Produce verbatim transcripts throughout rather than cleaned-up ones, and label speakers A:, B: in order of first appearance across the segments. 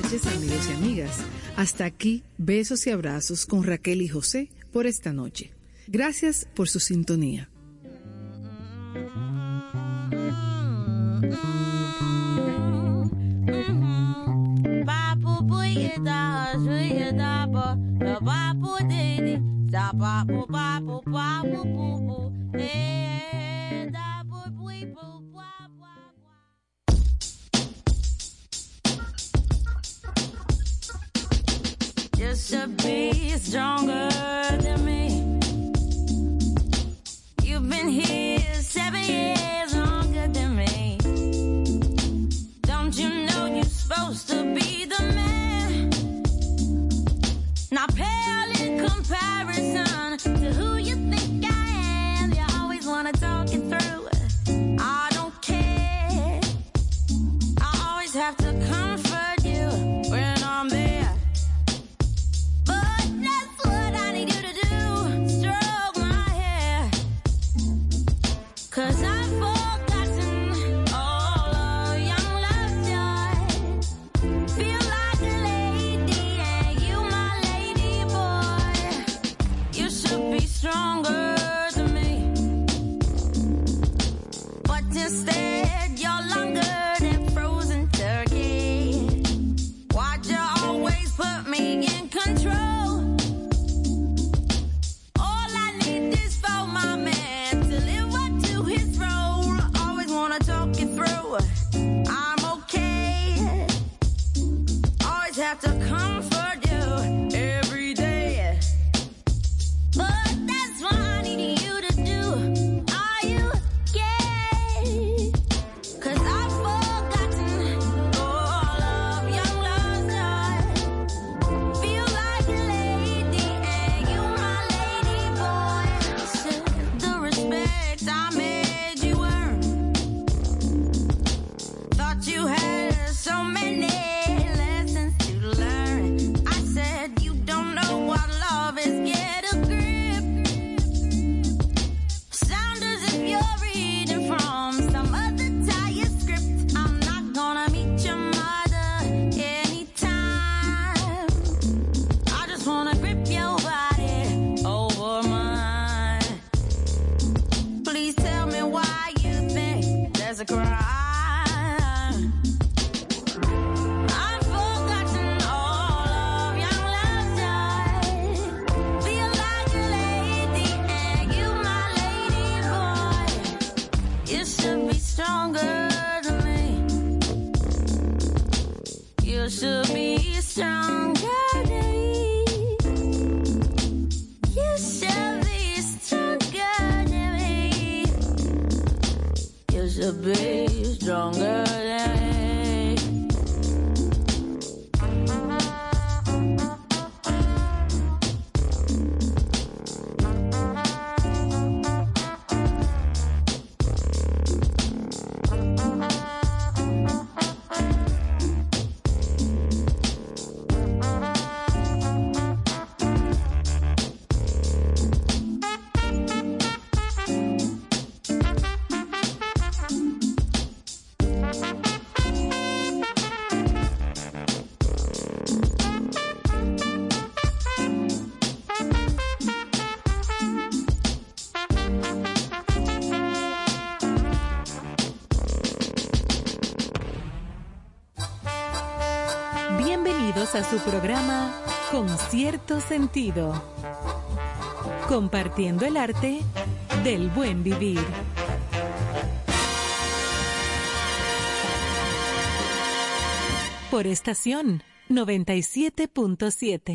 A: noches, amigos y amigas. Hasta aquí, besos y abrazos con Raquel y José por esta noche. Gracias por su sintonía.
B: You should be stronger than me. You've been here seven years longer than me. Don't you know you're supposed to be the man? Not pale in comparison to who you think I am. You always wanna talk it through. I don't care. I always have to comfort you when I'm there. Cause I've forgotten all of young love's joy. Feel like a lady and you my lady boy. You should be stronger than me. But instead you're longer than frozen turkey. Why'd you always put me in control? Have to comfort you every day, but that's what I need you to do. Are you gay? Cause I've forgotten all of young love's joy. Feel like a lady and you my lady boy. Said the respect I made you earn. Thought you had so many a crime. I've forgotten all of young love's joy. Feel like a lady and you my lady boy. You should be stronger than me. You should be stronger than me. You should be stronger than me. You should be stronger than me.
C: A su programa Con Cierto Sentido, compartiendo el arte del buen vivir. Por estación noventa y siete punto siete.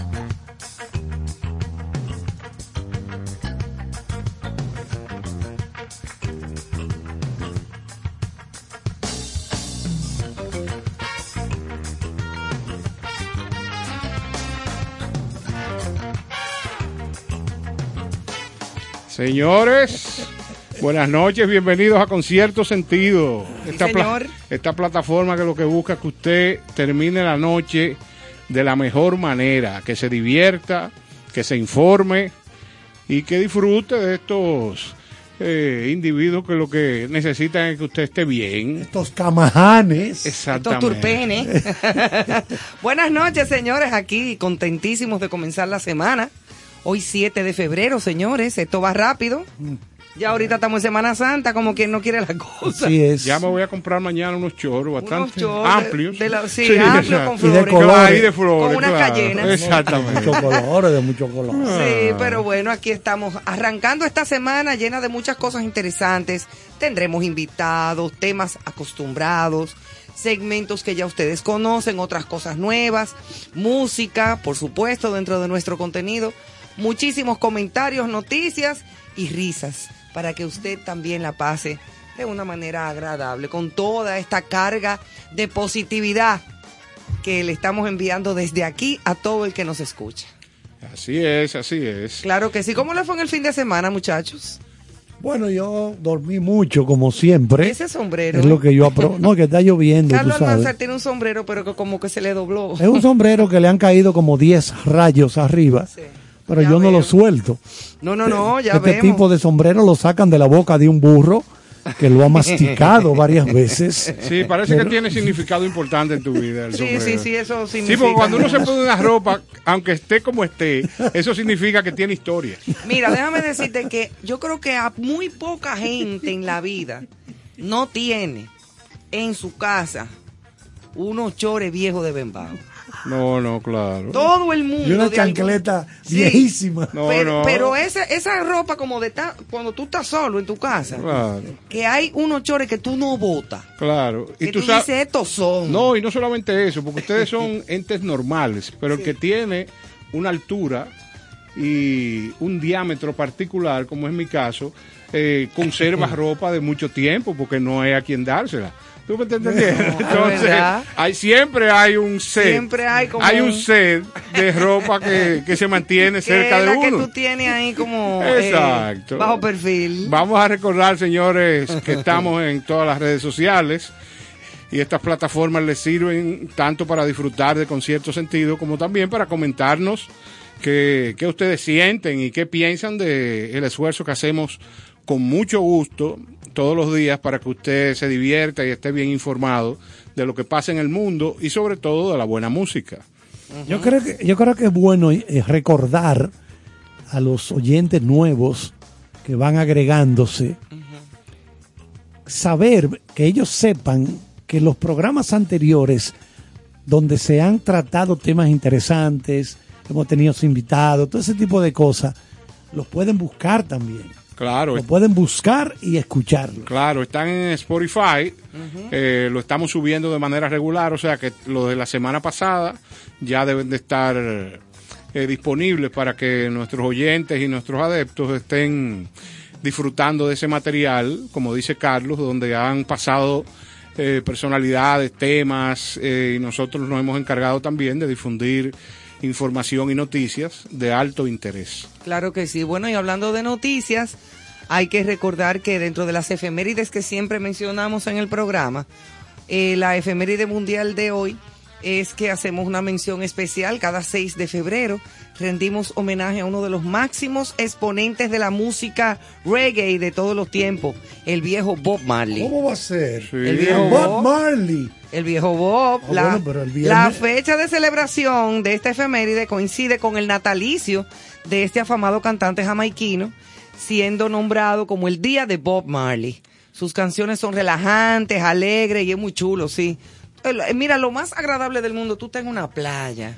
D: Señores, buenas noches, bienvenidos a Con Cierto Sentido. Esta,
E: sí, señor.
D: pla- esta plataforma que lo que busca es que usted termine la noche de la mejor manera, que se divierta, que se informe y que disfrute de estos eh, individuos que lo que necesitan es que usted esté bien.
E: Estos camajanes.
F: Estos
D: Exactamente.
F: turpenes. Buenas noches, señores, aquí contentísimos de comenzar la semana. Hoy siete de febrero, señores, esto va rápido. Ya ahorita estamos en Semana Santa, como quien no quiere la cosa.
E: Así es.
D: Ya me voy a comprar mañana unos choros
F: Unos
D: bastante
F: choros
D: amplios.
F: de la- sí, amplios con
E: Y de
F: flores.
E: colores.
D: Y de flores,
F: Con unas
D: claro.
F: cayenas.
E: De
D: Exactamente.
E: muchos colores, de muchos colores.
F: Sí, pero bueno, aquí estamos arrancando esta semana llena de muchas cosas interesantes. Tendremos invitados, temas acostumbrados, segmentos que ya ustedes conocen, otras cosas nuevas, música, por supuesto, dentro de nuestro contenido, muchísimos comentarios, noticias y risas para que usted también la pase de una manera agradable, con toda esta carga de positividad que le estamos enviando desde aquí a todo el que nos escucha.
D: Así es, así es.
F: Claro que sí. ¿Cómo le fue en el fin de semana, muchachos?
E: Bueno, yo dormí mucho, como siempre.
F: Ese sombrero.
E: Es lo que yo apro... No, que está lloviendo,
F: Carlos
E: tú sabes.
F: Almanzar tiene un sombrero, pero que como que se le dobló.
E: Es un sombrero que le han caído como diez rayos arriba,
F: Sí.
E: pero
F: Ya
E: yo no
F: veo.
E: lo suelto.
F: No, no, no, ya
E: Este
F: vemos.
E: tipo de sombrero lo sacan de la boca de un burro que lo ha masticado varias veces.
D: Sí, parece
E: Pero-
D: que tiene significado importante en tu vida el
F: Sí,
D: sombrero.
F: sí, sí, eso
D: Sí,
F: significa.
D: porque cuando uno se pone una ropa, aunque esté como esté, eso significa que tiene historia.
F: Mira, déjame decirte que yo creo que a muy poca gente en la vida no tiene en su casa unos chores viejos de Bembao.
D: No, no, claro.
F: Todo el mundo.
E: Y una
F: de algún-
E: chancleta
F: Sí.
E: viejísima.
D: No,
F: pero,
D: no.
F: pero esa, esa ropa como de ta- cuando tú estás solo en tu casa,
D: Claro,
F: que hay unos chores que tú no botas.
D: claro.
F: Que
D: Y
F: tú,
D: tú sabes,
F: dices, estos son.
D: no, y no solamente eso, porque ustedes son entes normales, pero el que tiene una altura y un diámetro particular, como es mi caso, eh, conserva ropa de mucho tiempo, porque no hay a quien dársela. ¿Tú me estás entendiendo? Entonces,
F: ¿verdad?
D: hay, siempre hay un set.
F: Siempre hay como
D: Hay un
F: un-
D: set de ropa que, que se mantiene
F: que
D: cerca
F: es
D: de
F: la que
D: uno.
F: tú tienes ahí como eh,
D: Exacto.
F: bajo perfil.
D: Vamos a recordar, señores, que estamos en todas las redes sociales y estas plataformas les sirven tanto para disfrutar de Concierto Sentido como también para comentarnos qué, qué ustedes sienten y qué piensan del esfuerzo que hacemos con mucho gusto todos los días para que usted se divierta y esté bien informado de lo que pasa en el mundo y sobre todo de la buena música.
E: Yo creo que yo creo que es bueno eh, recordar a los oyentes nuevos que van agregándose, saber que ellos sepan que los programas anteriores donde se han tratado temas interesantes, hemos tenido invitados, todo ese tipo de cosas, los pueden buscar también.
D: Claro,
E: Lo pueden buscar y escucharlo.
D: Claro, están en Spotify, eh, lo estamos subiendo de manera regular, o sea que lo de la semana pasada ya deben de estar eh, disponibles para que nuestros oyentes y nuestros adeptos estén disfrutando de ese material, como dice Carlos, donde han pasado eh, personalidades, temas, eh, y nosotros nos hemos encargado también de difundir información y noticias de alto interés.
F: Claro que sí. Bueno, y hablando de noticias, hay que recordar que dentro de las efemérides que siempre mencionamos en el programa, eh, la efeméride mundial de hoy es que hacemos una mención especial cada seis de febrero. Rendimos homenaje a uno de los máximos exponentes de la música reggae de todos los tiempos, el viejo Bob Marley.
E: ¿Cómo va a ser?
D: Sí.
F: El viejo
E: Bob
F: Bob.
E: Marley.
F: El viejo Bob,
E: Ah,
F: la,
E: bueno, pero el viernes-
F: la fecha de celebración de esta efeméride coincide con el natalicio de este afamado cantante jamaiquino, siendo nombrado como el día de Bob Marley. Sus canciones son relajantes, alegres y es muy chulo, sí. El- Mira, lo más agradable del mundo, tú estás en una playa,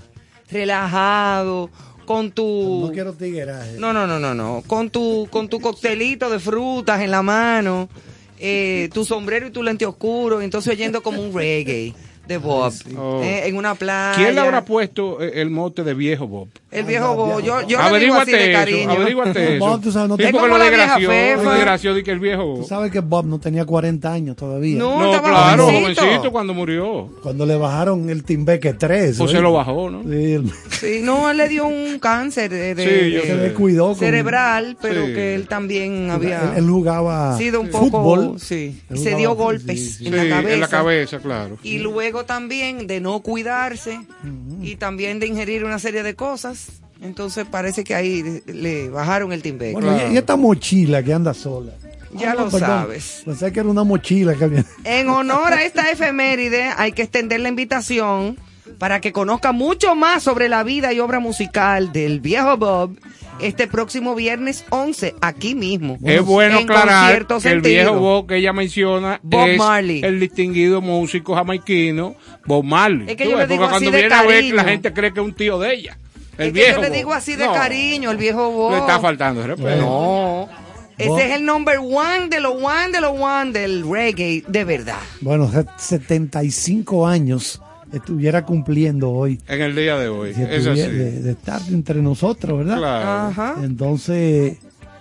F: relajado, con tu...
E: No quiero tigueraje.
F: No, no, no, no, no. Con tu, con tu coctelito de frutas en la mano, eh, tu sombrero y tu lente oscuro, entonces oyendo como un reggae de Bob,
D: Oh.
F: eh, en una playa.
D: ¿Quién le habrá puesto eh, el mote de viejo Bob?
F: El viejo Bob, yo, yo le digo
D: Averíguate
F: así de
D: eso,
F: cariño.
D: averíguate eso.
E: Bob, tú sabes, no
D: Sí,
E: te-
D: porque
F: Es como
D: lo
F: la vieja
D: desgració,
F: Fefa.
D: lo desgració de que el viejo...
E: Tú sabes que Bob no tenía cuarenta años todavía.
F: No,
D: No,
F: estaba
D: claro,
F: jovencito.
D: jovencito cuando murió.
E: Cuando le bajaron el Timbeque tres.
D: O se
E: ¿oí?
D: lo bajó, ¿no?
E: Sí, él
F: Sí, no, él le dio un cáncer de, de-
D: Sí, yo
F: de-
D: sé.
E: se descuidó. con-
F: cerebral, pero
D: Sí.
F: que él también había
E: Él, él jugaba
F: sido un poco,
E: fútbol.
F: sí,
E: Él
F: y se
E: jugaba-
F: dio
E: sí,
F: golpes
E: sí, sí.
F: en
D: Sí,
F: la cabeza.
D: en la cabeza, claro.
F: Y luego también de no cuidarse y también de ingerir una serie de cosas. Entonces parece que ahí le bajaron el timbeque.
E: Bueno,
D: Claro.
E: y, y esta mochila que anda sola.
F: Ya
E: Ah, no,
F: lo
E: perdón.
F: sabes.
E: Pensé que era una mochila que había.
F: En honor a esta efeméride, hay que extender la invitación para que conozca mucho más sobre la vida y obra musical del viejo Bob este próximo viernes once, aquí mismo.
D: Es bueno
F: en
D: aclarar
F: concierto
D: que el
F: sentido.
D: viejo Bob que ella menciona
F: Bob
D: es
F: Marley.
D: el distinguido músico jamaiquino Bob Marley.
F: Es que
D: Tú
F: yo
D: ves,
F: le digo
D: porque
F: así
D: cuando
F: de
D: viene a ver,
F: cariño.
D: la gente cree que es un tío de ella. El
F: Es que
D: viejo
F: yo le
D: Bob.
F: digo así de
D: No,
F: cariño, el viejo Bob.
D: Le está faltando el respeto.
F: No. Ese
E: Bob.
F: es el number one de los one de los one del reggae, de verdad.
E: Bueno, setenta y cinco años estuviera cumpliendo hoy.
D: En el día de hoy.
E: Si
D: Es
E: estuviera-
D: así.
E: de, de estar entre nosotros, ¿verdad?
D: Claro.
F: Ajá.
E: Entonces,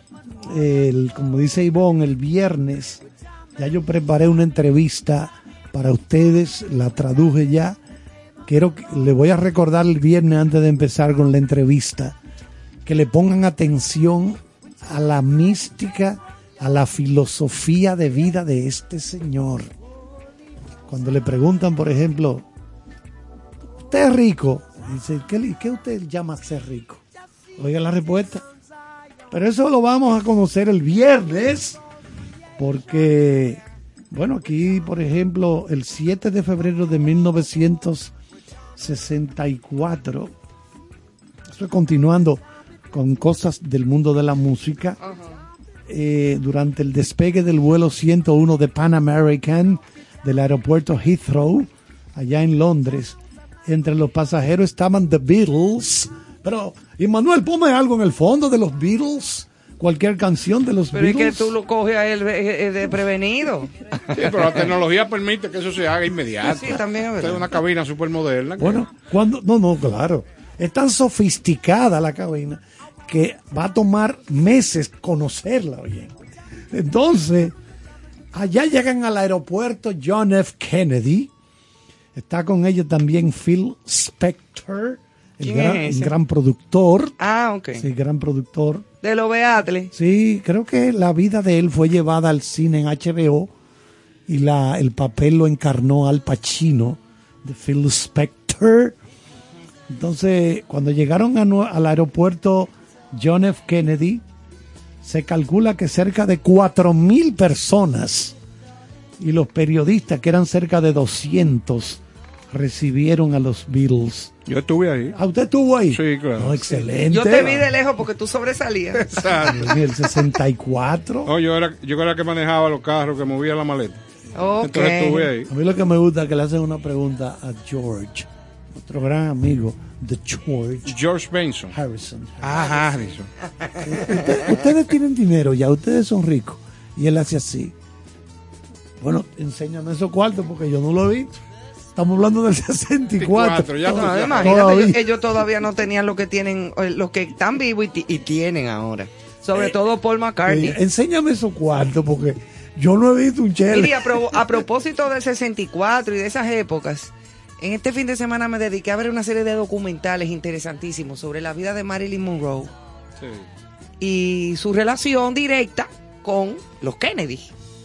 E: el, como dice Ivonne, el viernes ya yo preparé una entrevista para ustedes, la traduje ya. Quiero que le voy a recordar el viernes antes de empezar con la entrevista que le pongan atención a la mística, a la filosofía de vida de este señor. Cuando le preguntan, por ejemplo, ¿usted es rico? Dice, ¿qué, le- qué usted llama ser rico? Oiga la respuesta. Pero eso lo vamos a conocer el viernes, porque, bueno, aquí, por ejemplo, el siete de febrero de mil novecientos sesenta y cuatro, estoy continuando con cosas del mundo de la música, eh, durante el despegue del vuelo ciento uno de Pan American del aeropuerto Heathrow, allá en Londres, entre los pasajeros estaban The Beatles. Pero, Immanuel, ponme algo en el fondo de los Beatles, cualquier canción de los
F: Pero es
E: Beatles.
F: que tú lo coges a él eh, eh, de prevenido.
D: Sí, pero la tecnología permite que eso se haga inmediato.
F: Sí, también es verdad.
D: Esta es una cabina súper moderna.
E: Bueno, cuando, no, no, claro. Es tan sofisticada la cabina que va a tomar meses conocerla, oye. Entonces, allá llegan al aeropuerto John F. Kennedy. Está con ellos también Phil Spector, el
F: ¿Quién
E: gran,
F: es ese?
E: el gran productor.
F: Ah, ok.
E: Sí, gran productor.
F: De los Beatles.
E: Sí, creo que la vida de él fue llevada al cine en H B O y la, el papel lo encarnó Al Pacino, de Phil Spector. Entonces, cuando llegaron a Nue- al aeropuerto John F. Kennedy, se calcula que cerca de cuatro mil personas y los periodistas, que eran cerca de doscientos, recibieron a los Beatles.
D: Yo estuve ahí.
E: ¿Ah, usted estuvo ahí?
D: Sí, claro.
E: No, excelente.
F: Yo te vi de lejos porque tú sobresalías.
D: Exacto.
E: En el sesenta y cuatro.
D: No, yo era, yo era el que manejaba los carros, que movía la maleta.
F: Ok.
D: Entonces estuve ahí.
E: A mí lo que me gusta es que le hacen una pregunta a George, nuestro gran amigo de George
D: George Benson.
E: Harrison.
D: Ah, Harrison.
E: Usted- ustedes tienen dinero ya, ustedes son ricos. Y él hace así. Bueno, enséñame esos cuartos porque yo no lo he visto. Estamos hablando del sesenta y cuatro.
D: Ya tú
F: No,
D: sabes.
F: imagínate,
E: Todavía.
F: ellos, ellos todavía no tenían lo que tienen, eh, los que están vivos y, ti- y tienen ahora. Sobre todo Paul McCartney.
E: Eh, enséñame esos cuartos porque yo no he visto un chele.
F: Mire, a, pro- a propósito del sesenta y cuatro y de esas épocas, en este fin de semana me dediqué a ver una serie de documentales interesantísimos sobre la vida de Marilyn Monroe
D: Sí.
F: y su relación directa con los Kennedy.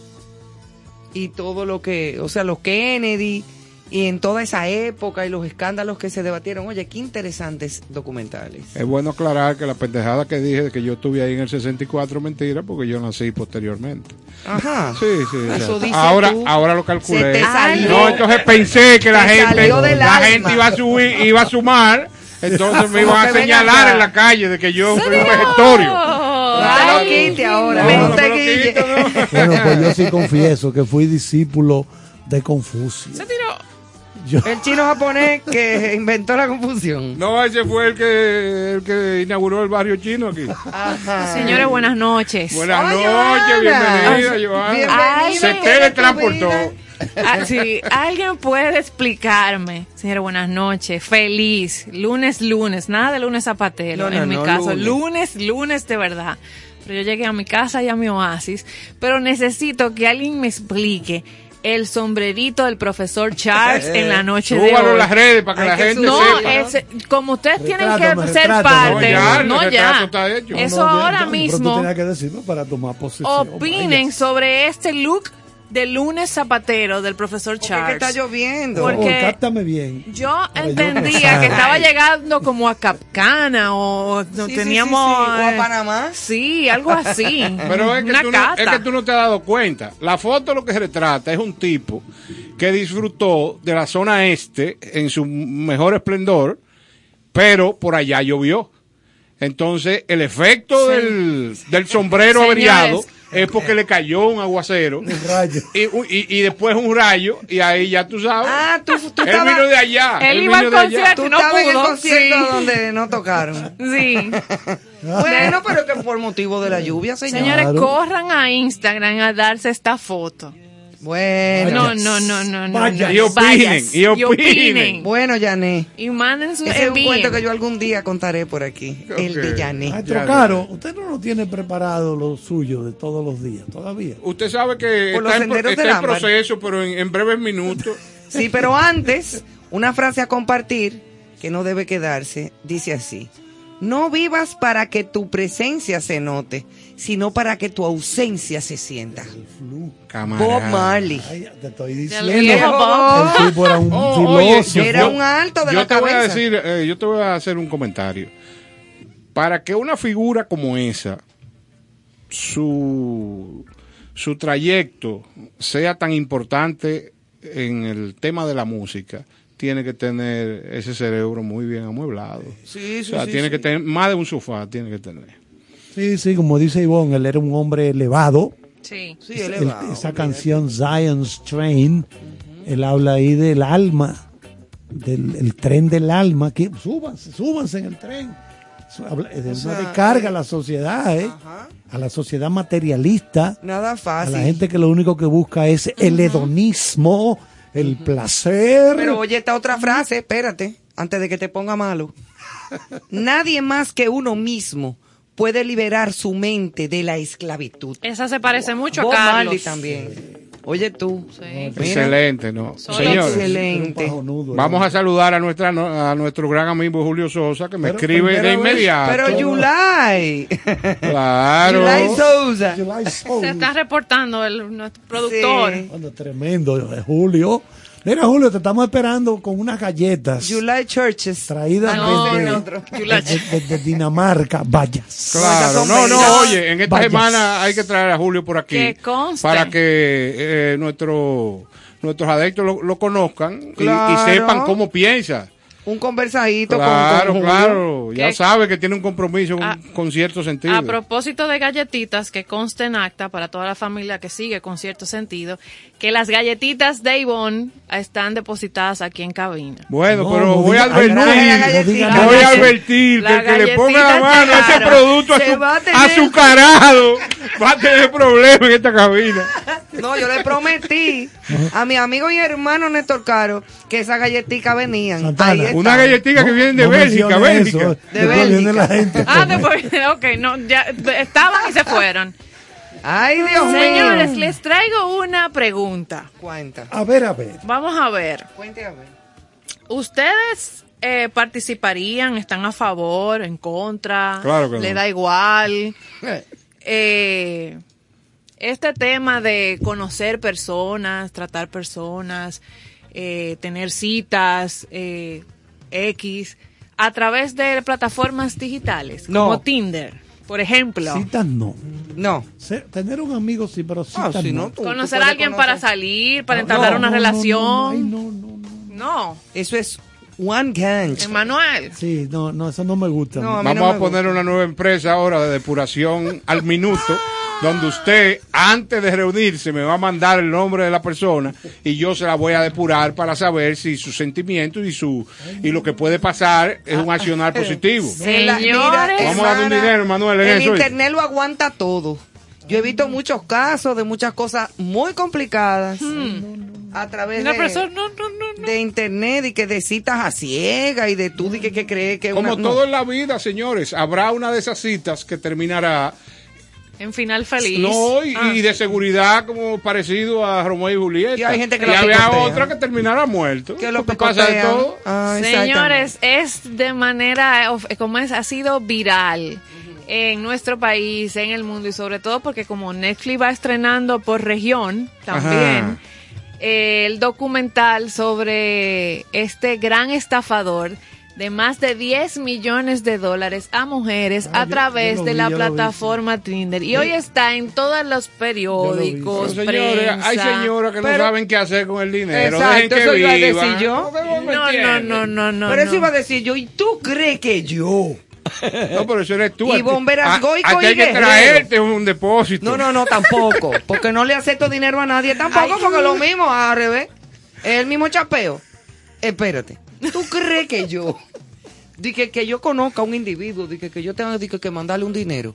F: Y todo lo que, o sea, los Kennedy y en toda esa época y los escándalos que se debatieron. Oye, qué interesantes documentales.
D: Es bueno aclarar que la pendejada que dije de que yo estuve ahí en el sesenta y cuatro mentira porque yo nací posteriormente.
F: Ajá.
D: Sí, sí.
F: Eso
D: exacto.
F: dices
D: ahora,
F: tú.
D: ahora lo
F: Se
D: calculé.
F: te salió.
D: No, entonces pensé que la
F: Te
D: gente,
F: salió del
D: la
F: alma.
D: gente iba a subir, iba a sumar, entonces me
F: Como
D: iban a
F: que ven
D: señalar
F: acá.
D: en la calle de que yo soy un vegetorio.
F: No te lo quite ahora,
D: No,
F: no,
D: no
F: te
D: me lo
F: guille.
D: quito, no.
E: Bueno, pues yo sí confieso que fui discípulo de Confucio. Yo,
F: El chino japonés que inventó la confusión.
D: No, ese fue el que, el que inauguró el barrio chino aquí.
F: Ajá.
G: Señores, buenas noches.
D: Buenas
F: Ay,
D: noches,
F: Johanna.
D: bienvenida, Johanna.
F: Bienvenida,
D: Se
F: ¿qué
D: teletransportó.
F: de tu
G: Ah, sí, alguien puede explicarme. Señores, buenas noches. Feliz. Lunes, lunes. Nada de lunes zapatero
F: No, no,
G: en mi
F: no,
G: caso.
F: lunes.
G: Lunes, lunes de verdad. Pero yo llegué a mi casa y a mi oasis. Pero necesito que alguien me explique el sombrerito del profesor Charles en la noche de
D: Súbalo en
G: hoy.
D: las redes para que
F: Hay
D: la
F: que
D: gente
G: No,
D: sepa.
G: es, como ustedes tienen
E: Retrátame,
G: que ser
E: retrátame.
G: parte,
D: No, ya,
G: no,
D: el
G: ya.
D: retrato está hecho.
G: Eso
E: no,
G: ahora
E: pero tú
G: mismo.
E: tenías que decirlo para tomar posesión.
G: Opinen
E: Vaya.
G: sobre este look de lunes zapatero del profesor
F: Porque
G: Charles.
F: es que está lloviendo.
G: Porque-
E: Oh, cáptame bien.
G: Yo
E: Para yo
G: entendía
E: pasar.
G: que estaba llegando como a Capcana o no
F: Sí, sí,
G: teníamos...
F: sí, sí. O a
G: eh,
F: Panamá.
G: Sí, algo así.
D: Pero es que,
G: Una
D: tú no,
G: cata.
D: es que tú no te has dado cuenta. La foto lo que se retrata es un tipo que disfrutó de la zona este en su mejor esplendor, pero por allá llovió. Entonces, el efecto
G: Sí.
D: del, del sombrero
G: Señores.
D: averiado es porque le cayó un aguacero
E: Un rayo.
D: y, y, y después un rayo, y ahí ya tú sabes.
F: Ah, tú, tú
D: él
F: estabas,
D: vino de allá.
G: Él iba
D: vino
G: al
D: de allá.
G: concierto.
F: tú
G: no
F: estabas en el
G: pudo,
F: concierto
G: sí.
F: donde no tocaron.
G: Sí.
F: Bueno, pero que por motivo de la lluvia, señor.
G: Señores,
E: Claro.
G: corran a Instagram a darse esta foto.
F: Bueno,
G: No, no, no, no, no.
E: Vaya.
G: no.
D: Y opinen,
G: Vayas,
D: y opinen.
F: bueno, Yané.
G: Y manden su
F: Ese es un
G: envíen.
F: cuento que yo algún día contaré por aquí. El de
D: Ok.
F: Yané.
E: Maestro
D: Ya,
E: Caro, usted no lo tiene preparado lo suyo de todos los días, todavía.
D: Usted sabe que
F: Por los
D: está, en, pro-
F: senderos
D: está
F: del
D: en
F: ámbar.
D: proceso, pero en, en breves minutos.
F: Sí, pero antes, una frase a compartir que no debe quedarse, dice así: no vivas para que tu presencia se note, sino para que tu ausencia se sienta.
D: Camarada.
F: Bob Marley.
E: Ay, te estoy
G: Del
E: diciendo.
G: viejo Bob.
E: El tipo era un
D: Oh, oye,
E: filósofo.
F: Era un alto de
D: yo
F: la
D: te voy a
F: cabeza.
D: decir, eh, yo te voy a hacer un comentario. Para que una figura como esa, su, su trayecto sea tan importante en el tema de la música, tiene que tener ese cerebro muy bien amueblado.
F: Sí,
D: O
F: sí,
D: sea,
F: sí,
D: tiene
F: sí.
D: que tener más de un sofá, tiene que tener.
E: Sí, sí, como dice Ivonne, él era un hombre elevado.
G: Sí.
F: Sí,
E: El-
F: elevado.
E: esa canción Zion's Train, él habla ahí del alma, del el tren del alma, que súbanse, súbanse en el tren. Eso habla- Es de
F: sea,
E: una descarga a la sociedad, ¿eh?
F: Ajá.
E: A la sociedad materialista,
F: Nada
E: a
F: fácil.
E: la gente que lo único que busca es el hedonismo, el placer.
F: Pero oye esta otra frase, espérate, antes de que te ponga malo. Nadie más que uno mismo puede liberar su mente de la esclavitud.
G: Esa se parece mucho a
F: Bob
G: Carlos.
F: Marley también. Oye tú.
G: Sí.
F: Mira.
D: Excelente, ¿no?
G: Solo
D: Señores,
F: excelente.
E: Era un pajonudo,
D: vamos
E: ¿no?
D: a saludar a nuestra a nuestro gran amigo Julio Sosa, que me
E: Pero
D: escribe de
E: primera vez-
D: inmediato.
F: Pero Yulai.
D: Claro.
F: Yulai Sousa.
E: July Soul.
G: Se está reportando el nuestro productor.
F: Sí.
E: Cuando tremendo, eh, Julio. Mira, Julio, te estamos esperando con unas galletas
F: Yulai Churches.
E: traídas
G: No,
E: desde,
G: no,
F: otro.
E: desde- desde Dinamarca. Vayas.
D: Claro,
F: son
D: no, no,
F: bellas.
D: oye, en esta
E: Vayas.
D: semana hay que traer a Julio por aquí
G: Que conste.
D: para que eh, nuestro, nuestros adeptos lo, lo conozcan y- y,
F: Claro.
D: sepan cómo piensa.
F: Un conversadito con-
D: Claro,
F: con, Julio.
D: claro, ya
G: Que-
D: sabe que tiene un compromiso con,
G: A-
D: con cierto sentido.
G: A propósito de galletitas, que conste en acta para toda la familia que sigue con cierto sentido, que las galletitas de Ivonne están depositadas aquí en cabina.
D: Bueno,
E: No,
D: pero
E: no
D: voy a
E: diga- ay, no,
D: advertir,
F: no diga
D: voy
F: nada.
D: a advertir
G: La
D: que el que le
G: galletita
D: ponga la mano a ese
G: llegaron.
D: producto
F: Se
D: azu-
F: va a tener-
D: azucarado va a tener problemas en esta cabina.
F: No, yo le prometí a mi amigo y hermano Néstor Caro que esas galletitas venían.
E: Santana,
F: Ahí están.
D: Una galletita que
E: No-
D: viene de
E: no
D: Bélgica,
E: mencione
D: Bélgica.
E: eso,
F: De
E: después viene
F: Bélgica.
E: la gente a
G: Ah,
E: comer.
G: después, ok, no, ya de- estaban y se fueron.
F: Ay, Dios
G: Señores,
F: mío.
G: les traigo una pregunta.
F: Cuenta.
E: A ver, a ver.
G: Vamos a ver.
F: Cuente a ver.
G: ¿Ustedes eh, participarían? ¿Están a favor? ¿En contra?
D: Claro que
G: ¿Le
D: no.
G: da igual? Eh, este tema de conocer personas, tratar personas, eh, tener citas, eh, X, a través de plataformas digitales,
F: No.
G: como Tinder, por ejemplo.
E: Citas no.
F: No.
E: Se- tener un amigo sí, pero
F: Ah,
E: citas
F: si
E: no.
F: no, tú-
G: Conocer
F: tú
G: a
F: puedes
G: alguien
F: conocer.
G: para salir, para
E: No,
G: entablar
E: no,
G: una
E: no, no, no,
G: relación.
E: ay, no, no, no.
G: No,
F: Eso es one ganch.
G: Emanuel.
E: Sí, no, no, eso no me gusta.
F: No, a mí
D: Vamos
F: no
D: a
F: me
D: poner una nueva empresa ahora de depuración al minuto, donde usted, antes de reunirse, me va a mandar el nombre de la persona y yo se la voy a depurar para saber si sus sentimientos y su y lo que puede pasar es un accionar positivo.
F: La-
G: Señores.
D: Vamos a dar un
F: hermana,
D: dinero, Manuel, en
F: el
D: eso.
F: internet lo aguanta todo. Yo he visto muchos casos de muchas cosas muy complicadas a través
G: Una
F: de,
G: persona, no, no, no, no.
F: de internet y que de citas a ciegas y de tú y que, que crees que
D: Como
F: una, no.
D: todo en la vida, señores, habrá una de esas citas que terminará
G: En final feliz.
D: no y,
G: Ah.
D: y de seguridad como parecido a Romeo y Julieta.
F: Y hay gente que
D: y
F: la
D: había
F: picotea.
D: otra que terminará muerto.
F: que lo
D: Porque pasa de
F: picotean.
D: todo.
F: Ah, exactamente.
G: Señores, es de manera, of- como es, ha sido viral en nuestro país, en el mundo y sobre todo porque como Netflix va estrenando por región también,
D: Ajá.
G: el documental sobre este gran estafador de más de diez millones de dólares a mujeres
E: Ah,
G: a
E: yo-
G: través
E: yo lo
G: de
E: vi,
G: la
E: yo lo vi,
G: plataforma Tinder. Y hoy está en todos los periódicos,
D: Pero, señores,
G: prensa.
D: hay señoras que no
F: Pero-
D: saben qué hacer con el dinero.
F: Exacto,
D: Dejen que
F: eso iba a decir
D: vivan.
F: yo.
D: ¿Cómo que no me
G: No, no,
D: entienden?
G: no, no, no.
F: Pero eso
G: no.
F: iba a decir yo, ¿y tú crees que yo?
D: No, pero eso eres tú.
F: Y
D: A ti-
F: Bomberas
D: a-
F: Goico
D: a ti
F: y
D: hay que
F: Guerrero.
D: traerte un depósito.
F: No, no, no, tampoco. Porque no le acepto dinero a nadie tampoco, porque lo mismo, al revés. Es el mismo chapeo. Espérate. ¿Tú crees que yo, dije que yo conozca a un individuo, dije que yo tenga dije, que mandarle un dinero?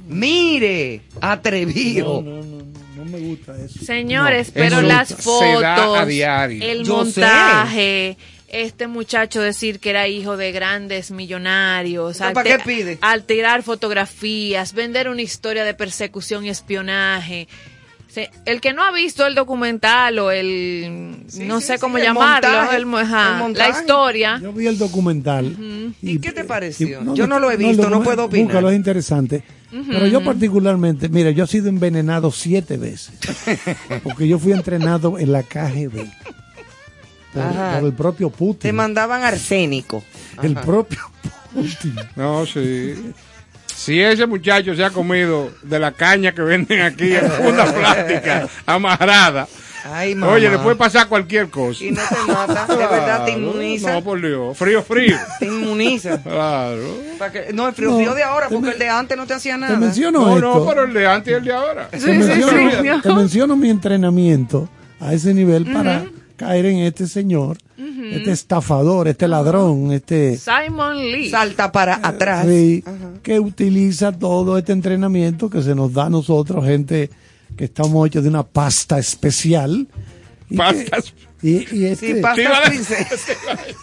F: Mire, atrevido.
E: No, no, no, no me gusta eso.
G: Señores,
D: No,
G: pero
D: eso
G: las
D: se
G: fotos,
D: da a diario.
G: el
F: Yo
G: montaje, este muchacho decir que era hijo de grandes millonarios,
F: ¿Pero para
G: alter-
F: qué pide?
G: alterar fotografías, vender una historia de persecución y espionaje. Se- el que no ha visto el documental o el,
F: Sí,
G: no
F: sí,
G: sé
F: sí,
G: cómo
F: el
G: llamarlo,
F: montaje,
G: el mo- ajá,
F: el
G: la
F: montaje.
G: historia.
E: Yo vi el documental.
F: ¿Y qué te pareció?
E: y-
F: Yo no lo he visto, no
E: document-
F: puedo opinar.
E: Búscalo, es interesante. Pero yo particularmente, mira, yo he sido envenenado siete veces. Porque yo fui entrenado en la K G B. Por,
F: Ajá.
E: por el propio
F: Te
E: Putin.
F: mandaban arsénico.
E: El
F: Ajá.
E: propio Putin.
D: No, sí. Si ese muchacho se ha comido de la caña que venden aquí en funda plástica amarrada,
F: Ay, mamá.
D: oye, le puede pasar cualquier cosa.
F: Y no te mata, de verdad te
D: Claro.
F: inmuniza.
D: No, por Dios. Frío, frío.
F: Te inmuniza.
D: Claro.
F: Para que- no, el frío,
E: No,
F: frío de ahora,
E: te
F: porque
E: men-
F: el de antes no te hacía
E: Te
F: nada.
E: menciono
D: No,
E: esto.
D: no, pero el de antes y el de ahora.
E: te,
G: Sí, sí,
E: menciono,
G: sí, no.
E: te menciono mi entrenamiento a ese nivel para caer en este señor, este estafador, este ladrón, este
G: Simon Lee.
F: Salta para atrás.
E: sí,
F: Ajá.
E: que utiliza todo este entrenamiento que se nos da a nosotros, gente que estamos hechos de una pasta especial. y
D: Pastas.
E: que- y, y este,
F: Sí, pasta
D: Sí, vale.
F: princesa.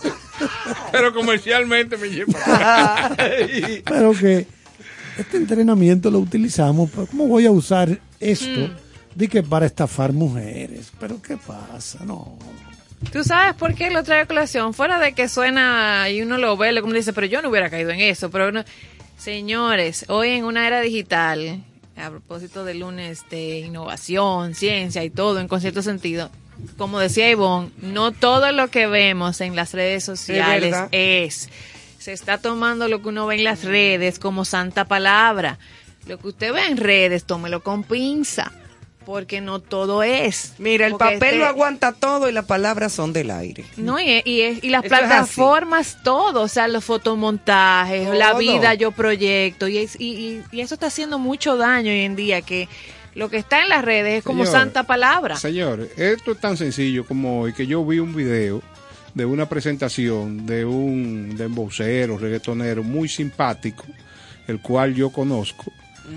D: Pero comercialmente me lleva.
E: pero que este entrenamiento lo utilizamos, pero ¿cómo voy a usar esto? De que para estafar mujeres. Pero ¿qué pasa? No.
G: ¿Tú sabes por qué lo trae a colación? Fuera de que suena y uno lo ve, como dice, pero yo no hubiera caído en eso. Pero no. Señores, hoy en una era digital, a propósito del lunes de innovación, ciencia y todo en cierto sentido, como decía Ivonne, no todo lo que vemos en las redes sociales
F: verdad.
G: es. Se está tomando lo que uno ve en las redes como santa palabra. Lo que usted ve en redes, tómelo con pinza. Porque no todo es.
F: Mira, el
G: Porque
F: papel
G: este-
F: lo aguanta todo y las palabras son del aire.
G: No, y, y, es- y las
F: Eso es
G: plataformas, todo, o sea, los fotomontajes, la
F: Todo.
G: vida, yo proyecto, y, es- y, y, y eso está haciendo mucho daño hoy en día, que lo que está en las redes es como
D: Señores,
G: santa palabra.
D: Señores, esto es tan sencillo como hoy que yo vi un video de una presentación de un dembowcero, reggaetonero muy simpático, el cual yo conozco,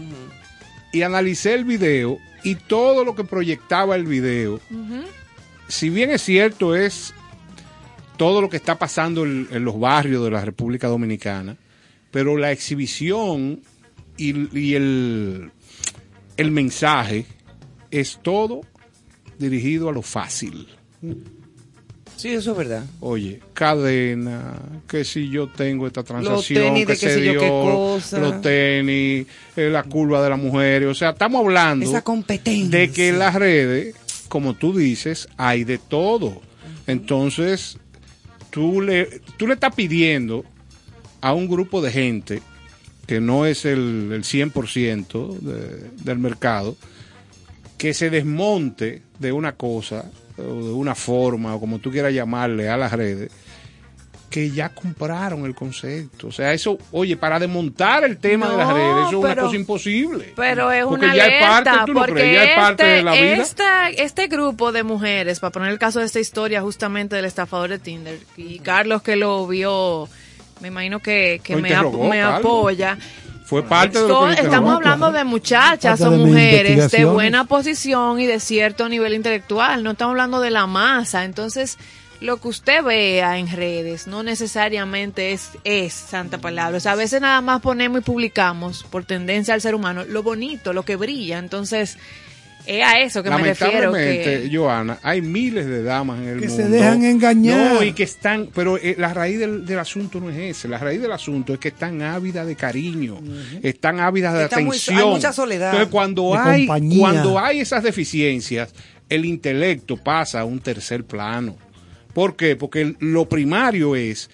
D: y analicé el video y todo lo que proyectaba el video. Si bien es cierto, es todo lo que está pasando en, en los barrios de la República Dominicana, pero la exhibición y, y el, el mensaje es todo dirigido a lo fácil.
F: Sí, eso es verdad.
D: Oye, cadena, que si yo tengo esta transacción,
F: tenis de
D: que
F: qué
D: se
F: sé yo
D: dio,
F: qué cosa.
D: los tenis, eh, la curva de las mujeres, o sea, estamos hablando
F: Esa competencia.
D: de que en las redes, como tú dices, hay de todo. Entonces, tú le, tú le estás pidiendo a un grupo de gente que no es el, el cien por ciento de- del mercado, que se desmonte de una cosa o de una forma o como tú quieras llamarle a las redes, que ya compraron el concepto. O sea, eso, oye, para desmontar el tema de las
G: No,
D: redes, eso es una
G: pero-
D: cosa imposible.
G: Pero es
D: Porque
G: una
D: ya
G: alerta,
D: es parte, ¿tú no
G: porque
D: crees? Ya es parte
G: este,
D: de la vida.
G: esta- este grupo de mujeres, para poner el caso de esta historia justamente del estafador de Tinder, y Carlos que lo vio, me imagino que, que
D: Lo
G: me, ap-
D: interrogó,
G: me
D: Carlos.
G: apoya.
D: Fue parte de lo
G: Son-
D: que
G: estamos
D: interrogó.
G: hablando de muchachas
E: Parte
G: o
E: de mis
G: mujeres de
E: investigaciones.
G: buena posición y de cierto nivel intelectual, no estamos hablando de la masa. Entonces, lo que usted vea en redes no necesariamente es, es santa palabra. O sea, a veces nada más ponemos y publicamos por tendencia al ser humano lo bonito, lo que brilla. Entonces, Es a eso que me refiero.
D: Lamentablemente,
G: Que...
D: Joana, hay miles de damas en el
E: Que
D: mundo.
E: se dejan engañar.
D: No, y que están, pero eh, la raíz del, del asunto no es ese. La raíz del asunto es que están ávidas de cariño, están ávidas de
F: Está muy-
D: atención.
F: hay mucha soledad.
D: Entonces, cuando
E: De
D: hay,
E: compañía.
D: cuando hay esas deficiencias, el intelecto pasa a un tercer plano. ¿Por qué? Porque el- lo primario es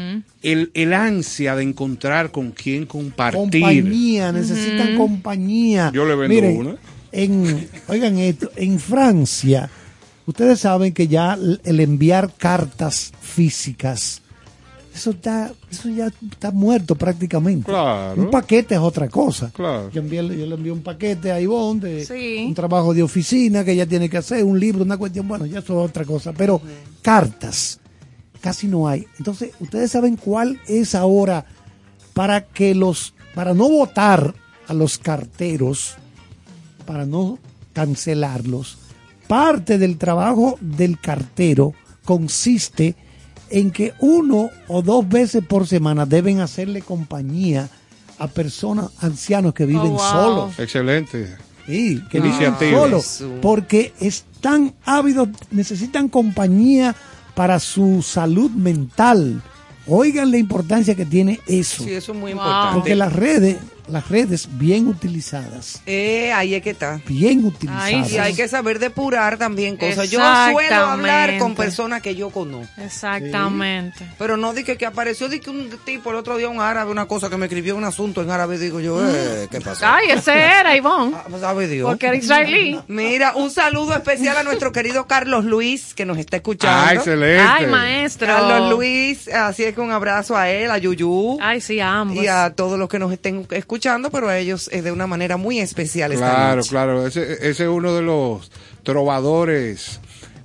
D: el, el ansia de encontrar con quién compartir.
E: Compañía, necesitan compañía.
D: Yo le vendo
E: Miren,
D: una.
E: En, oigan esto, en Francia, ustedes saben que ya l- el enviar cartas físicas, eso está, eso ya está muerto prácticamente.
D: Claro.
E: Un paquete es otra cosa.
D: Claro.
E: Yo, envié, yo le envié un paquete a Ivonne de
G: Sí.
E: un trabajo de oficina que ella tiene que hacer, un libro, una cuestión, bueno, ya eso es otra cosa, pero cartas casi no hay. Entonces, ustedes saben cuál es ahora para que los, para no votar a los carteros, para no cancelarlos, parte del trabajo del cartero consiste en que uno o dos veces por semana deben hacerle compañía a personas ancianos que viven
G: Oh, wow.
E: solos.
D: Excelente.
E: Sí, que
D: Iniciativa.
E: viven solos,
F: Jesús.
E: porque están ávidos, necesitan compañía para su salud mental. Oigan la importancia que tiene eso.
F: Sí, eso es muy
G: Wow.
F: importante.
E: Porque las redes, las redes bien utilizadas,
F: Eh, ahí es que está.
E: bien utilizadas.
G: Ay,
F: Y hay que saber depurar también cosas. Yo suelo hablar con
G: Exactamente.
F: personas que yo conozco.
G: Exactamente.
F: Pero no di que, que apareció, di que un tipo el otro día, un árabe, una cosa que me escribió un asunto en árabe, digo yo, eh, ¿qué pasó?
G: Ay, ese era Ivonne.
F: Ah, sabe Dios.
G: Porque era israelí.
F: Mira, un saludo especial a nuestro querido Carlos Luis, que nos está escuchando.
D: Ah, excelente.
G: Ay, maestro.
F: Carlos Luis, así es que un abrazo a él, a Yuyu.
G: Ay, sí, a ambos.
F: Y a todos los que nos estén escuchando, pero a ellos es de una manera muy especial esta
D: Claro,
F: noche.
D: claro. Ese, ese es uno de los trovadores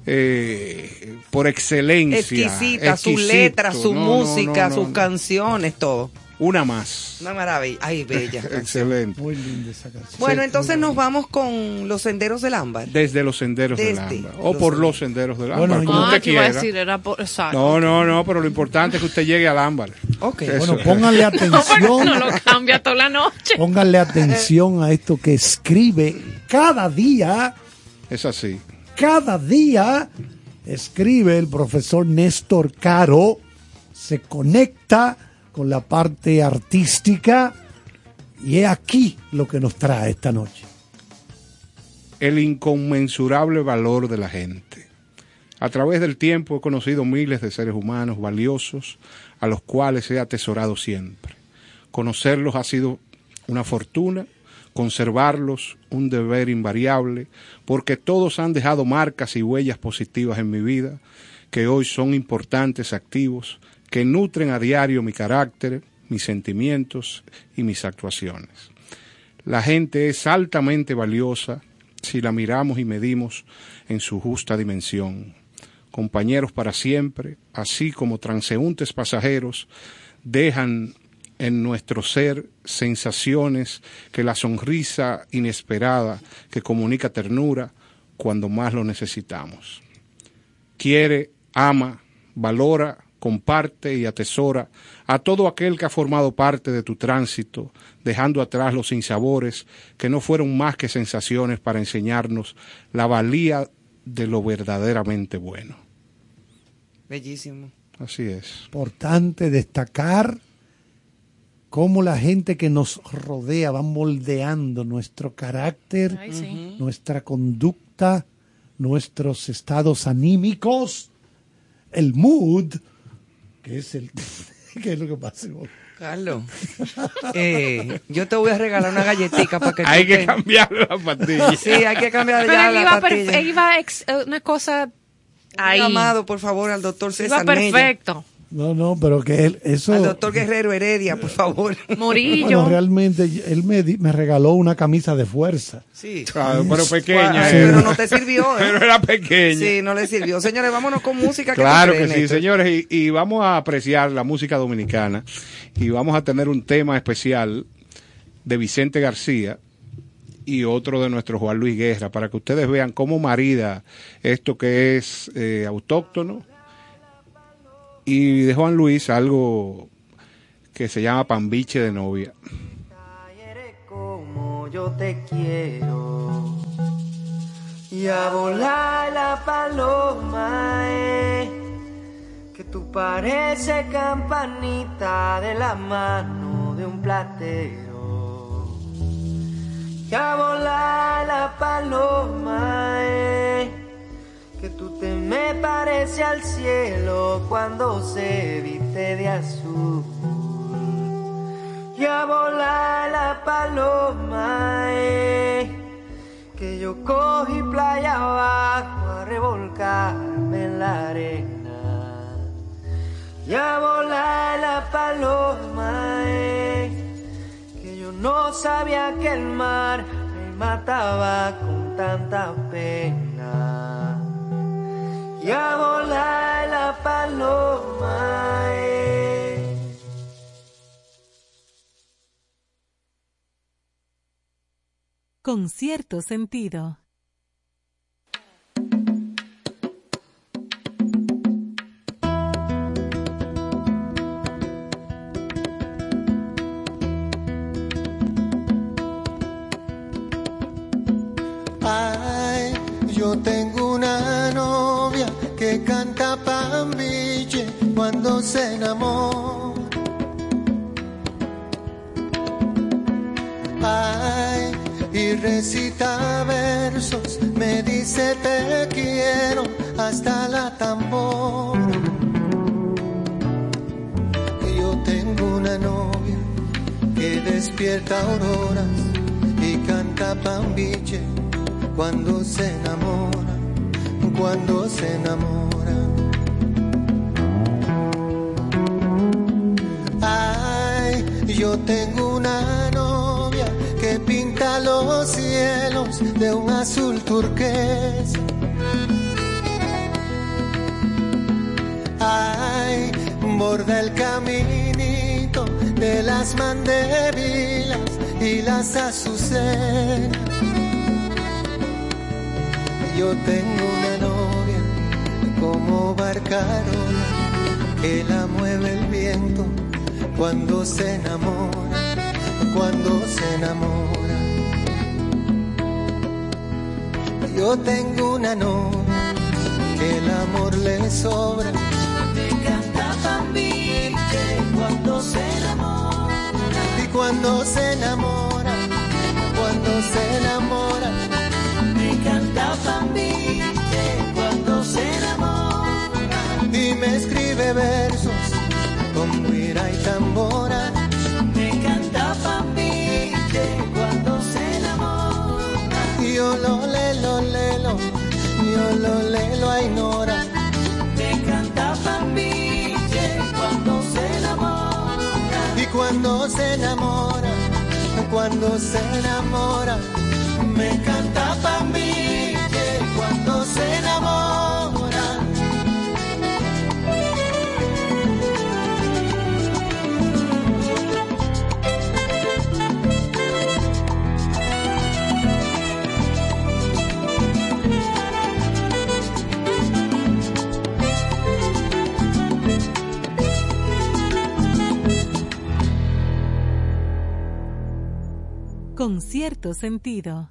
D: eh, por excelencia.
F: Exquisita, su
D: Exquisito.
F: letra, su
D: No, no,
F: música,
D: no, no,
F: sus
D: no.
F: canciones, todo.
D: Una más.
F: Una maravilla. Ay, bella.
D: Excelente.
E: Muy linda esa canción.
F: Bueno,
D: Sí.
F: entonces nos vamos con los senderos del ámbar.
D: Desde los senderos del
F: Desde
D: ámbar. O
F: los
D: por
F: senderos.
D: los senderos del
E: Bueno,
D: ámbar, como
E: yo-
G: Ah,
D: usted
G: que iba a
D: quiera.
G: decir, era por... Exacto.
D: No, no, no, pero lo importante es que usted llegue al ámbar.
F: Ok.
D: Eso.
E: Bueno, pónganle
G: No, pero
E: atención,
G: no lo cambia toda la noche.
E: pónganle atención a esto que escribe cada día,
D: Es así.
E: cada día escribe el profesor Néstor Caro, se conecta con la parte artística y es aquí lo que nos trae esta noche.
D: El inconmensurable valor de la gente. A través del tiempo he conocido miles de seres humanos valiosos a los cuales he atesorado siempre. Conocerlos ha sido una fortuna, conservarlos un deber invariable, porque todos han dejado marcas y huellas positivas en mi vida, que hoy son importantes activos, que nutren a diario mi carácter, mis sentimientos y mis actuaciones. La gente es altamente valiosa si la miramos y medimos en su justa dimensión. Compañeros para siempre, así como transeúntes pasajeros, dejan en nuestro ser sensaciones que la sonrisa inesperada que comunica ternura cuando más lo necesitamos. Quiere, ama, valora, comparte y atesora a todo aquel que ha formado parte de tu tránsito, dejando atrás los sinsabores que no fueron más que sensaciones para enseñarnos la valía de lo verdaderamente bueno.
F: Bellísimo.
D: Así es.
E: Importante destacar cómo la gente que nos rodea va moldeando nuestro carácter,
G: Ay, sí.
E: nuestra conducta, nuestros estados anímicos, el mood, que es el ¿qué es lo que pasa?
F: Carlos, eh, yo te voy a regalar una galletita para que tú
D: Hay que
F: te-
D: cambiar la pastilla.
F: Sí, hay que cambiar
G: Pero
F: ya
G: él
F: la
G: iba,
F: pastilla.
G: perfe- él iba ex- eh, una cosa ahí.
F: Llamado, por favor, al doctor
G: Iba
F: César Mella.
G: perfecto.
E: No, no, pero que él, eso...
F: Al doctor Guerrero Heredia, por favor.
G: Morillo.
E: Bueno, realmente él me, di- me regaló una camisa de fuerza.
F: Sí.
D: Claro, pero pequeña.
F: Ay,
D: era.
F: pero no te sirvió, ¿eh?
D: Pero era pequeña.
F: Sí, no le sirvió. Señores, vámonos con música. ¿Qué
D: Claro
F: tú
D: que
F: crees,
D: sí,
F: Néstor?
D: señores, y, y vamos a apreciar la música dominicana y vamos a tener un tema especial de Vicente García y otro de nuestro Juan Luis Guerra, para que ustedes vean cómo marida esto que es eh, autóctono, y de Juan Luis algo que se llama Pambiche de Novia.
H: Eres como yo te quiero. y a volar la paloma, eh, que tú pareces campanita de la mano de un platero. Y a volar la paloma, eh, que tú te me pareces al cielo cuando se viste de azul. Y a volar la paloma, eh, que yo cogí playa abajo a revolcarme en la arena. Y a volar la paloma, eh, que yo no sabía que el mar me mataba con tanta pena. Y a volar la paloma, eh.
C: Con cierto sentido.
I: Ay, yo tengo una novia que canta pambiche cuando se enamora. Ay, y recita versos, me dice te quiero hasta la tambora. Yo tengo una novia que despierta auroras y canta pambiche cuando se enamora, cuando se enamora. Ay, yo tengo una novia que pinta los cielos de un azul turquesa. Ay, borda el caminito de las mandebilas y las azucenas. Yo tengo una novia como barcarola que la mueve el viento cuando se enamora, cuando se enamora. Yo tengo una novia que el amor le sobra,
H: Me canta pambiche cuando se enamora.
I: y cuando se enamora, cuando se enamora,
H: Me canta pambiche cuando se enamora.
I: y me escribe versos con guira y tambora.
H: Me canta pambiche cuando se enamora.
I: Yo lo lelo, lelo, yo lo lelo a ignora.
H: Me canta pambiche cuando se enamora.
I: Y cuando se enamora, cuando se enamora,
H: Me canta pambiche cuando se enamora.
C: Con cierto sentido.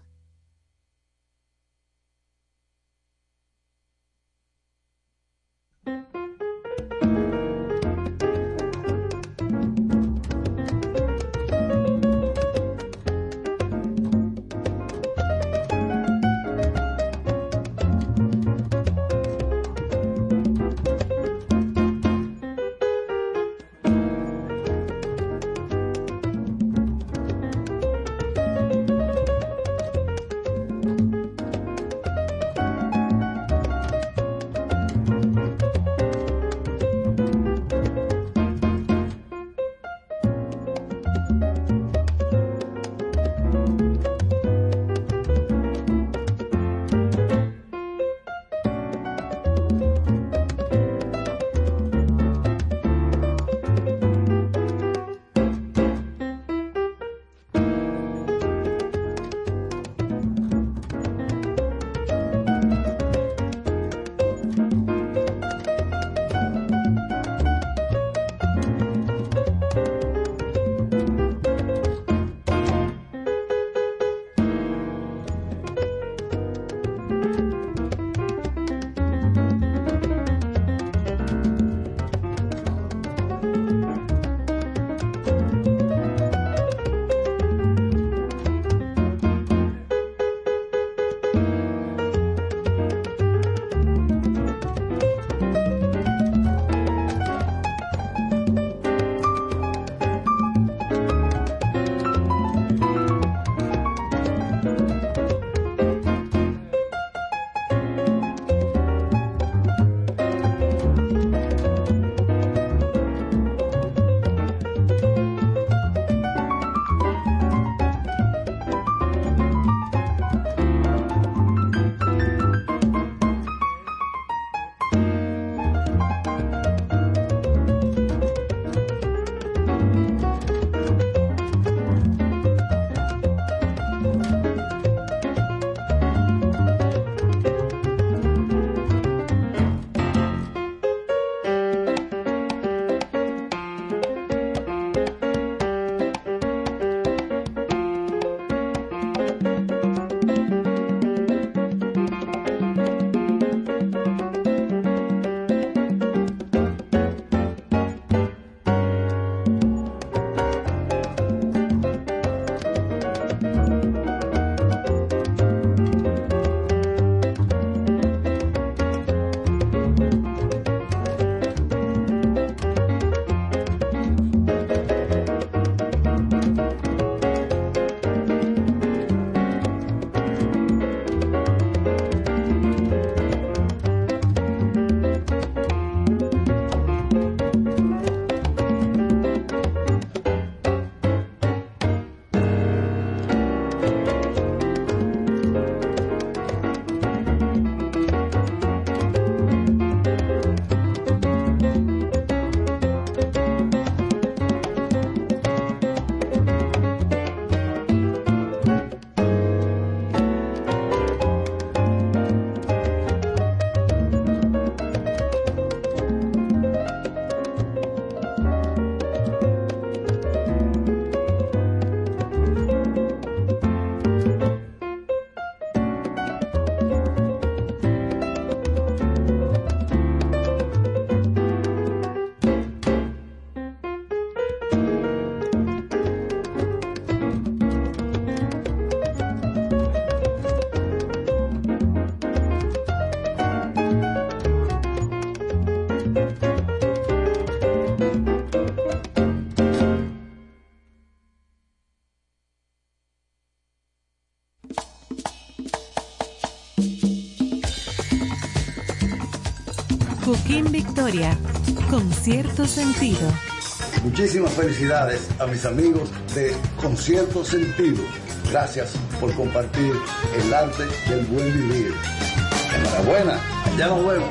C: Joaquín Victoria, con cierto sentido.
J: Muchísimas felicidades a mis amigos de Concierto Sentido. Gracias por compartir el arte del buen vivir. Enhorabuena, ya nos vemos.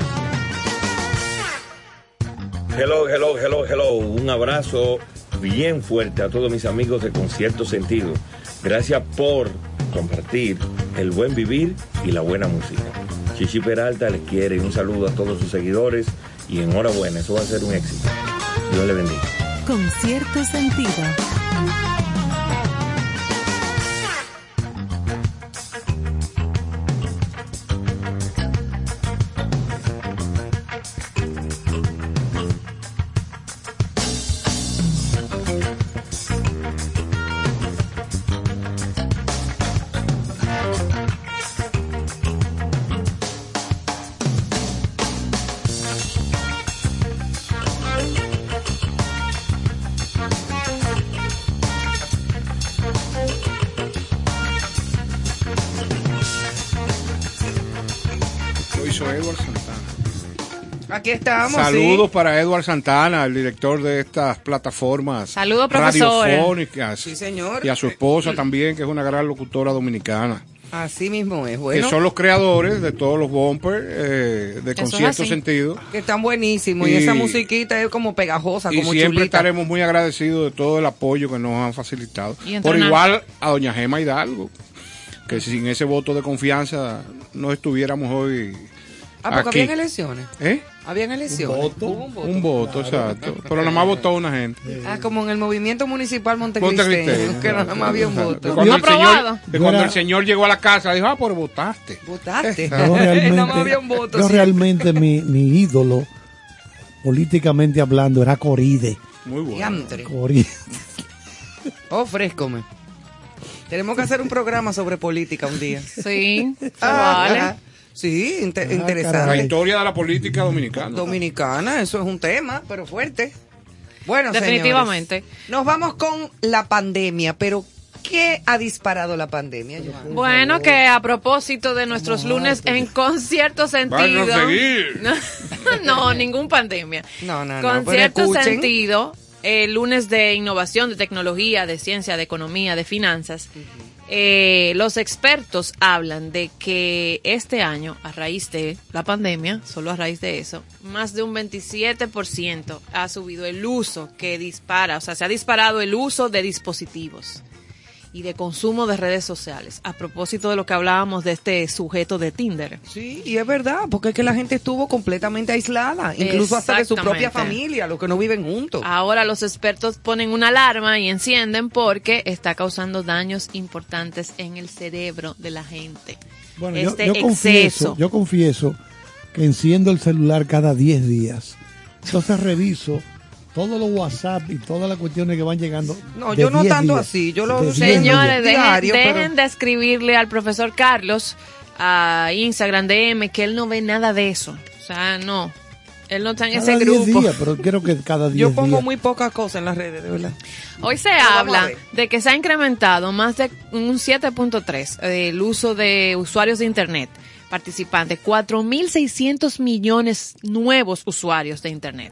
K: Hello, hello, hello, hello. Un abrazo bien fuerte a todos mis amigos de Concierto Sentido. Gracias por compartir el buen vivir y la buena música. Chichi Peralta les quiere, un saludo a todos sus seguidores y enhorabuena, eso va a ser un éxito. Dios le bendiga.
C: Con cierto sentido.
F: Aquí estamos.
D: Saludos
F: sí.
D: para Edward Santana, el director de estas plataformas
G: Saludos, profesor.
D: radiofónicas.
F: Sí, señor.
D: Y a su esposa también, que es una gran locutora dominicana.
F: Así mismo es. Bueno,
D: que son los creadores de todos los bumpers eh, de Concierto Sentido.
F: Que están buenísimos. Y, y esa musiquita es como pegajosa,
D: y
F: como
D: siempre
F: chulita.
D: Estaremos muy agradecidos de todo el apoyo que nos han facilitado. Por
G: entrenar.
D: igual a doña Gema Hidalgo, que sin ese voto de confianza no estuviéramos hoy.
F: Ah, porque
D: aquí.
F: habían elecciones.
D: ¿Eh?
F: Habían elecciones.
E: Un voto.
F: Hubo un voto.
D: Un voto, exacto. Pero nada más votó una gente.
F: Ah, como en el movimiento municipal montecristeño,
D: Montecristeño.
F: que nada más había un voto.
D: Cuando, el
G: aprobado.
D: señor, que cuando el señor llegó a la casa, dijo, ah, pero votaste.
F: Votaste.
E: Yo
F: Nada más
E: realmente,
F: había un voto.
E: yo
F: sí.
E: realmente mi, mi ídolo, políticamente hablando, era Coride.
D: Muy bueno.
F: Diantre.
E: Coride.
F: Ofrézcome. Tenemos que hacer un programa sobre política un día.
G: Sí,
F: Ah,
G: vale.
F: ajá. Sí, inter-
E: Ah,
F: interesante.
D: La historia de la política dominicana.
F: Dominicana, eso es un tema, pero fuerte. Bueno,
G: Definitivamente.
F: señores, nos vamos con la pandemia, pero ¿qué ha disparado la pandemia, Johanna?
G: Bueno, que a propósito de nuestros lunes en con cierto sentido.
D: Van a seguir.
G: No, ningún pandemia.
F: No, no, no.
G: Con
F: pero
G: cierto
F: escuchen.
G: sentido, el lunes de innovación, de tecnología, de ciencia, de economía, de finanzas. Eh, los expertos hablan de que este año, a raíz de la pandemia, solo a raíz de eso, más de un veintisiete por ciento ha subido el uso que dispara, o sea, se ha disparado el uso de dispositivos y de consumo de redes sociales. A propósito de lo que hablábamos de este sujeto de Tinder.
F: Sí, y es verdad, porque es que la gente estuvo completamente aislada, incluso hasta de su propia
G: Exactamente.
F: familia, los que no viven juntos.
G: Ahora los expertos ponen una alarma y encienden porque está causando daños importantes en el cerebro de la gente.
E: Bueno,
G: este
E: yo, yo confieso,
G: exceso.
E: yo confieso que enciendo el celular cada diez días. Entonces reviso todos los WhatsApp y todas las cuestiones que van llegando.
F: No,
E: de
F: yo no
E: diez
F: tanto
E: días.
F: así, yo lo
E: De diez
G: Señores,
E: días.
G: dejen,
F: diario,
G: dejen
F: pero-
G: de escribirle al profesor Carlos a Instagram D M que él no ve nada de eso. O sea, no. Él no está en
E: Cada
G: ese
E: diez
G: grupo.
E: días, pero quiero que cada diez
F: Yo pongo
E: días.
F: muy pocas cosas en las redes, de verdad.
G: Hoy se
F: vamos a
G: habla
F: ver.
G: de que se ha incrementado más de un siete punto tres el uso de usuarios de Internet participantes, cuatro mil seiscientos millones nuevos usuarios de Internet.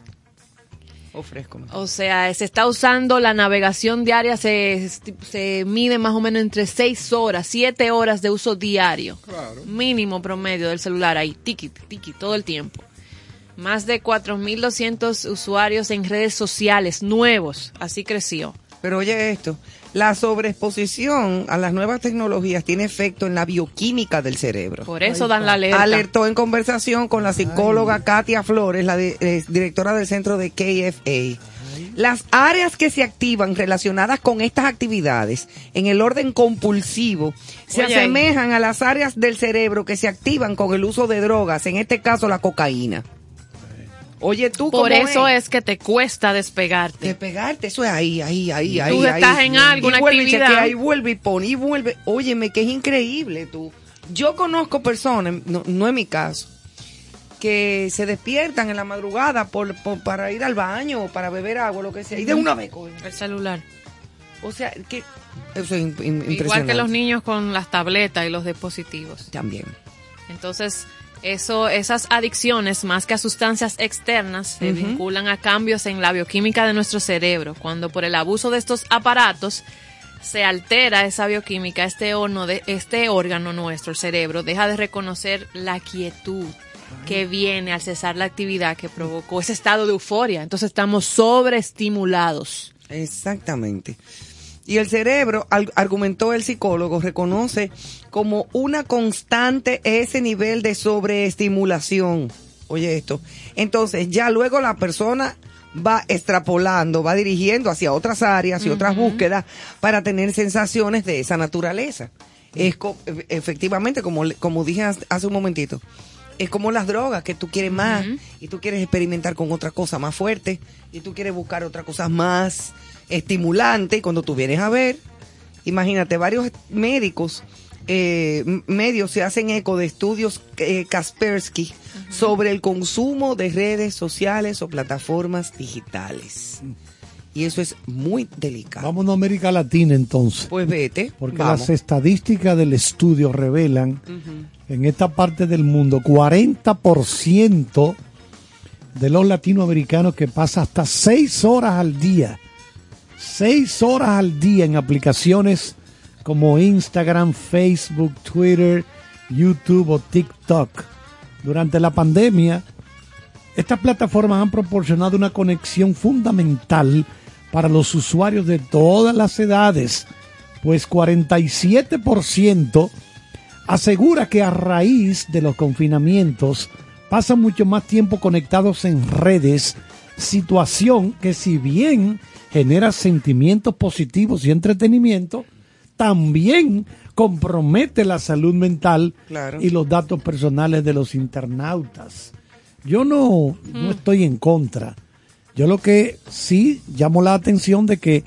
F: Ofrézcome.
G: O sea, se está usando la navegación diaria, se, se mide más o menos entre seis horas, siete horas de uso diario.
D: Claro.
G: Mínimo promedio del celular ahí, tiki, tiki, todo el tiempo. Más de cuatro mil doscientos usuarios en redes sociales nuevos, así creció.
F: Pero oye esto, la sobreexposición a las nuevas tecnologías tiene efecto en la bioquímica del cerebro.
G: Por eso dan la alerta.
F: Alertó en conversación con la psicóloga Katia Flores, la de- eh, directora del centro de K F A. Las áreas que se activan relacionadas con estas actividades en el orden compulsivo se
G: Oye, ahí.
F: asemejan a las áreas del cerebro que se activan con el uso de drogas, en este caso la cocaína. Oye, tú
G: Por
F: ¿cómo
G: eso es que te cuesta despegarte.
F: de pegarte, eso es ahí, ahí, ahí, ahí.
G: Tú
F: ahí.
G: estás en algo,
F: Y
G: una
F: vuelve y
G: actividad.
F: chequea, y vuelve y pone, y vuelve. Óyeme, que es increíble tú. Yo conozco personas, no, no es mi caso, que se despiertan en la madrugada por, por- para ir al baño o para beber agua, lo que sea, y de una vez cogen.
G: El celular.
F: O sea, que eso es im- im- impresionante.
G: Igual que los niños con las tabletas y los dispositivos.
F: También.
G: Entonces, Eso, esas adicciones, más que a sustancias externas, se
F: Ujú.
G: vinculan a cambios en la bioquímica de nuestro cerebro. Cuando por el abuso de estos aparatos se altera esa bioquímica, este, horno de, este órgano nuestro, el cerebro, deja de reconocer la quietud que viene al cesar la actividad que provocó ese estado de euforia. Entonces estamos sobreestimulados.
F: Exactamente. Y el cerebro, al- argumentó el psicólogo, reconoce como una constante ese nivel de sobreestimulación. Oye esto. Entonces ya luego la persona va extrapolando, va dirigiendo hacia otras áreas y otras búsquedas para tener sensaciones de esa naturaleza. Es co- e- efectivamente, como, le- como dije hace hace un momentito, es como las drogas, que tú quieres más y tú quieres experimentar con otra cosa más fuerte y tú quieres buscar otra cosa más estimulante. Y cuando tú vienes a ver, imagínate, varios médicos, eh, m- medios se hacen eco de estudios eh, Kaspersky sobre el consumo de redes sociales o plataformas digitales. Y eso es muy delicado.
E: Vámonos a América Latina entonces.
F: Pues vete,
E: Porque
F: vamos.
E: las estadísticas del estudio revelan en esta parte del mundo cuarenta por ciento de los latinoamericanos que pasa hasta seis horas al día. Seis horas al día en aplicaciones como Instagram, Facebook, Twitter, YouTube o TikTok. Durante la pandemia, estas plataformas han proporcionado una conexión fundamental para los usuarios de todas las edades, pues cuarenta y siete por ciento asegura que a raíz de los confinamientos pasan mucho más tiempo conectados en redes, situación que si bien genera sentimientos positivos y entretenimiento, también compromete la salud mental
F: Claro.
E: y los datos personales de los internautas. Yo no, no estoy en contra. Yo lo que sí llamo la atención de que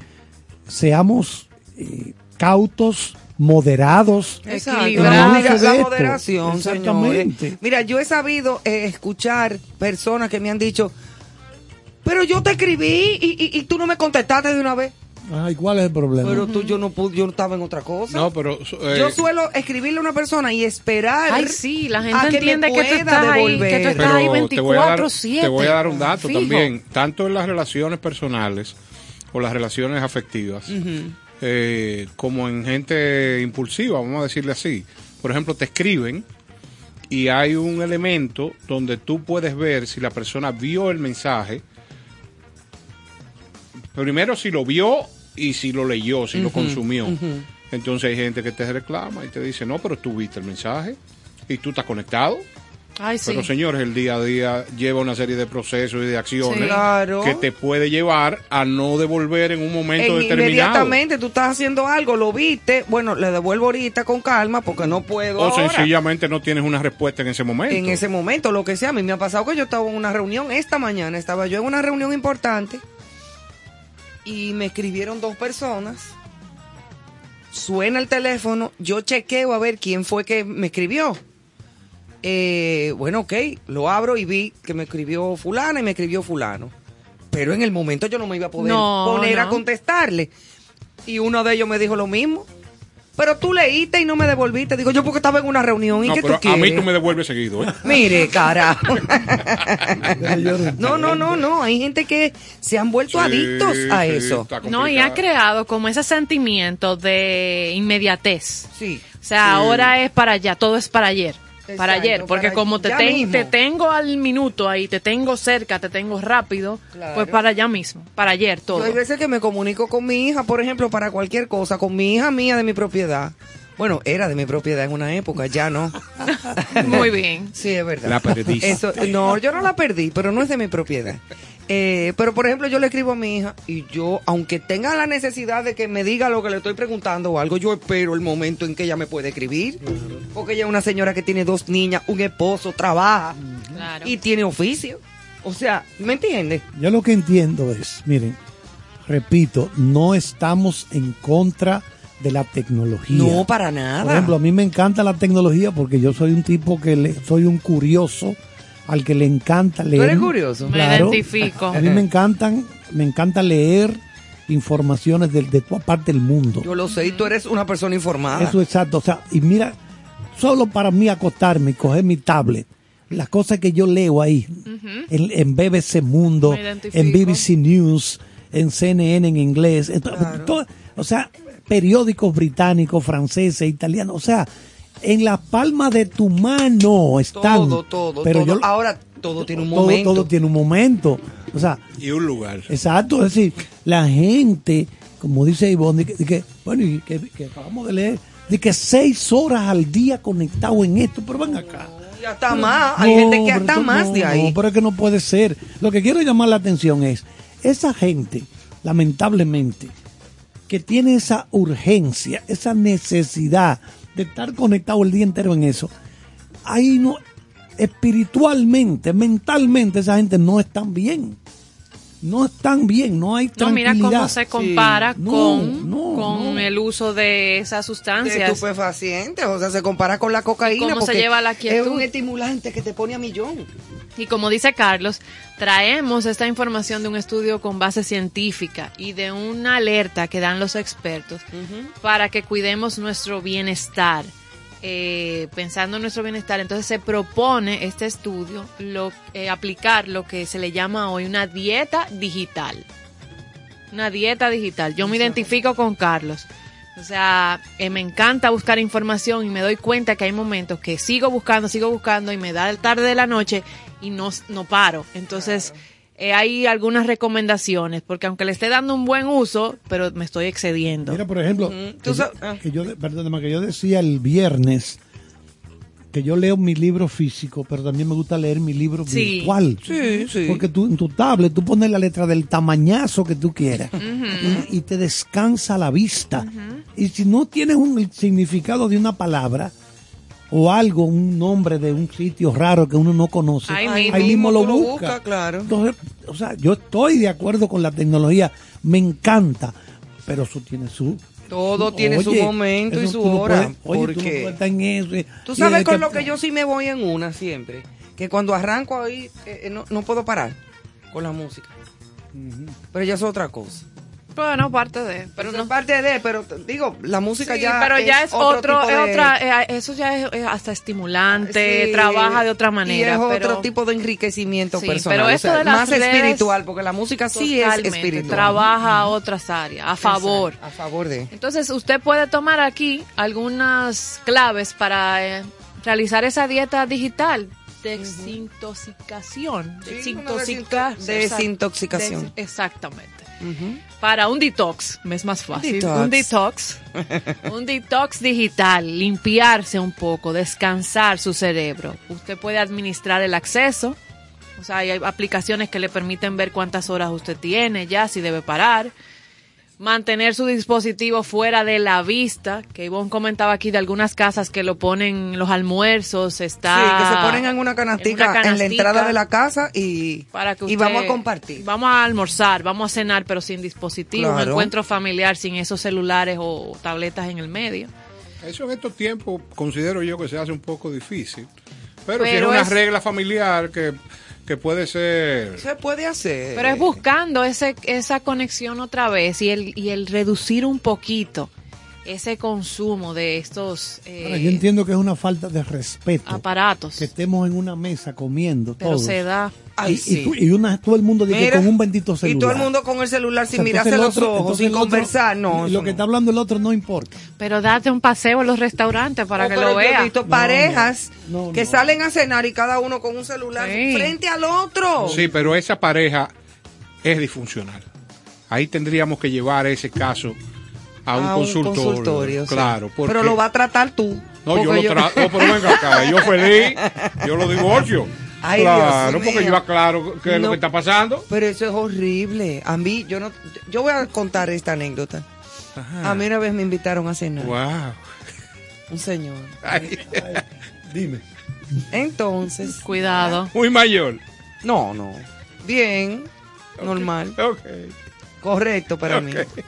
E: seamos eh, cautos, moderados.
F: Exacto.
G: Equilibrado.
F: Mira,
E: en el uso
F: la
E: de esto.
F: moderación,
E: Exactamente.
F: señores. Mira, yo he sabido eh, escuchar personas que me han dicho, pero yo te escribí y, y- y tú no me contestaste de una vez.
E: Ay, ¿cuál es el problema?
F: Pero tú, yo no pude, yo estaba en otra cosa.
D: No, pero eh,
F: yo suelo escribirle a una persona y esperar.
G: Ay, sí, la
F: a
G: gente
F: que
G: entiende
F: me
G: que tú
F: pueda
G: estás ahí,
F: devolver.
G: que tú estás
D: pero
G: ahí
D: te voy a dar-
G: veinticuatro siete.
D: Te voy a dar un dato
G: Fijo.
D: también, tanto en las relaciones personales o las relaciones afectivas,
F: Ujú.
D: eh, como en gente impulsiva, vamos a decirle así. Por ejemplo, te escriben y hay un elemento donde tú puedes ver si la persona vio el mensaje. Primero, si lo vio y si lo leyó, si lo
F: Ujú,
D: consumió.
F: ujú.
D: Entonces hay gente que te reclama y te dice, no, pero tú viste el mensaje y tú estás conectado.
G: Ay, sí.
D: Pero señores, el día a día lleva una serie de procesos y de acciones
F: Sí. Claro.
D: que te puede llevar a no devolver en un momento
F: En-
D: determinado.
F: inmediatamente tú estás haciendo algo, lo viste, bueno, le devuelvo ahorita con calma porque no puedo
D: O
F: ahora.
D: sencillamente no tienes una respuesta en ese momento.
F: En ese momento, lo que sea. A mí me ha pasado que yo estaba en una reunión, esta mañana estaba yo en una reunión importante y me escribieron dos personas. Suena el teléfono, yo chequeo a ver quién fue que me escribió. Eh, bueno, ok, lo abro y vi que me escribió fulana y me escribió fulano. Pero en el momento yo no me iba a poder
G: No,
F: poner a
G: no.
F: contestarle. Y uno de ellos me dijo lo mismo. Pero tú leíste y no me devolviste. Digo, yo porque estaba en una reunión. ¿Y
D: No,
F: qué
D: pero
F: tú quieres?
D: a mí tú me devuelves seguido, ¿eh?
F: Mire, carajo. No, no, no, no. Hay gente que se han vuelto adictos a
D: sí,
F: eso.
D: está
G: No, y ha
D: complicado.
G: creado como ese sentimiento de inmediatez.
F: Sí.
G: O sea, ahora es para allá, todo es para ayer. Para
F: Exacto,
G: ayer, porque
F: para
G: como te,
F: ya
G: ten-
F: mismo.
G: te tengo al minuto ahí, te tengo cerca, te tengo rápido,
F: Claro.
G: pues para allá mismo, para ayer todo.
F: Yo hay veces que me comunico con mi hija, por ejemplo, para cualquier cosa, con mi hija mía de mi propiedad. Bueno, era de mi propiedad en una época, ya no.
G: Muy bien.
F: Sí, es verdad.
D: La perdiste.
F: Eso, no, yo no la perdí, pero no es de mi propiedad. Eh, pero, por ejemplo, yo le escribo a mi hija y yo, aunque tenga la necesidad de que me diga lo que le estoy preguntando o algo, yo espero el momento en que ella me puede escribir. Porque ella es una señora que tiene dos niñas, un esposo, trabaja
G: Claro.
F: y tiene oficio. O sea, ¿me entiendes?
E: Yo lo que entiendo es, miren, repito, no estamos en contra de la tecnología.
F: No, para nada.
E: Por ejemplo, a mí me encanta la tecnología porque yo soy un tipo que le, soy un curioso al que le encanta leer.
F: eres curioso?
G: Me identifico.
E: A mí me encantan, me encanta leer informaciones de, de toda parte del mundo.
F: Yo lo sé y tú eres una persona informada.
E: Eso es exacto. O sea, y mira, solo para mí acostarme y coger mi tablet las cosas que yo leo ahí,
G: Ujú.
E: en, en B B C Mundo,
G: Me identifico.
E: en B B C News, en C N N en inglés, en to- to- o sea, periódicos británicos, franceses, italianos, o sea, en la palma de tu mano están.
F: Todo, todo,
E: pero
F: todo.
E: yo-
F: Ahora todo tiene un
E: todo,
F: momento.
E: todo tiene un momento. O sea,
D: Y un lugar.
E: exacto, es decir, la gente, como dice Ivonne, de que, de que, bueno, y que, que acabamos de leer, de que seis horas al día conectado en esto, pero ven acá.
F: Y hasta más. Hay gente que
E: pero
F: hasta
E: esto
F: más
E: no,
F: de ahí.
E: No, pero es que no puede ser. Lo que quiero llamar la atención es, esa gente, lamentablemente, que tiene esa urgencia, esa necesidad de estar conectado el día entero en eso, ahí no, espiritualmente, mentalmente, esa gente no están bien. No están bien, no hay
G: No,
E: tranquilidad.
G: mira cómo se compara
E: Sí. No,
G: con,
E: no,
G: con
E: no.
G: el uso de esas
F: De
G: sustancias.
F: estupefacientes, o sea, se compara con la cocaína.
G: ¿Cómo se
F: porque
G: lleva la
F: es
G: quietud?
F: un estimulante que te pone a millón.
G: Y como dice Carlos, traemos esta información de un estudio con base científica y de una alerta que dan los expertos para que cuidemos nuestro bienestar. Eh, pensando en nuestro bienestar, entonces se propone este estudio lo, eh, aplicar lo que se le llama hoy una dieta digital. Una dieta digital. Yo me identifico con Carlos. O sea, eh, me encanta buscar información y me doy cuenta que hay momentos que sigo buscando, sigo buscando y me da el tarde de la noche y no, no paro. Entonces, eh, hay algunas recomendaciones, porque aunque le esté dando un buen uso, pero me estoy excediendo.
E: Mira, por ejemplo,
F: Tú
E: que,
F: sabes-
E: yo, que, yo, de- perdóname, que yo decía el viernes que yo leo mi libro físico, pero también me gusta leer mi libro
G: Sí.
E: virtual.
F: Sí, sí.
E: Porque tú en tu tablet tú pones la letra del tamañazo que tú quieras y, y te descansa la vista. Y si no tienes un el significado de una palabra o algo, un nombre de un sitio raro que uno no conoce,
G: Ahí
E: ahí,
G: mismo.
E: mismo lo
F: tú lo
E: busca.
F: buscas, claro.
E: Entonces, o sea, yo estoy de acuerdo con la tecnología, me encanta, pero eso tiene su...
F: Todo tiene su
E: Oye,
F: momento y
E: eso
F: su
E: tú no
F: hora.
E: puedes- oye, tú no
F: porque
E: puedes estar en eso. y-
F: tú
E: y
F: sabes
E: de
F: con
E: que-
F: lo que yo sí me voy en una siempre. Que cuando arranco ahí, eh, eh, no, no puedo parar con la música. Pero ya es otra cosa.
G: Bueno, parte de, pero
F: Eso
G: no
F: es parte de, pero t- digo, la música
G: Sí,
F: ya
G: pero ya es otro,
F: tipo
G: es
F: de-
G: otra, eh, eso ya es, es hasta estimulante,
F: Sí,
G: trabaja de otra manera.
F: Y es
G: pero,
F: otro tipo de enriquecimiento
G: Sí,
F: personal.
G: pero
F: o
G: eso
F: sea,
G: de las
F: más
G: redes,
F: espiritual, porque la música sí es
G: totalmente,
F: espiritual.
G: trabaja a otras áreas, a favor.
F: Exacto, a favor de.
G: Entonces, usted puede tomar aquí algunas claves para eh, realizar esa dieta digital. Desintoxicación.
F: Sí, una
G: Desintoxica-
F: desinto- desintoxicación.
G: Des- exactamente.
F: Ujú.
G: Para un detox, me es más fácil.
F: Detox.
G: Un detox. Un detox digital, limpiarse un poco, descansar su cerebro. Usted puede administrar el acceso. O sea, hay aplicaciones que le permiten ver cuántas horas usted tiene ya, si debe parar. Mantener su dispositivo fuera de la vista, que Ivonne comentaba aquí de algunas casas que lo ponen en los almuerzos, está...
F: Sí, que se ponen en una canastica en, la
G: canastica
F: entrada de la casa y,
G: para que
F: y
G: usted-
F: vamos a compartir.
G: Vamos a almorzar, vamos a cenar, pero sin dispositivo, un
F: Claro.
G: encuentro familiar sin esos celulares o tabletas en el medio.
D: Eso en estos tiempos considero yo que se hace un poco difícil. Pero, si es
G: Pero
D: una
G: es-
D: regla familiar que, que puede ser...
F: Se puede hacer.
G: Pero es buscando ese, esa conexión otra vez y el, y el reducir un poquito ese consumo de estos eh,
E: Ahora, yo entiendo que es una falta de respeto
G: aparatos.
E: que estemos en una mesa comiendo
G: Pero
E: todos.
G: se da.
F: Ay,
E: y,
F: sí.
E: y tú- y una, todo el mundo dice
F: Mira,
E: con un bendito
F: Y
E: celular.
F: todo el mundo con el celular sin
E: O sea,
F: mirarse
E: entonces el
F: los
E: otro-
F: ojos,
E: entonces
F: sin
E: el otro-
F: conversar. No,
E: y
F: eso
E: lo que
F: no.
E: está hablando el otro no importa.
G: Pero date un paseo en los restaurantes para
F: No,
G: que
F: pero
G: lo
F: yo he
G: vea.
F: visto parejas
E: no, no,
F: que
E: no.
F: salen a cenar y cada uno con un celular
G: Sí.
F: frente al otro.
D: Sí, pero esa pareja es disfuncional. Ahí tendríamos que llevar ese caso a un,
F: A
D: consultorio.
F: consultorio, sí.
D: Claro, porque...
F: Pero lo va a tratar tú.
D: No, yo
F: porque
D: lo trato, no, pero venga acá, yo feliz, yo lo divorcio.
F: Ay,
D: claro,
F: Dios
D: porque
F: mío.
D: yo aclaro qué es lo
F: No.
D: que está pasando.
F: Pero eso es horrible. A mí, yo no, yo voy a contar esta anécdota. A mí una vez me invitaron a cenar.
D: Wow.
F: Un señor.
D: Ay,
E: Dime.
F: Entonces.
G: Cuidado.
D: muy mayor.
F: No, no. Bien. Normal.
D: Ok.
F: Correcto para mí.
D: Ok.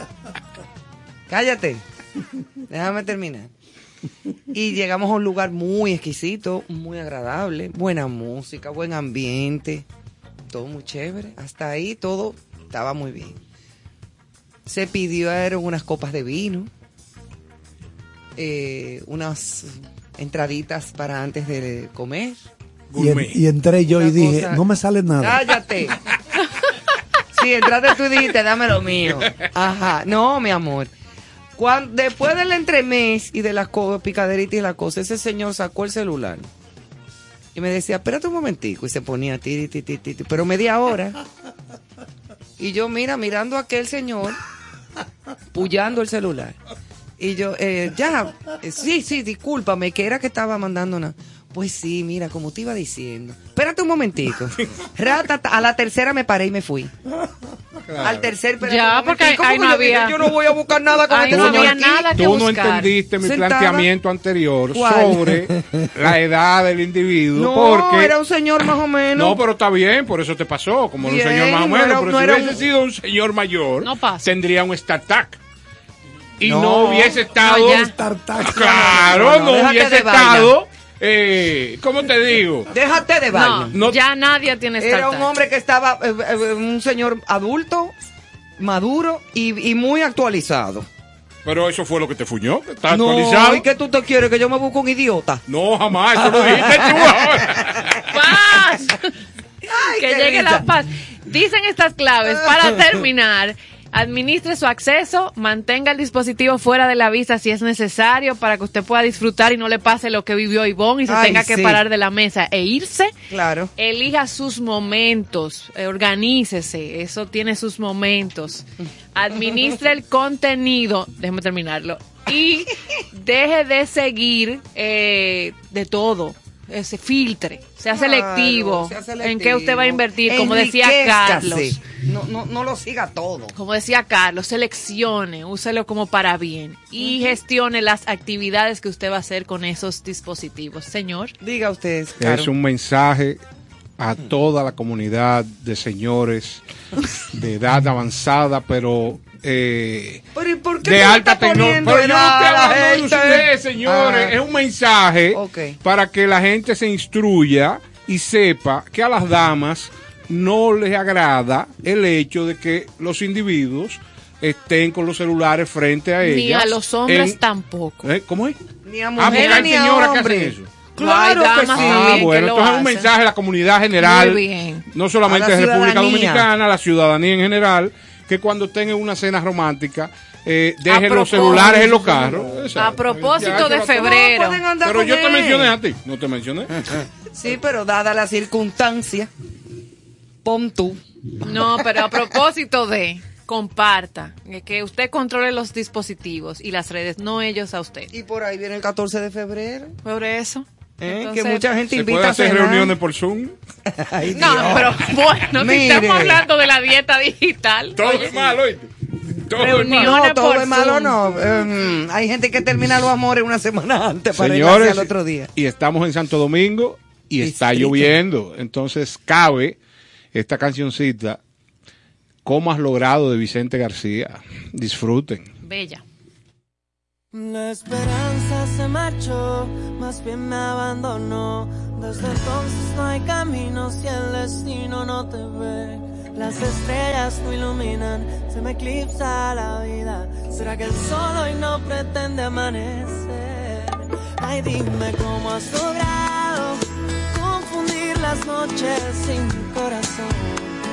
F: Cállate. Déjame terminar. Y llegamos a un lugar muy exquisito, muy agradable, buena música, buen ambiente, todo muy chévere. Hasta ahí todo estaba muy bien. Se pidieron unas copas de vino, eh, unas entraditas para antes de comer.
E: Y, en- y entré yo y
F: Una
E: dije,
F: cosa-
E: no me sale nada.
F: Cállate. Sí, entraste tú y dijiste, dame lo mío. Ajá. No, mi amor. Cuando, después del entremés y de las co- picaderitas y la cosa, ese señor sacó el celular y me decía, espérate un momentico, y se ponía tiri, tiri, tiri, tiri, pero media hora. Y yo, mira, mirando a aquel señor, puyando el celular. Y yo, eh, ya, eh, sí, sí, discúlpame, que era que estaba mandando una. Pues sí, mira, como te iba diciendo. Espérate un momentico. Ratata, a la tercera me paré y me fui.
D: Claro.
F: Al tercer, espérate
G: Ya,
F: un
G: porque
F: momentico,
G: ahí no
F: yo dije,
G: había-
F: yo no voy a buscar nada con
G: Ahí
F: este
G: no
F: señor
G: había
F: aquí.
G: nada que
D: Tú no
G: buscar.
D: entendiste mi
F: Sentada.
D: planteamiento anterior
F: ¿Cuál?
D: sobre la edad del individuo.
F: No,
D: porque
F: era un señor más o menos.
D: No, pero está bien, por eso te pasó, como era un
F: Bien,
D: señor más o
F: no
D: menos.
F: era-
D: pero
F: no
D: si
F: era
D: hubiese
F: un-
D: sido un señor mayor,
G: No pasa.
D: tendría un StarTac. Y no,
F: No.
D: hubiese estado.
G: No, ya.
E: Startup.
D: Claro,
F: No, no,
D: no,
F: no, déjate
D: hubiese
F: de vaina.
D: estado. Eh, ¿Cómo te digo?
F: Déjate de
G: No,
F: vaina.
D: No-
G: ya nadie tiene
F: Era
G: startup.
F: un hombre que estaba, eh, eh, un señor adulto, maduro y, y muy actualizado.
D: Pero eso fue lo que te fuñó. Está
F: No,
D: actualizado.
F: ¿y qué tú te quieres? ¿Que yo me busque un idiota?
D: No, jamás. Eso lo dijiste tú ahora.
G: ¡Paz!
F: Ay,
G: Que
F: qué
G: llegue
F: risa.
G: la paz. Dicen estas claves para terminar. Administre su acceso, mantenga el dispositivo fuera de la vista si es necesario para que usted pueda disfrutar y no le pase lo que vivió Ivonne y se
F: Ay,
G: tenga que
F: sí.
G: parar de la mesa e irse.
F: Claro.
G: Elija sus momentos, eh, organícese, eso tiene sus momentos. Administre el contenido, déjeme terminarlo, y deje de seguir eh, de todo. Ese filtre, sea
F: Claro,
G: selectivo,
F: sea selectivo.
G: en qué usted va a invertir, como decía
F: Enriquézcase.
G: Carlos.
F: No, no, no lo siga todo.
G: Como decía Carlos, seleccione, úselo como para bien y gestione las actividades que usted va a hacer con esos dispositivos. Señor.
F: Diga usted, Caro.
D: Es un mensaje a toda la comunidad de señores de edad avanzada, pero eh,
F: Pero ¿y por qué
D: de
F: tú le
D: alta
F: estás
D: tecnología.
F: poniendo
D: Pero yo no
F: edad
D: estoy
F: a la
D: hablando de
F: gente?
D: ustedes, señores.
F: Ah.
D: Es un mensaje
F: Ok.
D: para que la gente se instruya y sepa que a las damas no les agrada el hecho de que los individuos estén con los celulares frente a ellas.
G: Ni a los hombres
D: en-
G: tampoco.
D: ¿Eh? ¿Cómo es?
F: Ni a
D: Ah, porque
F: mujeres
D: hay
F: ni a
D: señoras que hacen
F: hombres.
D: eso.
F: Claro
G: Hay
F: que
G: damas
F: sí.
G: también
D: Ah,
G: que
D: bueno,
G: lo
D: entonces es un
G: hacen.
D: mensaje a la comunidad general,
G: Muy bien.
D: no solamente
F: A la
D: de República
F: ciudadanía.
D: Dominicana, a la ciudadanía en general, que cuando tengan una cena romántica, eh,
G: A
D: dejen los
G: propósito.
D: celulares en los carros.
G: A
D: Exacto.
G: propósito
D: Ya,
G: de
D: ya,
G: febrero.
F: No pueden andar
D: Pero
F: con
D: yo te
F: él.
D: mencioné a ti, no te mencioné.
F: Sí, pero dada la circunstancia, pon tú.
G: No, pero a propósito de comparta, eh, que usted controle los dispositivos y las redes, no ellos a usted.
F: Y por ahí viene el catorce de febrero.
G: Por eso.
F: ¿eh?
G: Entonces,
F: que mucha gente
D: Se
F: invita
D: puede
F: a
D: hacer
F: cenar.
D: reuniones por Zoom.
F: Ay,
G: No,
F: Dios.
G: pero bueno, si
F: Mire.
G: estamos hablando de la dieta digital.
D: Todo
G: oye,
D: es malo, ¿oíste? Todo es
G: Reunión.
D: malo.
F: No, todo
G: por
F: es malo,
G: Zoom.
F: no. Em, hay gente que termina los amores una semana antes para irse
D: Señores,
F: al otro día.
D: y estamos en Santo Domingo y está
F: Distrito.
D: lloviendo. Entonces cabe esta cancioncita, ¿Cómo has logrado?, de Vicente García. Disfruten.
G: Bella.
H: La esperanza se marchó, más bien me abandonó. Desde entonces no hay camino si el destino no te ve. Las estrellas no iluminan, se me eclipsa la vida. ¿Será que el sol hoy no pretende amanecer? Ay, dime cómo has logrado confundir las noches sin mi corazón.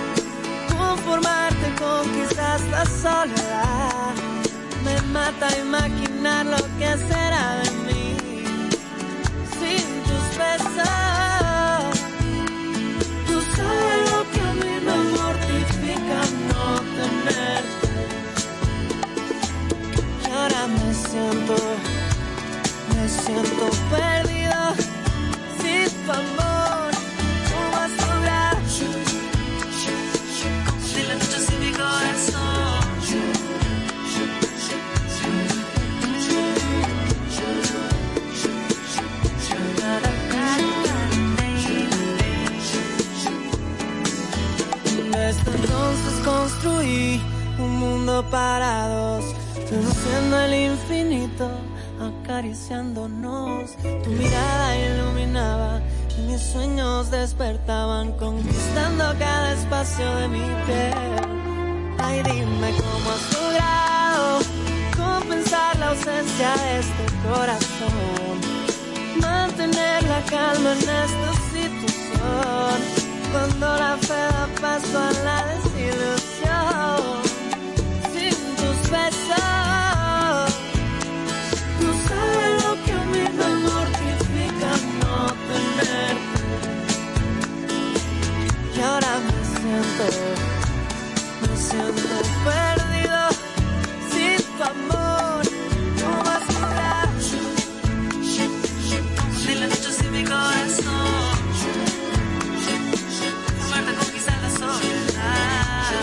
H: Conformarte con quizás la soledad. Me mata imaginar lo que será de mí sin tus besos. Tú sabes lo que a mí me mortifica no tenerte. Y ahora me siento, me siento perdido sin tu amor. ¿Cómo has logrado? De la noche sin mi corazón. Desde entonces construí un mundo para dos, reduciendo el infinito, acariciándonos. Tu mirada iluminaba y mis sueños despertaban, conquistando cada espacio de mi piel. Ay, dime cómo has logrado compensar la ausencia de este corazón, mantener la calma en esta situación. Cuando la fe da paso a la desilusión, sin tus besos, tú sabes lo que a mí me mortifica no tenerte. Y ahora me siento, me siento perdido sin tu amor. No vas a lograr ni la noche sin mi corazón. Muerta conquistar la soledad.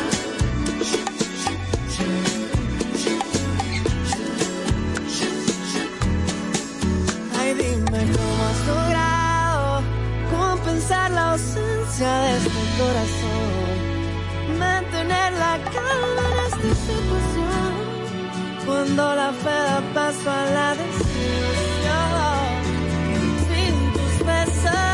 H: Ay, dime cómo has logrado compensar la ausencia de este corazón, mantener la calma en esta situación. Cuando la fe da paso a la desilusión, sin tus besos.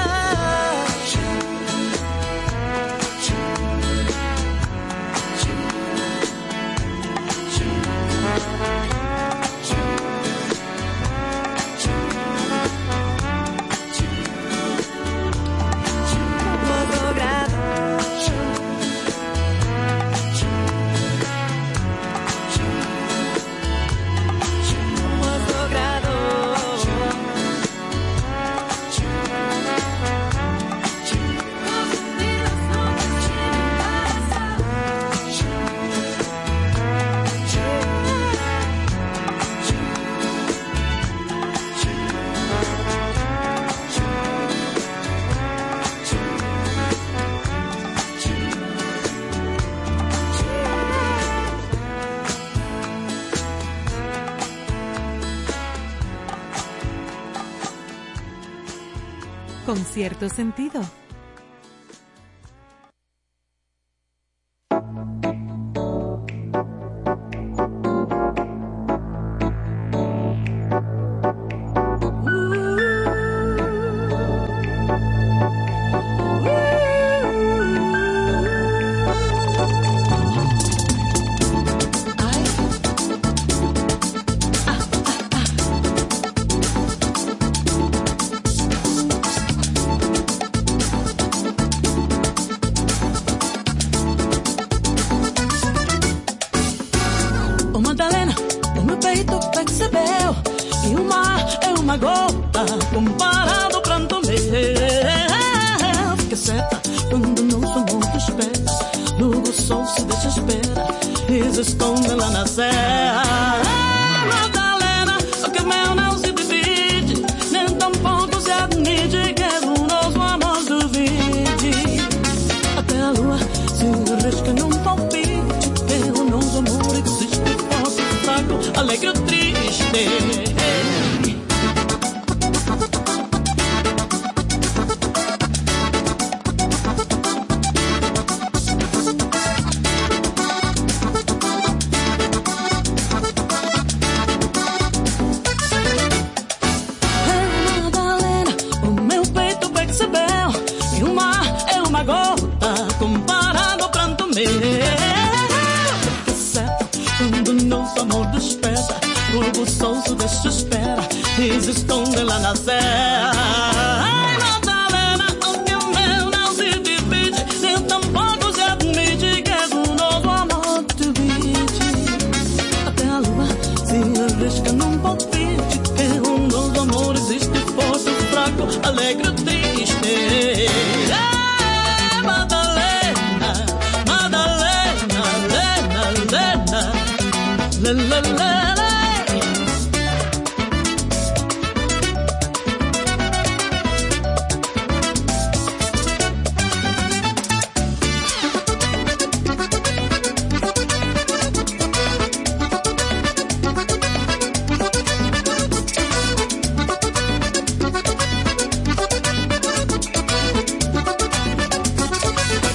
C: Con cierto sentido.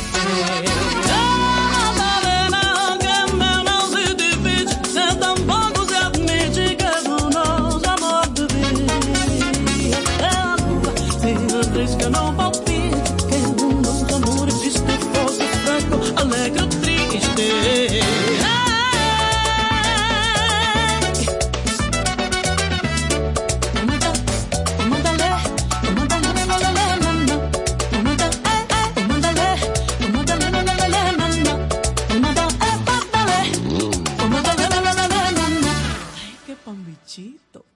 H: Tampoco
C: Chito.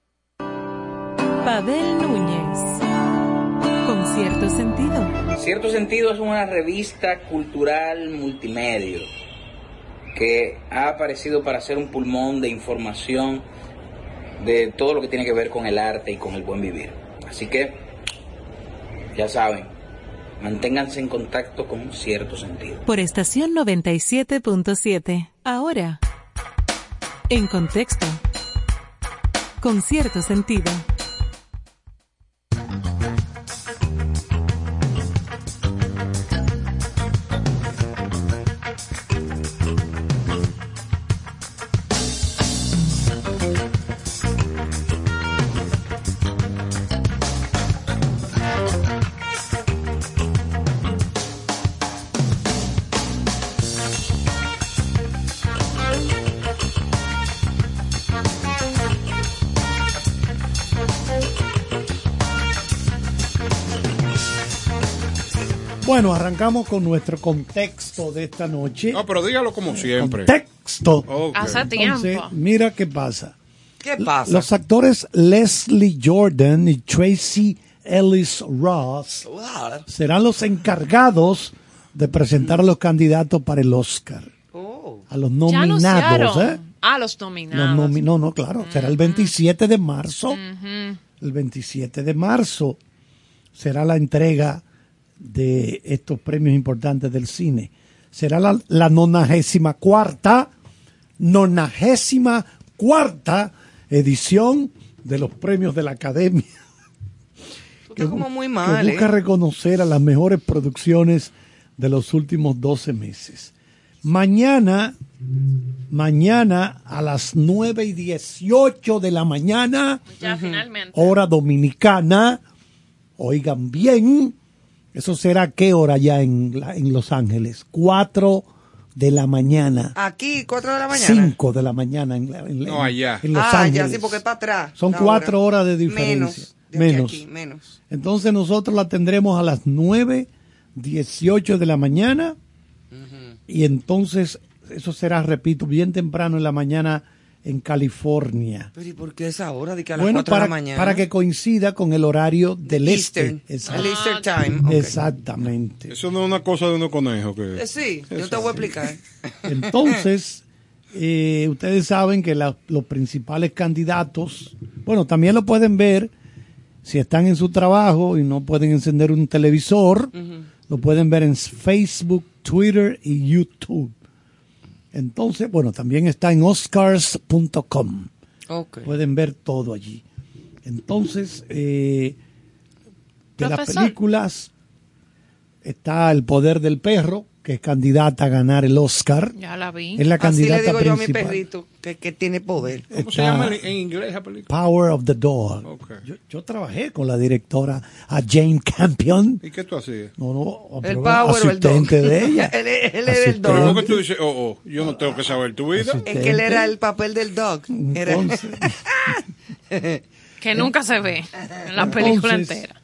C: Pavel Núñez, con cierto sentido.
L: Cierto Sentido es una revista cultural multimedia que ha aparecido para ser un pulmón de información de todo lo que tiene que ver con el arte y con el buen vivir. Así que, ya saben, manténganse en contacto con Cierto Sentido.
C: Por estación noventa y siete punto siete. Ahora, en contexto, con Cierto Sentido.
E: Bueno, arrancamos con nuestro contexto de esta noche.
D: No, pero dígalo como siempre.
E: Contexto.
D: Okay.
G: Hace
E: Entonces,
G: tiempo.
E: mira qué pasa.
F: ¿Qué pasa?
E: Los actores Leslie Jordan y Tracy Ellis Ross
F: Wow.
E: serán los encargados de presentar a los candidatos para el Oscar.
F: Oh.
E: A los
G: Ya
E: nominados,
G: anunciaron.
E: ¿eh?
G: Ah, los
E: Los
G: nominados.
E: nomi- no, no, claro. Será el veintisiete de marzo.
G: Ujú.
E: El veintisiete de marzo será la entrega de estos premios importantes del cine. Será la, la nonagésima cuarta, nonagésima cuarta edición de los premios de la Academia.
F: Tú estás como muy
E: que
F: mal,
E: busca
F: ¿eh?
E: reconocer a las mejores producciones de los últimos doce meses. Mañana, mañana a las nueve y dieciocho de la mañana,
G: Ya, finalmente.
E: hora dominicana, oigan bien, eso será qué hora ya en, la- en Los Ángeles, cuatro de la mañana,
F: Aquí, cuatro de la mañana.
E: cinco de la mañana en, la- en la-
D: No, allá.
E: en Los
F: ah,
E: Ángeles.
F: ya sí, porque es para atrás.
E: Son
F: la
E: cuatro
F: hora.
E: horas de diferencia.
F: Menos. de aquí a
E: Menos.
F: aquí, menos.
E: Entonces nosotros la tendremos a las nueve dieciocho de la mañana y entonces eso será, repito, bien temprano en la mañana en California.
F: Pero ¿y por qué esa hora de que a las
E: Bueno,
F: cuatro
E: para,
F: de la mañana?
E: para que coincida con el horario del
F: Eastern.
E: este. Exact-
F: El Eastern Time. ok.
E: Exactamente.
D: Eso no es una cosa de unos conejos. Que...
F: Eh, sí, yo te voy a explicar.
E: Entonces, eh, ustedes saben que la- los principales candidatos, bueno, también lo pueden ver si están en su trabajo y no pueden encender un televisor, lo pueden ver en Facebook, Twitter y YouTube. Entonces, bueno, también está en oscars punto com.
F: Ok.
E: Pueden ver todo allí. Entonces, eh, de las
G: Profesor.
E: películas está El Poder del Perro, que es candidata a ganar el Oscar.
G: Ya la vi.
E: Es la
F: Así le
E: candidata
F: digo yo a mi
E: principal.
F: perrito, que, que tiene poder.
D: ¿Cómo se
E: Está
D: llama en en inglés esa película?
E: Power of the Dog.
D: Ok.
E: Yo, yo trabajé con la directora a Jane Campion.
D: ¿Y qué tú hacías?
E: No, no,
F: El
E: pero
F: Power o el Dog.
E: asistente de ella.
F: él es- él es el
E: Asistente.
D: Pero
F: dog.
D: ¿cómo que tú dices, oh, oh, yo no tengo que saber tu vida?
E: Así-
F: Es que él era el papel del dog. Era-
E: Entonces,
G: Que nunca se ve en la película
E: Entonces,
G: entera.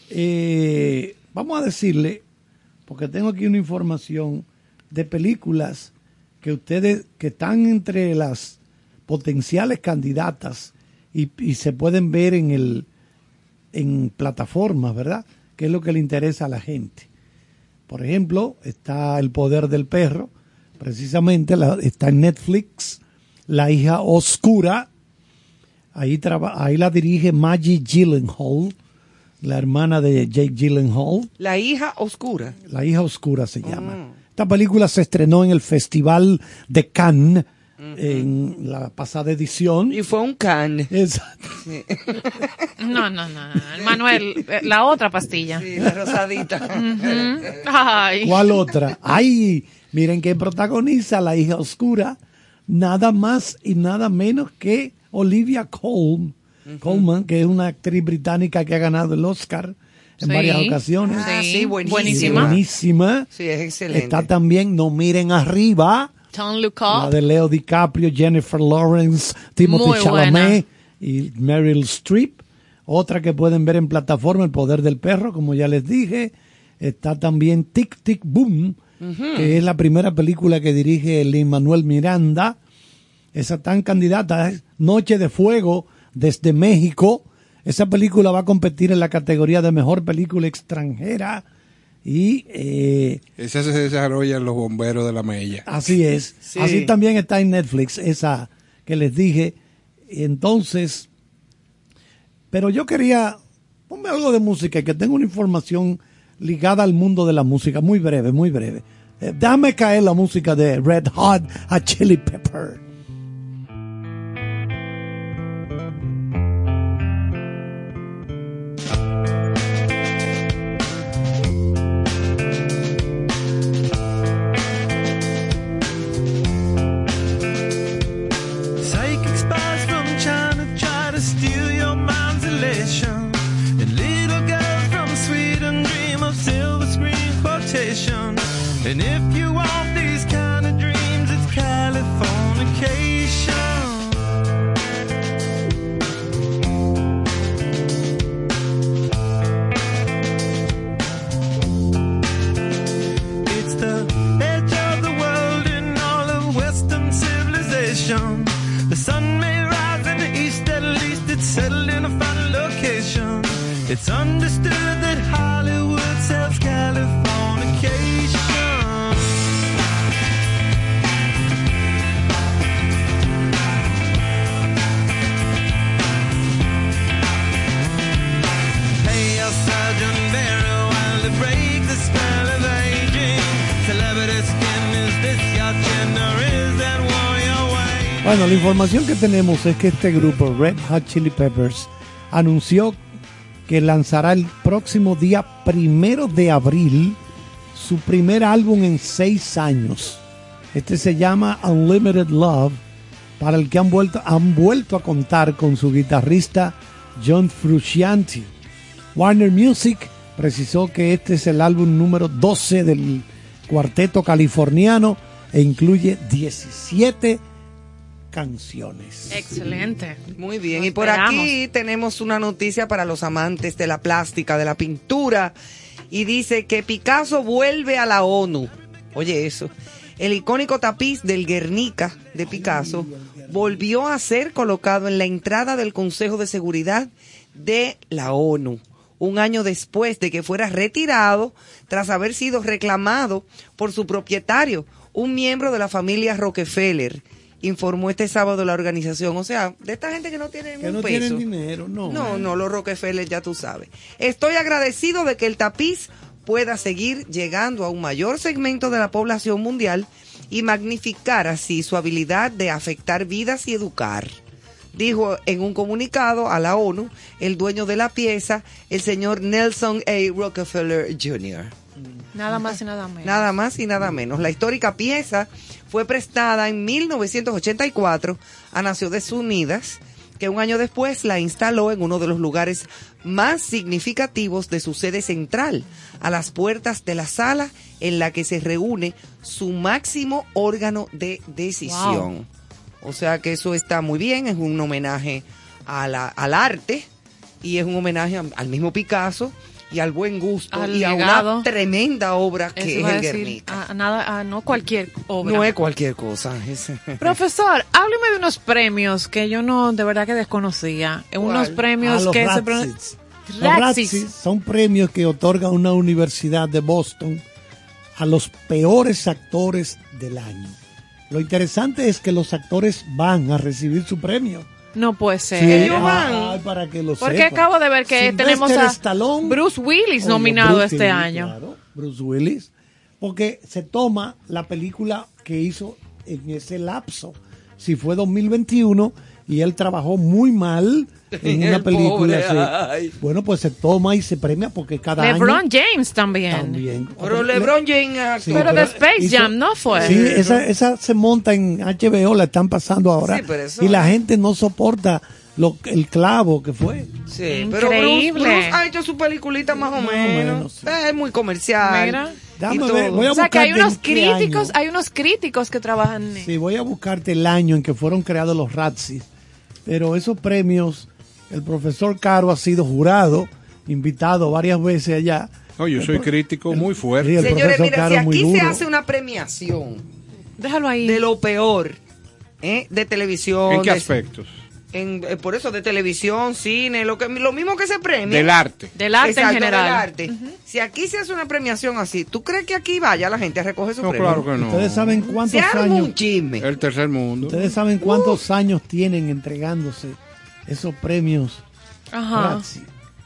E: eh, vamos a decirle, porque tengo aquí una información de películas que ustedes, que están entre las potenciales candidatas y, y se pueden ver en el en plataformas, ¿verdad? Que es lo que le interesa a la gente. Por ejemplo, está El Poder del Perro, precisamente la- está en Netflix, La hija oscura, ahí, traba- ahí la dirige Maggie Gyllenhaal, la hermana de Jake Gyllenhaal.
F: La hija oscura.
E: La hija oscura se llama. Esta película se estrenó en el Festival de Cannes en la pasada edición.
F: Y fue un can.
E: Exacto.
G: No, no, no. Manuel, eh, la otra pastilla.
F: Sí, la rosadita.
G: Ujú. Ay.
E: ¿Cuál otra? Ay, miren que protagoniza la hija oscura, nada más y nada menos que Olivia Colman, Colman, que es una actriz británica que ha ganado el Oscar en
G: Sí.
E: varias ocasiones.
F: Ah, sí, buenísima.
G: Buenísima.
E: Buenísima.
F: Sí, es excelente.
E: Está también No Miren Arriba,
G: Don't look
E: la
G: up.
E: de Leo DiCaprio, Jennifer Lawrence, Timothy
G: Muy
E: Chalamet y Meryl Streep. Otra que pueden ver en plataforma, El Poder del Perro, como ya les dije. Está también Tic Tic Boom, que es la primera película que dirige Lin-Manuel Miranda. esa tan candidata es Noche de Fuego desde México. Esa película va a competir en la categoría de mejor película extranjera y eh,
D: esa se desarrolla en Los Bomberos de la Mella.
E: Así es.
F: Sí.
E: Así también está en Netflix esa que les dije. Entonces, pero yo quería ponme algo de música, que tengo una información ligada al mundo de la música, muy breve, muy breve. Eh, déjame caer la música de Red Hot a Chili Pepper.
M: Psychic spies from China try to steal your mind's elation, and little girls from Sweden dream of silver screen quotation. And if you want these kind of dreams, it's Californication. It's the edge of the world in all of Western civilization. The sun may rise in the east, at least it's settled in a final location. It's understood that Hollywood sells Californication. Pay your surgeon very well to break the spell of aging. Celebrity skin, is this your chin or is that war your way?
E: Bueno, la información que tenemos es que este grupo, Red Hot Chili Peppers, anunció que lanzará el próximo día primero de abril su primer álbum en seis años. Este se llama Unlimited Love, para el que han vuelto, han vuelto a contar con su guitarrista John Frusciante. Warner Music precisó que este es el álbum número doce del cuarteto californiano e incluye diecisiete canciones.
G: Excelente.
F: Muy bien,
G: Lo
F: y por
G: esperamos.
F: aquí tenemos una noticia para los amantes de la plástica, de la pintura, y dice que Picasso vuelve a la ONU. Oye eso, el icónico tapiz del Guernica de Picasso volvió a ser colocado en la entrada del Consejo de Seguridad de la ONU, un año después de que fuera retirado tras haber sido reclamado por su propietario, un miembro de la familia Rockefeller, informó este sábado la organización. O sea, de esta gente que no tiene
E: Que
F: un
E: no
F: peso.
E: tienen dinero, no.
F: No, no, los Rockefeller ya tú sabes. Estoy agradecido de que el tapiz pueda seguir llegando a un mayor segmento de la población mundial y magnificar así su habilidad de afectar vidas y educar. Dijo en un comunicado a la ONU el dueño de la pieza, el señor Nelson A. Rockefeller junior
G: Nada más y nada menos.
F: Nada más y nada menos. La histórica pieza fue prestada en mil novecientos ochenta y cuatro a Naciones Unidas, que un año después la instaló en uno de los lugares más significativos de su sede central, a las puertas de la sala en la que se reúne su máximo órgano de decisión.
G: Wow.
F: O sea que eso está muy bien, es un homenaje a la, al arte y es un homenaje a- al mismo Picasso y al buen gusto
G: Al
F: y a
G: legado.
F: una tremenda obra
G: Eso
F: que es
G: iba a
F: el
G: decir,
F: Guernica.
G: a- a nada, a no cualquier obra.
F: No es cualquier cosa. es-
G: Profesor, hábleme de unos premios que yo no, de verdad que desconocía. Unos premios
E: A los
G: que se...
E: Razzies.
G: pro-
E: Los
G: Razzies.
E: Razzies son premios que otorga una universidad de Boston a los peores actores del año. Lo interesante es que los actores van a recibir su premio.
G: No puede ser.
E: Sí,
F: Ellos van.
E: ay, para que lo
G: Porque
E: sepan.
G: acabo de ver que
E: Sylvester
G: tenemos a
E: Stallone,
G: Bruce Willis
E: oye,
G: nominado
E: Bruce
G: este
E: Willis,
G: año.
E: claro, Bruce Willis, porque se toma la película que hizo en ese lapso. Si fue dos mil veintiuno y él trabajó muy mal en una
F: El
E: película
F: pobre,
E: así.
F: ay.
E: Bueno, pues se toma y se premia porque cada
G: LeBron
E: año
G: James también.
E: también.
F: Pero LeBron James
E: Sí,
G: Pero de Space
E: hizo-
G: Jam, ¿no fue?
E: Sí, esa, esa se monta en H B O, la están pasando ahora.
F: Sí, pero eso-
E: y la gente no soporta lo, el clavo que fue.
F: Sí, pero Bruce,
G: Increíble.
F: Bruce ha hecho su peliculita más o
E: Más o
F: menos.
E: menos, sí.
F: Es muy comercial.
G: Mira.
F: y
E: Dame
F: todo.
E: ver, voy a
G: O sea que hay
E: buscarte
G: unos
E: en qué
G: críticos,
E: año.
G: hay unos críticos que trabajan en...
E: Sí, voy a buscarte el año en que fueron creados los Razzies. Pero esos premios, el profesor Caro ha sido jurado, invitado varias veces allá.
D: No, yo soy crítico muy fuerte.
E: Sí, el
F: Señores,
E: profesor
F: mira,
E: Caro
F: si
E: es muy
F: aquí se
E: duro.
F: hace una premiación
G: Déjalo ahí.
F: de lo peor, ¿eh? De televisión.
D: ¿En qué
F: de-
D: aspectos?
F: En, eh, por eso, de televisión, cine, lo que lo mismo que se premia.
D: Del arte.
G: Del arte en
F: Exacto,
G: general.
F: del arte. Si aquí se hace una premiación así, ¿tú crees que aquí vaya la gente a recoger su
D: No,
F: premio?
D: claro que no.
E: Ustedes saben cuántos
F: Se arma
E: años.
F: un chisme.
D: El tercer mundo.
E: Ustedes saben cuántos años tienen entregándose esos premios.
G: Ajá.
E: Razzie?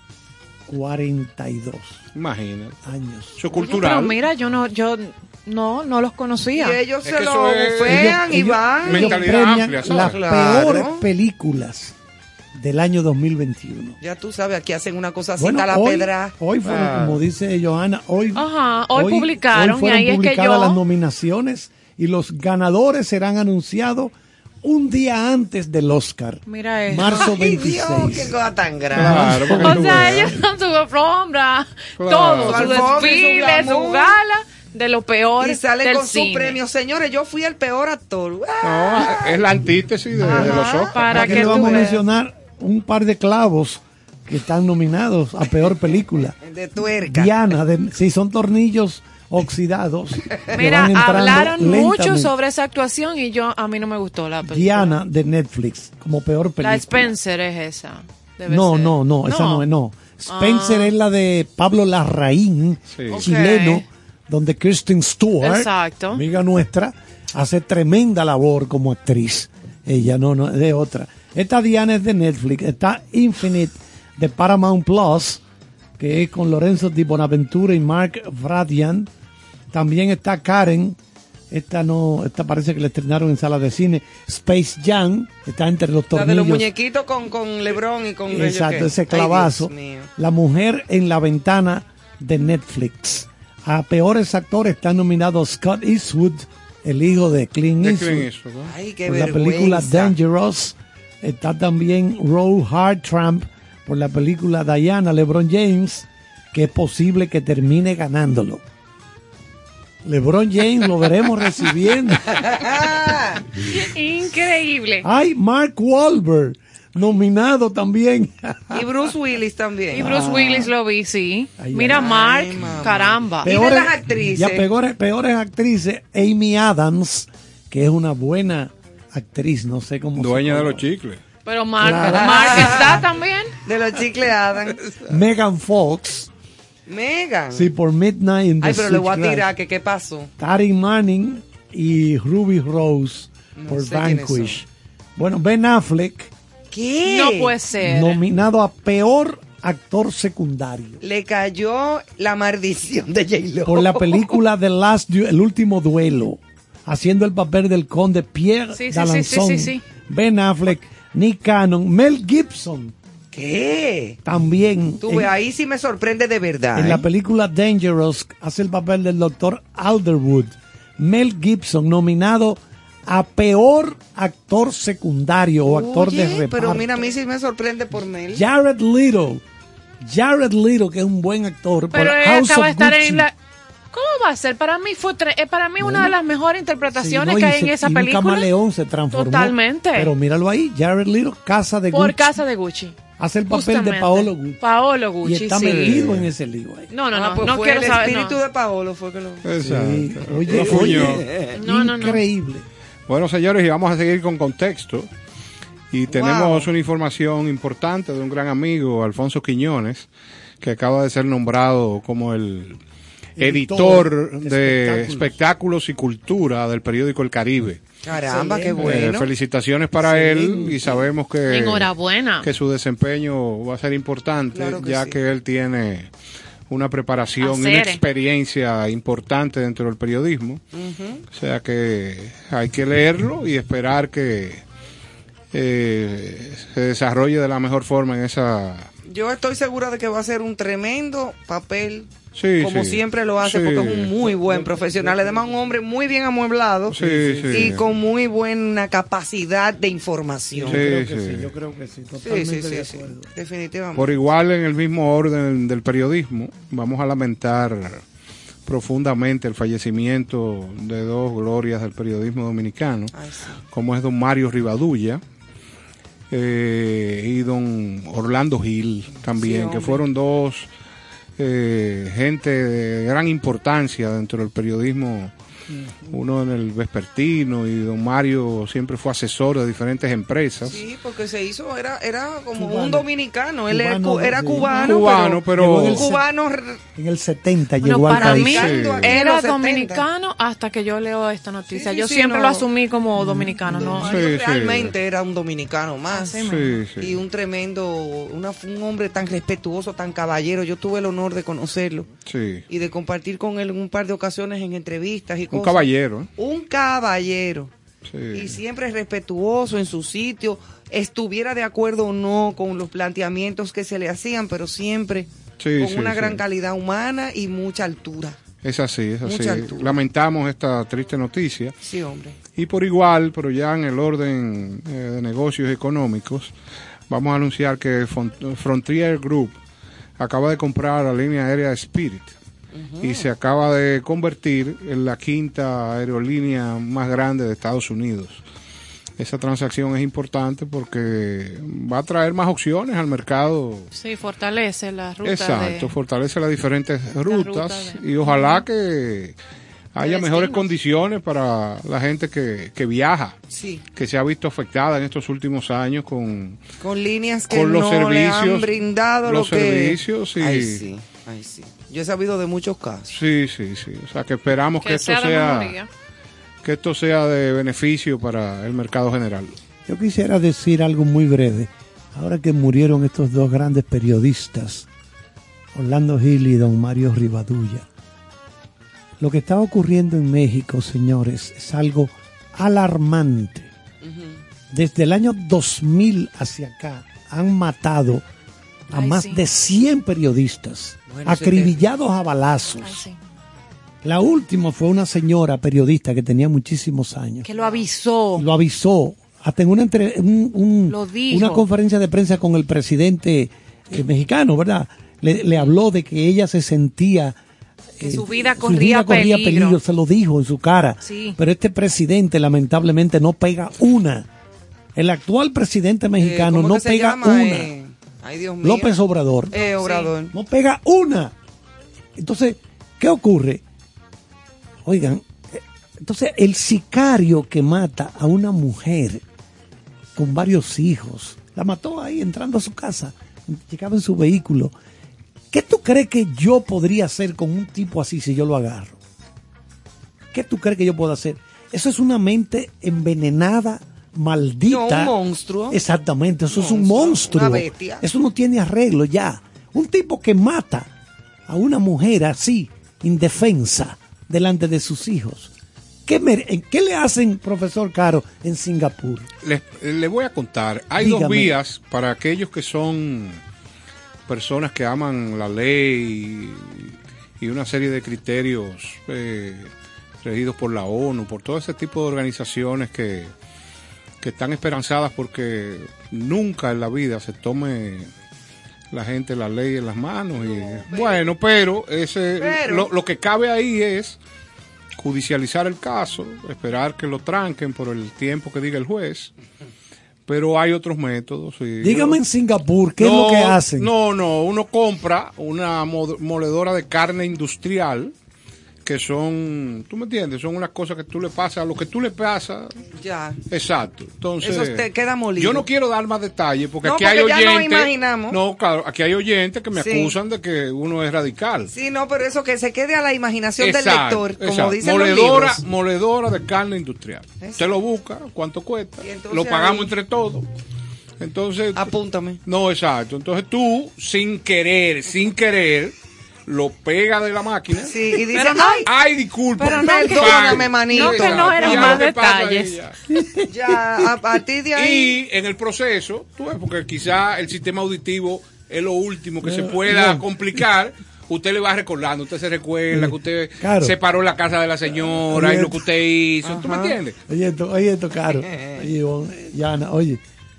E: cuarenta y dos
D: Imagínate.
E: años.
D: Eso es
G: Pero
D: cultural.
G: mira, yo no, yo no, no los conocía.
F: Y ellos
D: Es
F: se
D: que
F: lo
D: eso es-
F: bufean y
E: Ellos-
F: van.
E: ellos
D: Mentalidad
E: premian
D: amplia, ¿sabes?
E: las
F: Claro.
E: peores películas del año dos mil veintiuno.
F: Ya tú sabes, aquí hacen una cosa así,
E: Bueno,
F: está la
E: hoy,
F: pedra.
E: hoy fueron,
D: Ah.
E: como dice Johanna, hoy,
G: Ajá, hoy publicaron,
E: hoy fueron
G: y ahí es que
E: publicadas
G: yo-
E: las nominaciones y los ganadores serán anunciados un día antes del Oscar,
G: Mira eso.
E: marzo
F: Ay, Dios, qué
E: veintiséis.
F: cosa tan grande.
D: Claro, porque
G: O
D: tú
G: sea,
D: veas.
G: ellos dan su alfombra,
D: Claro.
G: todo,
F: Su
G: su
F: alfombra y su
G: desfile, su
F: glamour.
G: gala, de lo peor
F: Y salen
G: del
F: con
G: cine.
F: su premio. Señores, yo fui el peor actor.
D: No, es la antítesis de, de los Oscars.
G: Para
E: Aquí
G: que
E: le
G: tú
E: vamos a
G: veas.
E: mencionar un par de clavos que están nominados a peor película.
F: De tuerca.
E: Diana, de, si son tornillos oxidados. que
G: Mira,
E: van entrando
G: hablaron mucho
E: lentamente.
G: sobre esa actuación y yo a mí no me gustó la película.
E: Diana de Netflix como peor película.
G: La Spencer es esa. debe
E: No,
G: ser.
E: no, no, esa no es, no. Spencer
G: Ah.
E: es la de Pablo Larraín,
D: Sí.
E: chileno,
G: Ok.
E: donde Kristen Stewart,
G: Exacto.
E: amiga nuestra, hace tremenda labor como actriz. Ella no, no, es de otra. Esta Diana es de Netflix. Está Infinite de Paramount Plus, que es con Lorenzo Di Bonaventura y Mark Vradian. También está Karen. Esta no, esta parece que la estrenaron en sala de cine. Space Jam, está entre los
F: La
E: tornillos.
F: de los muñequitos con, con Lebron y con...
E: Exacto, ese
F: Ay,
E: clavazo.
F: Dios mío.
E: La mujer en la ventana de Netflix. A peores actores están nominados Scott Eastwood, el hijo de Clint
D: De
E: Eastwood,
D: Clint Eastwood, ¿no?
F: Ay, qué
E: por la
F: vergüenza.
E: película Dangerous. Está también Roe Hartramp por la película Diana. LeBron James, que es posible que termine ganándolo. LeBron James lo veremos recibiendo.
G: Increíble.
E: Ay, Mark Wahlberg, nominado también.
F: Y Bruce Willis también.
G: Y Bruce Willis lo vi, sí.
E: Ay,
G: Mira,
E: ay,
G: Mark,
F: mamá.
G: caramba.
F: Y de las actrices.
E: Ya peores, peores actrices, Amy Adams, que es una buena actriz, no sé cómo
D: Dueña
E: se
D: de
E: llama.
D: los chicles.
G: Pero Mark,
E: Claro.
G: Mark está también.
F: De los chicles Adam.
E: Megan Fox,
F: Megan.
E: sí, por Midnight in the
F: Ay, pero le voy a
E: Sixth Grade.
F: tirar que qué pasó.
E: Taryn Manning y Ruby Rose
F: No
E: por
F: sé quiénes
E: Vanquish. Bueno, Ben Affleck,
F: ¿Qué?
G: No puede ser.
E: nominado a peor actor secundario
F: Le cayó la maldición de J-Lo.
E: por la película The Last Du- El Último Duelo, haciendo el papel del conde Pierre
G: Sí, sí,
E: d'Alençon.
G: sí, sí, sí, sí.
E: Ben Affleck, Nick Cannon, Mel Gibson
F: ¿Qué?
E: también
F: Tú
E: en,
F: ves, ahí sí me sorprende de verdad.
E: en
F: ¿eh?
E: la película Dangerous hace el papel del doctor Alderwood. Mel Gibson nominado a peor actor secundario o actor de
F: Oye,
E: reparto.
F: pero mira, a mí sí me sorprende por Mel.
E: Jared Leto, Jared Leto, que es un buen actor por
G: Pero él
E: House
G: acaba de
E: of
G: estar
E: Gucci.
G: en la. ¿Cómo va a ser? Para mí fue tre- eh, para mí una de las mejores interpretaciones
E: Sí, no,
G: que
E: y
G: hay en
E: se-
G: esa
E: y un
G: película.
E: camaleón se transformó.
G: Totalmente.
E: Pero míralo ahí, Jared Leto, Casa de
G: Por
E: Gucci.
G: casa de Gucci.
E: Hace el papel
G: Justamente.
E: de Paolo Gucci.
G: Paolo Gucci,
E: y está
G: sí.
E: metido en ese lío ahí.
G: No, no,
F: Ah,
G: no,
F: pues
G: no
F: fue
G: quiero
F: el
G: saber.
F: espíritu
G: no.
F: de Paolo fue que lo...
D: Exacto.
E: Sí,
D: Lo
E: oye,
D: fuñó.
E: oye,
G: No, no, no.
E: increíble.
D: Bueno, señores, y vamos a seguir con contexto. Y tenemos
F: Wow.
D: una información importante de un gran amigo, Alfonso Quiñones, que acaba de ser nombrado como el editor,
E: Editor
D: de,
E: de
D: espectáculos.
E: espectáculos.
D: y cultura del periódico El Caribe.
F: Caramba, qué
E: Excelente.
D: Eh,
F: bueno.
D: felicitaciones para él
E: Excelente.
D: y sabemos que,
G: Enhorabuena.
D: que su desempeño va a ser importante,
F: Claro que
D: ya
F: sí.
D: que él tiene una preparación y una
G: Hacer.
D: experiencia importante dentro del periodismo. O sea que hay que leerlo y esperar que eh, se desarrolle de la mejor forma en esa...
F: Yo estoy segura de que va a ser un tremendo papel,
D: Sí,
F: como
D: sí.
F: siempre lo hace,
D: Sí.
F: porque es un muy buen profesional. Además, un hombre muy bien amueblado
D: Sí, sí.
F: y con muy buena capacidad de información.
D: Sí,
E: Yo creo que
D: sí.
E: sí, yo creo que sí,
F: Sí,
E: totalmente
F: sí, sí,
E: de
F: sí,
E: acuerdo.
F: definitivamente.
D: Por igual, en el mismo orden del periodismo, vamos a lamentar profundamente el fallecimiento de dos glorias del periodismo dominicano,
F: Ay, sí.
D: como es don Mario Rivadulla eh, y don Orlando Gil también,
F: Sí,
D: que
F: hombre.
D: fueron dos eh, gente de gran importancia dentro del periodismo uno en el vespertino, y don Mario siempre fue asesor de diferentes empresas.
F: Sí, porque se hizo, era era como
E: Cubano.
F: un dominicano, él era,
E: Cubano,
F: cu- era
E: sí.
F: cubano,
D: Cubano, pero-
E: Llegó en
F: pero
E: el se-
F: cubano
E: En el setenta
G: Bueno,
E: llegó al
G: para
E: país.
G: mí
D: Sí.
F: en
G: era
F: los setenta.
G: dominicano hasta que yo leo esta noticia.
F: Sí,
G: yo
F: sí,
G: siempre
F: no.
G: lo asumí como dominicano, ¿no?
D: Sí,
F: Mario
D: sí.
F: realmente era un dominicano más.
G: Así
D: Sí, sí.
F: Y un tremendo, una, un hombre tan respetuoso, tan caballero. Yo tuve el honor de conocerlo
D: Sí.
F: y de compartir con él en un par de ocasiones en entrevistas y
D: Un
F: cosas.
D: caballero. ¿eh?
F: Un caballero.
D: Sí.
F: Y siempre respetuoso en su sitio, estuviera de acuerdo o no con los planteamientos que se le hacían, pero siempre
D: Sí,
F: con
D: sí,
F: una
D: sí.
F: gran calidad humana y mucha altura.
D: Es así, es así.
F: Mucha altura.
D: Lamentamos esta triste noticia.
F: Sí, hombre.
D: Y por igual, pero ya en el orden eh, de negocios económicos, vamos a anunciar que Fon- Frontier Group acaba de comprar la línea aérea Spirit y se acaba de convertir en la quinta aerolínea más grande de Estados Unidos. Esa transacción es importante porque va a traer más opciones al mercado.
G: Sí, fortalece la ruta.
D: Exacto,
G: de-
D: fortalece las diferentes rutas
G: ruta de-
D: y ojalá que haya
G: De
D: mejores
G: destinos.
D: condiciones para la gente que, que viaja,
F: Sí.
D: que se ha visto afectada en estos últimos años con,
F: Con líneas que
D: con los
F: no le han
D: servicios,
F: brindado
D: los
F: lo que...
D: servicios y
F: Ay, sí, ay, sí. Yo he sabido de muchos casos.
D: sí, sí, sí, o sea que esperamos que,
G: que
D: esto
G: sea de
D: sea
G: mejoría.
D: que esto sea de beneficio para el mercado general.
E: Yo quisiera decir algo muy breve. Ahora que murieron estos dos grandes periodistas, Orlando Gil y don Mario Rivadulla, lo que está ocurriendo en México, señores, es algo alarmante. Desde el año dos mil hacia acá han matado a
G: Ay,
E: más
G: sí.
E: de cien periodistas,
F: Bueno,
E: acribillados a balazos.
G: Ay, sí.
E: La última fue una señora periodista que tenía muchísimos años.
G: Que lo avisó.
E: Lo avisó. Hasta en una, entre- un- un-
G: Lo dijo.
E: una conferencia de prensa con el presidente eh, mexicano, ¿verdad? Le, le habló de que ella se sentía...
G: Que
E: eh,
G: su vida corría peligro.
E: peligro, se lo dijo en su cara.
G: Sí.
E: Pero este presidente lamentablemente no pega una. El actual presidente mexicano
F: Eh, ¿cómo
E: no
F: que se
E: pega
F: llama?
E: una.
F: Eh, ay, Dios mío.
E: López Obrador.
F: Eh, Obrador.
E: No pega una. Entonces, ¿qué ocurre? Oigan, eh, entonces el sicario que mata a una mujer con varios hijos, la mató ahí entrando a su casa, llegaba en su vehículo. ¿Qué tú crees que yo podría hacer con un tipo así si yo lo agarro? ¿Qué tú crees que yo puedo hacer? Eso es una mente envenenada, maldita.
F: No, un monstruo.
E: Exactamente, eso
F: Un
E: es un
F: monstruo,
E: monstruo.
F: una bestia.
E: Eso no tiene arreglo ya. Un tipo que mata a una mujer así, indefensa, delante de sus hijos. ¿Qué, mere- en ¿Qué le hacen, profesor Caro, en Singapur?
D: Les, les voy a contar, hay dos
E: Dígame.
D: vías para aquellos que son personas que aman la ley y, y una serie de criterios eh, regidos por la ONU, por todo ese tipo de organizaciones que, que están esperanzadas porque nunca en la vida se tome la gente la ley en las manos. Y, bueno, pero ese
F: Pero-
D: lo, lo que cabe ahí es judicializar el caso, esperar que lo tranquen por el tiempo que diga el juez. Pero hay otros métodos. y
E: Dígame
D: yo-
E: en Singapur, ¿qué es
D: No,
E: lo que hacen?
D: No, no, uno compra una mo- moledora de carne industrial que son, ¿tú me entiendes? Son unas cosas que tú le pasas, a lo que tú le pasas.
F: Ya.
D: Exacto. Entonces,
F: Eso te queda molido.
D: yo no quiero dar más detalles porque
F: No,
D: aquí hay
F: porque ya nos
D: oyentes.
F: imaginamos.
D: No, claro, aquí hay oyentes que me
F: Sí.
D: acusan de que uno es radical.
F: Sí, no, pero eso que se quede a la imaginación
D: Exacto,
F: del lector, como
D: exacto.
F: dicen
D: moledora,
F: los libros.
D: moledora de carne industrial.
F: Exacto.
D: Usted lo busca, cuánto cuesta,
F: Y entonces
D: lo pagamos
F: ahí-
D: entre todos. Entonces,
F: Apúntame.
D: no, exacto. Entonces tú, sin querer, sin querer, lo pega de la máquina.
F: Sí, y dice,
G: Pero no-
F: ay,
D: Ay, disculpa.
G: Pero no, que-
F: Perdóname, manito.
G: No, que no eran
D: Ya
G: más
D: lo que pasa ahí,
G: detalles.
D: ya.
F: ya, a partir de ahí.
D: Y en el proceso, tú ves, porque quizá el sistema auditivo es lo último que se pueda
E: no.
D: complicar. Usted le va recordando, usted se recuerda que usted
E: Claro.
D: se paró en la casa de la señora
E: Oye,
D: y lo que usted hizo. ¿Tú me
F: Ajá.
D: entiendes?
E: Oye, esto, oye, esto, Caro. Oye, Ivonne, Yana, oye,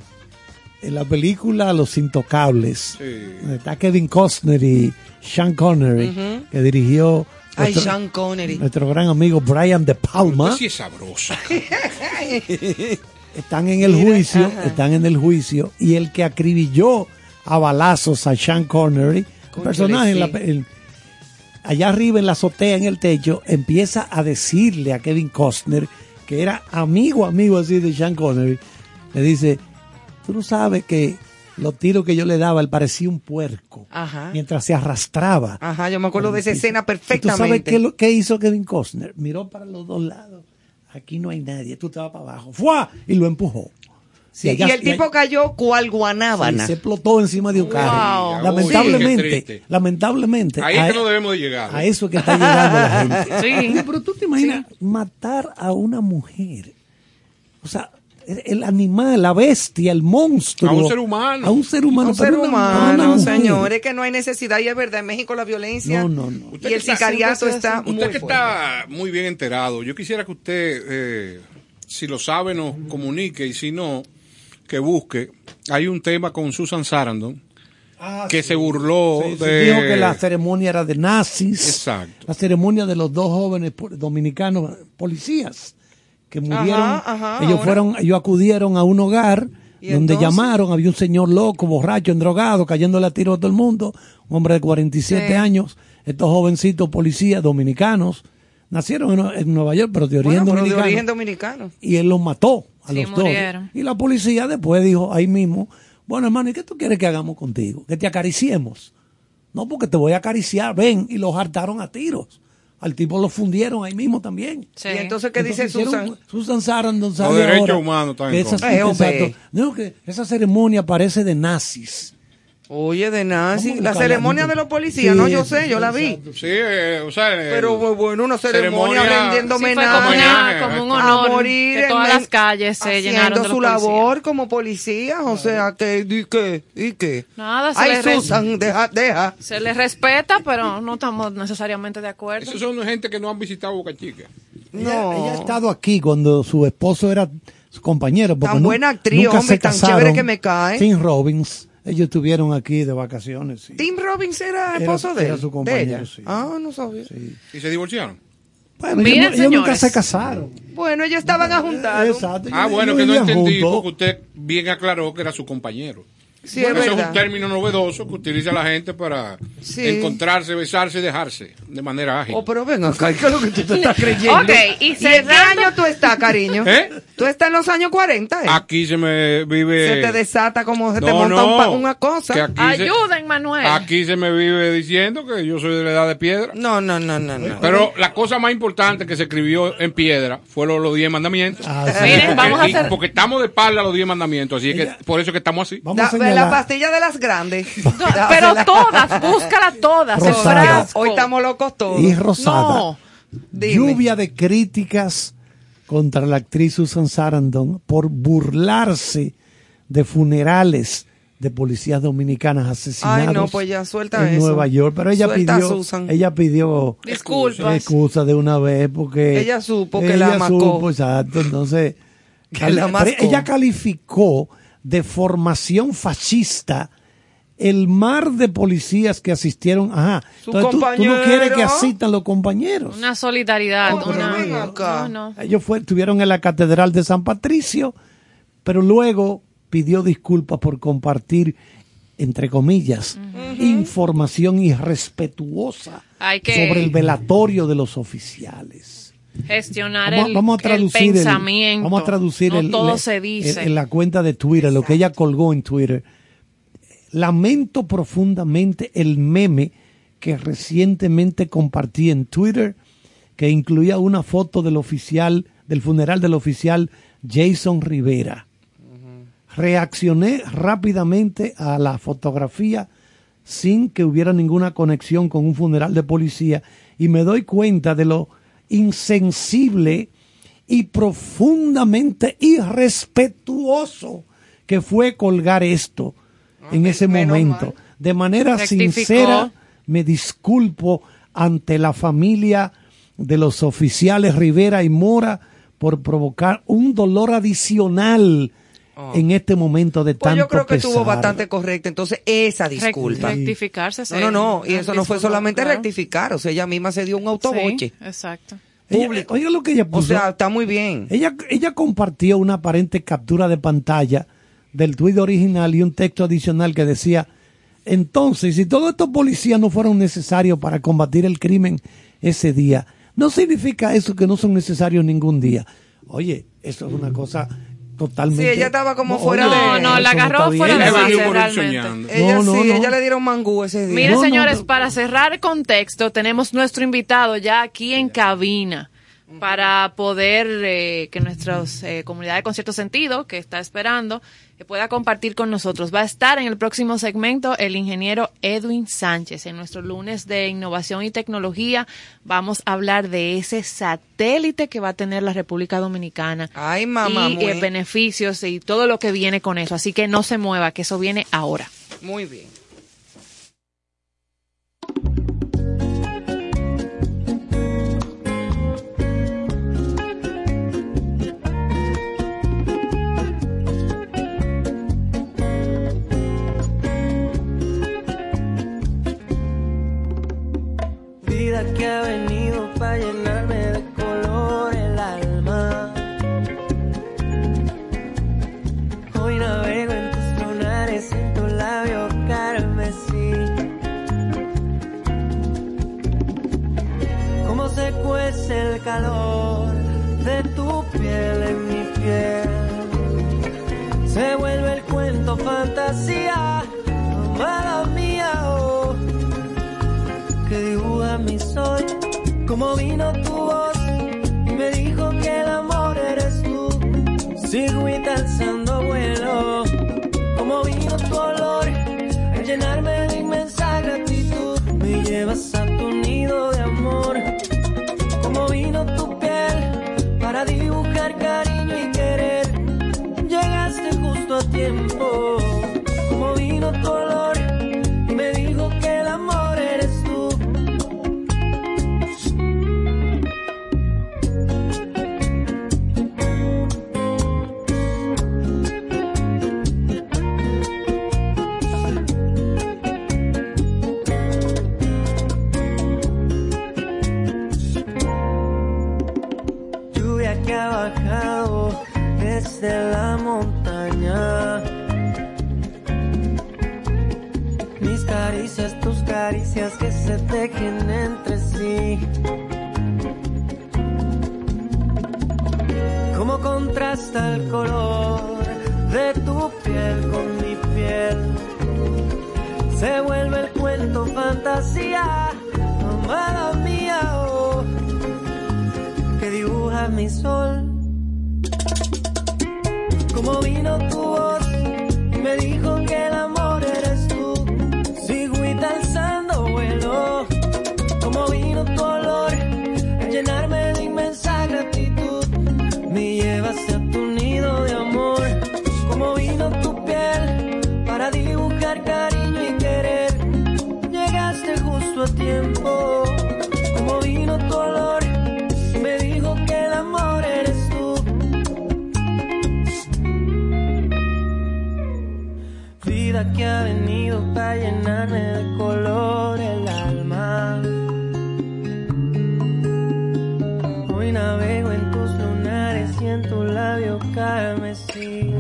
E: en la película Los Intocables,
D: Sí.
E: está Kevin Costner y Sean Connery, que dirigió
F: Ay,
E: nuestro,
F: Sean Connery.
E: nuestro gran amigo Brian De Palma.
D: Usted sí es sabrosa.
E: Están en el
F: Mira,
E: juicio,
F: ajá.
E: están en el juicio, y el que acribilló a balazos a Sean Connery, un
F: Cónchale,
E: personaje en la
F: sí.
E: pe- el- allá arriba en la azotea, en el techo, empieza a decirle a Kevin Costner, que era amigo, amigo así de Sean Connery, le dice, tú no sabes que los tiros que yo le daba, él parecía un puerco,
F: Ajá.
E: mientras se arrastraba.
F: Ajá, yo me acuerdo de esa escena
E: ¿Y tú
F: perfectamente.
E: sabes qué, lo- qué hizo Kevin Costner? Miró para los dos lados. Aquí no hay nadie, tú te vas para abajo. ¡Fua! Y lo empujó.
F: Sí, y,
E: allá-
F: el tipo cayó cual guanábana.
E: sí, se explotó encima de un carro.
F: Wow.
E: Lamentablemente,
D: Uy, qué triste.
E: lamentablemente.
D: Ahí es
E: a-
D: que no debemos de llegar.
E: A eso es que está llegando la gente.
G: Sí.
E: Oye, pero tú te imaginas matar a una mujer. O sea, el, el animal, la bestia, el monstruo.
D: A un ser humano.
E: A un ser humano.
F: Un
E: pero
F: ser
E: una-
F: humano,
E: una mujer.
F: señores, que no hay necesidad. Y es verdad, en México la violencia
E: No, no, no.
F: y
D: Usted
F: el
D: que está-
F: sicariato
D: usted
F: está
D: Usted
F: muy
D: que
F: fuerte.
D: está muy bien enterado, yo quisiera que usted, eh, si lo sabe, nos comunique, y si no, que busque. Hay un tema con Susan Sarandon,
E: Ah,
D: que
E: sí.
D: se burló
E: Sí, sí,
D: de...
E: dijo que la ceremonia era de nazis.
D: Exacto.
E: La ceremonia de los dos jóvenes po- dominicanos policías que murieron.
F: Ajá, ajá,
E: ellos
F: ahora.
E: fueron, ellos acudieron a un hogar
F: ¿Y
E: donde
F: entonces?
E: llamaron, había un señor loco, borracho, endrogado, cayéndole a tiro a todo el mundo, un hombre de cuarenta y siete
F: Sí.
E: años. Estos jovencitos policías dominicanos nacieron en, en Nueva York, pero de origen
F: Bueno, pero de
E: dominicano.
F: origen dominicano.
E: Y él los mató a
G: Sí,
E: los
G: murieron.
E: dos. Y la policía después dijo ahí mismo, bueno, hermano, ¿y qué tú quieres que hagamos contigo? Que te acariciemos. No, porque te voy a acariciar, ven. Y los hartaron a tiros. Al tipo lo fundieron ahí mismo también.
G: Sí.
F: Y entonces, ¿qué dice
E: Entonces
F: Susan?
E: hicieron- Susan Sarandon sale
D: Los derechos
E: ahora
D: humanos están en
E: que esa,
D: contra.
F: Eh, hombre.
E: exacto. No, que esa ceremonia parece de nazis.
F: Oye, de nazi.
E: Vamos a
F: La
E: buscarla,
F: ceremonia
E: Nico.
F: de los policías,
E: Sí,
F: ¿no? Yo
E: sí,
F: sé,
E: sí,
F: yo la vi.
E: exacto.
D: Sí, eh, o sea... el-
F: Pero bueno, una ceremonia,
D: Ceremonia-
F: rendiendo
G: Sí, fue
F: homenaje.
G: como, una-
D: homenaje,
G: como un
D: a
G: honor
F: a morir
G: que todas
F: en-
G: las calles se
F: haciendo
G: llenaron de
F: su
G: los policías.
F: labor como policías, o sea, que ¿y qué? ¿Y qué?
G: Nada, se
F: Ay,
G: le, res-
F: Susan, deja, deja.
G: se le respeta, pero no estamos necesariamente de acuerdo.
D: Esos son gente que no han visitado Boca Chica.
E: Ella,
F: No.
E: ella ha estado aquí cuando su esposo era su compañero. porque
F: Tan
E: nu-
F: buena actriz,
E: nunca
F: hombre,
E: se
F: tan
E: casaron.
F: chévere que me cae.
E: Tim Robbins. Ellos estuvieron aquí de vacaciones. Sí.
F: Tim Robbins era
E: Era-
F: esposo de
E: era
F: él,
E: su
F: de
E: compañero,
F: ella.
E: sí.
F: Ah, no sabía.
E: Sí.
D: ¿Y se divorciaron?
E: Bueno,
G: Miren,
E: ellos, no- ellos nunca
G: señores.
E: se casaron.
F: Bueno, ellos estaban ajuntados.
E: Exacto.
D: Ah,
E: ellos-
D: bueno,
E: ellos
D: que no
E: vivían
D: entendí,
E: juntos.
D: porque usted bien aclaró que era su compañero.
F: Sí,
D: Bueno,
F: es
D: ese es
F: verdad.
D: un término novedoso que utiliza la gente para
F: Sí.
D: encontrarse, besarse y dejarse de manera ágil.
F: Oh, pero ven acá, ¿qué es lo que tú te estás creyendo?
G: Ok, y
F: ¿Y en qué
G: cerrando-
F: año tú estás, cariño?
D: ¿Eh?
F: Tú estás en los años cuarenta, ¿eh?
D: Aquí se me vive...
F: Se te desata como se te
D: No,
F: monta
D: no,
F: un pa- una cosa.
D: que aquí se-
G: Ayuden, Manuel.
D: Aquí se me vive diciendo que yo soy de la edad de piedra.
F: No, no, no, no, no.
D: Pero la cosa más importante que se escribió en piedra fueron los diez mandamientos.
E: Ah, sí.
G: Miren,
D: Porque-
G: vamos a
D: y-
G: hacer-
D: Porque estamos de espalda a los diez mandamientos, así es que por eso es que estamos así.
E: Vamos a
F: Da- la
E: señalar.
F: pastilla de las grandes.
G: No, pero todas, búscala todas. el
E: Rosada.
G: frasco.
F: Hoy estamos locos todos.
E: Y Rosada.
G: No.
F: Dime.
E: Lluvia de críticas contra la actriz Susan Sarandon por burlarse de funerales de policías dominicanas asesinados
F: Ay, no, pues ya, suelta
E: en
F: eso.
E: Nueva York. Pero ella
F: Suelta a
E: pidió,
F: Susan.
E: ella pidió
G: Disculpas.
E: excusa de una vez porque
F: Ella supo que
E: ella
F: la macó.
E: supo, exacto. Entonces,
F: Que
E: cal-
F: la
E: pero
F: mascó.
E: ella calificó de formación fascista el mar de policías que asistieron. Ajá.
F: Su
E: Entonces, tú- tú, no
F: compañero.
E: quieres que asistan los compañeros.
G: Una solidaridad.
F: Oh, pero
G: una-
F: ven acá.
G: No, no.
E: Ellos fue, estuvieron en la Catedral de San Patricio, pero luego pidió disculpas por compartir, entre comillas, información irrespetuosa
G: Hay que-
E: sobre el velatorio de los oficiales.
G: Gestionar
E: Vamos,
G: el,
E: vamos a traducir
G: el
E: el-
G: pensamiento.
E: vamos a traducir
G: no
E: el-
G: todo
E: le-
G: se dice.
E: el- en la cuenta de Twitter, lo que ella colgó en Twitter. Lamento profundamente el meme que recientemente compartí en Twitter, que incluía una foto del oficial, del funeral del oficial Jason Rivera. Reaccioné rápidamente a la fotografía sin que hubiera ninguna conexión con un funeral de policía y me doy cuenta de lo insensible y profundamente irrespetuoso que fue colgar esto en ese
F: menos
E: momento.
F: mal.
E: De manera
G: Rectificó.
E: sincera, me disculpo ante la familia de los oficiales Rivera y Mora por provocar un dolor adicional en este momento de
F: Pues
E: tanto
F: yo creo que estuvo
E: pesar.
F: bastante correcta. Entonces, esa
G: Rec-
F: disculpa.
G: Rectificarse.
F: No, no, no. Y eso no fue solamente
G: claro.
F: rectificar. O sea, ella misma se dio un autoboche.
G: Sí, exacto.
E: Ella-
F: público.
E: oiga lo que ella
F: O
E: puso.
F: sea, está muy bien.
E: Ella, ella compartió una aparente captura de pantalla del tuit original y un texto adicional que decía, Entonces, si todos estos policías no fueron necesarios para combatir el crimen ese día, no significa eso que no son necesarios ningún día. Oye, eso es una cosa totalmente...
F: Sí, ella estaba como
E: No,
F: fuera
E: oye,
F: de...
G: No, no, la
E: eso no
G: agarró
E: está
G: fuera
E: bien.
G: de
D: Ella
G: base
D: vendió por ir
G: realmente.
D: soñando.
F: Ella
E: No, no,
F: sí,
E: no.
F: ella le dieron mangú ese día.
G: Miren,
E: No, no,
G: señores,
E: no.
G: para cerrar el contexto, tenemos nuestro invitado ya aquí en cabina para poder eh, que nuestra eh, comunidad de Cierto Sentido, que está esperando, eh, pueda compartir con nosotros. Va a estar en el próximo segmento el ingeniero Edwin Sánchez. En nuestro lunes de innovación y tecnología vamos a hablar de ese satélite que va a tener la República Dominicana.
F: Ay, mamá,
G: y
F: muy,
G: eh, beneficios y todo lo que viene con eso. Así que no se mueva, que eso viene ahora.
F: muy bien.
H: Vida que ha venido para llenarme de color el alma. Hoy navego en tus lunares, en tu labio carmesí. Cómo se cuece el calor de tu piel en mi piel. Se vuelve el cuento fantasía, amada mía, oh, que dibuja mi sol. Como vino tu voz y me dijo que el amor eres tú. Sigo y alzando vuelo. Como vino tu olor a llenarme de inmensa gratitud. Me llevas a tu nido de amor. Como vino tu piel para dibujar cariño y querer. Llegaste justo a tiempo. Como vino tu olor y me dijo que el amor eres tú. Lluvia que ha bajado desde la montaña. Mis caricias, tus caricias que se tejen entre sí. Cómo contrasta el color de tu piel con mi piel. Se vuelve el cuento fantasía, amada mía, oh, que dibuja mi sol. Como vino tu voz y me dijo que el amor eres tú. Sigo y alzando vuelo. Como vino tu olor a llenarme de inmensa gratitud. Me llevas a tu nido de amor. Como vino tu piel para dibujar cariño y querer. Llegaste justo a tiempo. Como vino tu olor y me dijo que el amor eres tú. Vida que ha venido para llenarme de color el alma. Hoy navego en tus lunares y en tu labio carmesí.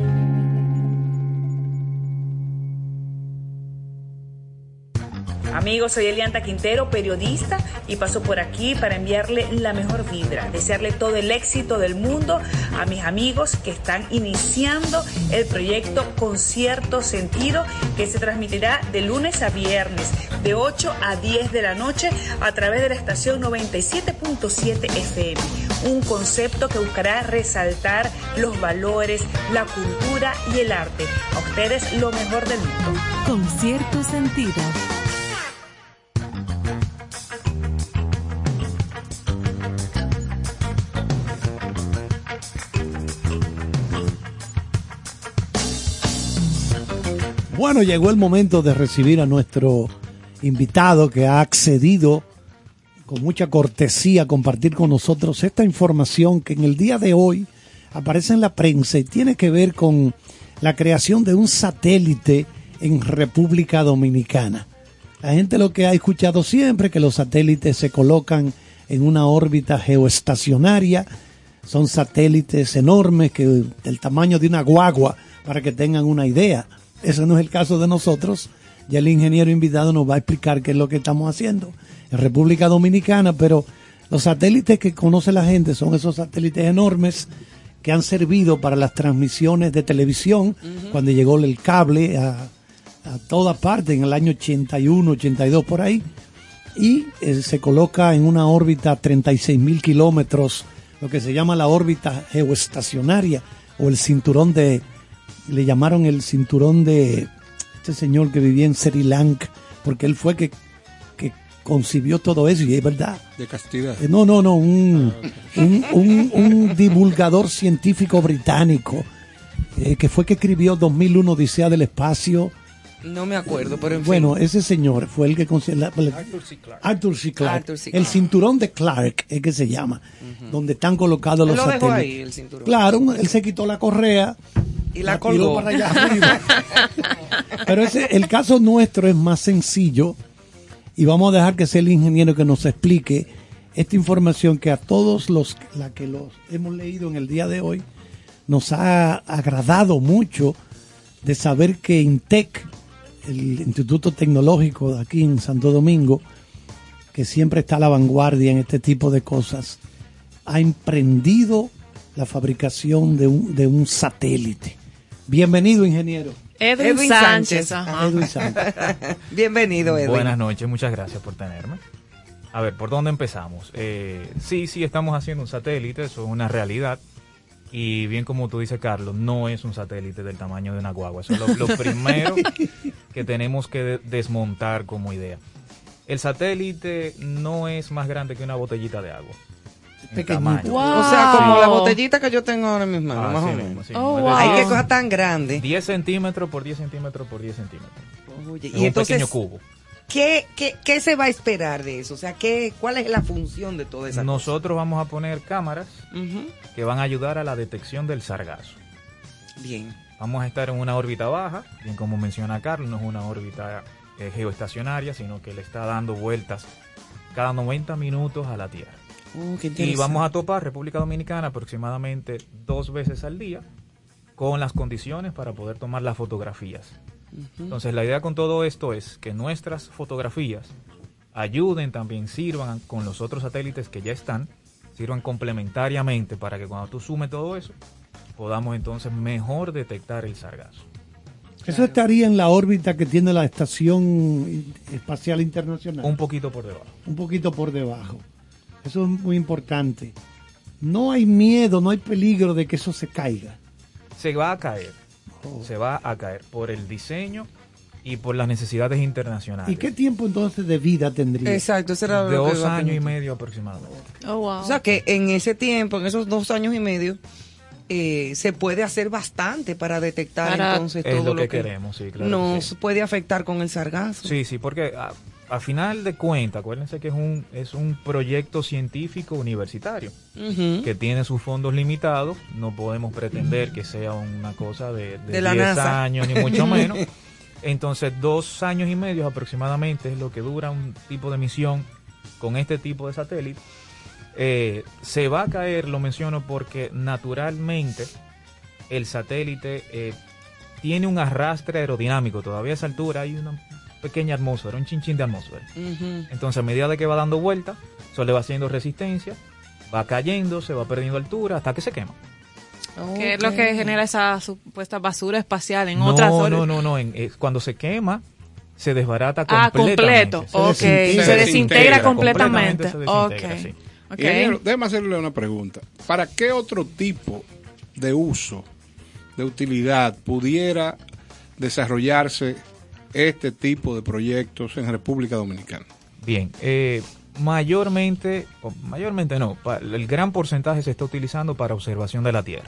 N: Amigos, soy Elianta Quintero, periodista, y paso por aquí para enviarle la mejor vibra, desearle todo el éxito del mundo a mis amigos que están iniciando el proyecto Con Cierto Sentido, que se transmitirá de lunes a viernes, de ocho a diez de la noche, a través de la estación noventa y siete punto siete F M. Un concepto que buscará resaltar los valores, la cultura y el arte. A ustedes lo mejor del mundo.
C: Con Cierto Sentido.
E: Bueno, llegó el momento de recibir a nuestro invitado que ha accedido con mucha cortesía a compartir con nosotros esta información que en el día de hoy aparece en la prensa y tiene que ver con la creación de un satélite en República Dominicana. La gente lo que ha escuchado siempre, que los satélites se colocan en una órbita geoestacionaria, son satélites enormes que del tamaño de una guagua, para que tengan una idea. Ese no es el caso de nosotros. Ya el ingeniero invitado nos va a explicar qué es lo que estamos haciendo en República Dominicana, pero los satélites que conoce la gente son esos satélites enormes que han servido para las transmisiones de televisión, uh-huh. cuando llegó el cable a, a toda parte en el año ochenta y uno, ochenta y dos por ahí, y eh, se coloca en una órbita treinta y seis mil kilómetros, lo que se llama la órbita geoestacionaria, o el cinturón de, le llamaron el cinturón de este señor que vivía en Sri Lanka, porque él fue que, que concibió todo eso, y es verdad.
D: De castidad.
E: Eh, no, no, no, un, un, un, un divulgador científico británico, eh, que fue que escribió dos mil uno Odisea del Espacio.
F: No me acuerdo, pero en
E: Bueno,
F: fin.
E: ese señor fue el que consiguió... Arthur C. Clarke. Arthur C. Clarke.
F: Arthur C.
E: El
F: Clarke.
E: cinturón de Clarke es que se llama, uh-huh. donde están colocados los
F: Él lo dejó
E: satélites.
F: ahí, el cinturón.
E: Claro, él se quitó la correa
F: y la
E: tiró
F: colgó.
E: para allá arriba. Pero ese, el caso nuestro es más sencillo, y vamos a dejar que sea el ingeniero que nos explique esta información que a todos los la que los hemos leído en el día de hoy nos ha agradado mucho, de saber que INTEC, el Instituto Tecnológico de aquí en Santo Domingo, que siempre está a la vanguardia en este tipo de cosas, ha emprendido la fabricación de un, de un satélite. Bienvenido, ingeniero.
G: Edwin,
F: Edwin
G: Sánchez.
F: Sánchez.
G: Ajá.
E: Edwin Sánchez.
F: Bienvenido, Edwin.
O: Buenas noches, muchas gracias por tenerme. A ver, ¿por dónde empezamos? Eh, sí, sí, estamos haciendo un satélite, eso es una realidad. Y bien como tú dices, Carlos, no es un satélite del tamaño de una guagua. Eso es lo, lo primero que tenemos que de- desmontar como idea. El satélite no es más grande que una botellita de agua. en
E: Pequeñito.
O: tamaño.
F: Wow. O sea, como
G: Sí.
F: la botellita que yo tengo ahora en mis manos,
O: Ah,
F: más
O: sí
F: o
O: mismo,
F: menos.
O: sí
G: Oh,
O: mismo. Es
G: wow.
F: Ay,
O: decir,
F: qué cosa tan grande.
O: diez centímetros por diez centímetros por diez centímetros.
F: Oye,
O: Es
F: y
O: un
F: entonces,
O: pequeño cubo.
F: ¿qué, qué, ¿qué se va a esperar de eso? O sea, ¿qué, ¿cuál es la función de toda esa
O: Nosotros vamos a poner cámaras
F: cosa? Ujú.
O: que van a ayudar a la detección del sargazo.
F: Bien.
O: Vamos a estar en una órbita baja, bien como menciona Carlos, no es una órbita eh, geoestacionaria, sino que le está dando vueltas cada noventa minutos a la Tierra.
F: Oh, qué
O: Y
F: interesante.
O: vamos a topar República Dominicana aproximadamente dos veces al día con las condiciones para poder tomar las fotografías.
F: Ujú.
O: Entonces la idea con todo esto es que nuestras fotografías ayuden, también sirvan con los otros satélites que ya están, sirvan complementariamente para que cuando tú sumes todo eso, podamos entonces mejor detectar el sargazo.
E: Eso estaría en la órbita que tiene la Estación Espacial Internacional.
O: Un poquito por debajo.
E: Un poquito por debajo. Eso es muy importante. No hay miedo, no hay peligro de que eso se caiga.
O: Se va a caer,
E: Oh.
O: se va a caer por el diseño y por las necesidades internacionales.
E: ¿Y qué tiempo entonces de vida tendría?
F: Exacto, eso era lo que
O: Dos
F: iba a
O: años y
F: preguntar.
O: medio aproximadamente.
G: Oh, wow.
F: O sea, que en ese tiempo, en esos dos años y medio, eh, se puede hacer bastante para detectar
G: Para-
F: entonces
O: Es
F: todo
O: lo que queremos, sí, claro que
F: nos
O: sí.
F: puede afectar con el sargazo.
O: Sí, sí, porque a, a final de cuentas, acuérdense que es un, es un proyecto científico universitario
F: Ujú.
O: que tiene sus fondos limitados. No podemos pretender que sea una cosa de, de,
F: De la
O: diez
F: NASA.
O: años, ni mucho menos. Entonces, dos años y medio aproximadamente es lo que dura un tipo de misión con este tipo de satélite. Eh, se va a caer, lo menciono porque naturalmente el satélite eh, tiene un arrastre aerodinámico. Todavía a esa altura hay una pequeña atmósfera, un chinchín de atmósfera.
F: Ujú.
O: Entonces, a medida de que va dando vuelta, eso le va haciendo resistencia, va cayendo, se va perdiendo altura hasta que se quema.
G: ¿Qué es lo que genera esa supuesta basura espacial en
O: no,
G: otras
O: no,
G: órbitas?
O: no, no, en- es cuando se quema, se desbarata
G: Ah,
O: completamente.
G: completo. Ok, se
D: desintegra.
G: desintegra completamente.
O: se desintegra,
G: Ok.
O: sí.
G: Ok.
D: Ingeniero, déjame hacerle una pregunta. ¿Para qué otro tipo de uso, de utilidad, pudiera desarrollarse este tipo de proyectos en República Dominicana?
O: Bien, eh, mayormente, o mayormente no, pa- el gran porcentaje se está utilizando para observación de la Tierra.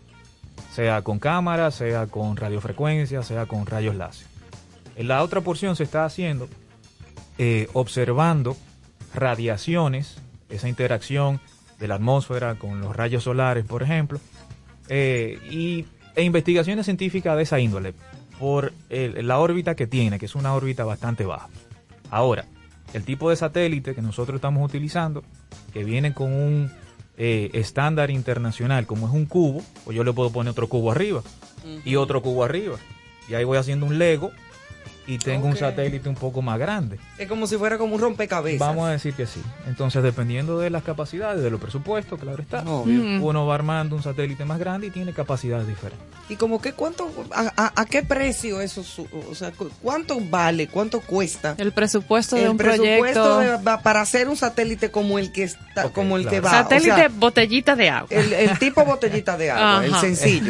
O: Sea con cámaras, sea con radiofrecuencia, sea con rayos láser. En la otra porción se está haciendo eh, observando radiaciones, esa interacción de la atmósfera con los rayos solares, por ejemplo, eh, y, e investigaciones científicas de esa índole, por el- la órbita que tiene, que es una órbita bastante baja. Ahora, el tipo de satélite que nosotros estamos utilizando, que viene con un eh, estándar internacional, como es un cubo, pues yo le puedo poner otro cubo arriba y otro cubo arriba. Y ahí voy haciendo un Lego y tengo
F: Ok.
O: un satélite un poco más grande.
F: Es como si fuera como un rompecabezas.
O: Vamos a decir que sí. Entonces, dependiendo de las capacidades, de los presupuestos, claro está,
F: Obvio. Mm.
O: uno va armando un satélite más grande y tiene capacidades diferentes.
F: ¿Y como que cuánto, a, a- a qué precio eso, su- o sea, cu- cuánto vale, cuánto cuesta?
G: El presupuesto de
F: el
G: un
F: presupuesto
G: proyecto.
F: de- va- para hacer un satélite como el que está, como el que va.
G: Satélite
F: o sea,
G: botellita de agua.
F: el, el tipo botellita de agua, el
G: Ajá.
F: sencillo.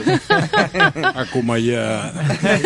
D: Acumaya.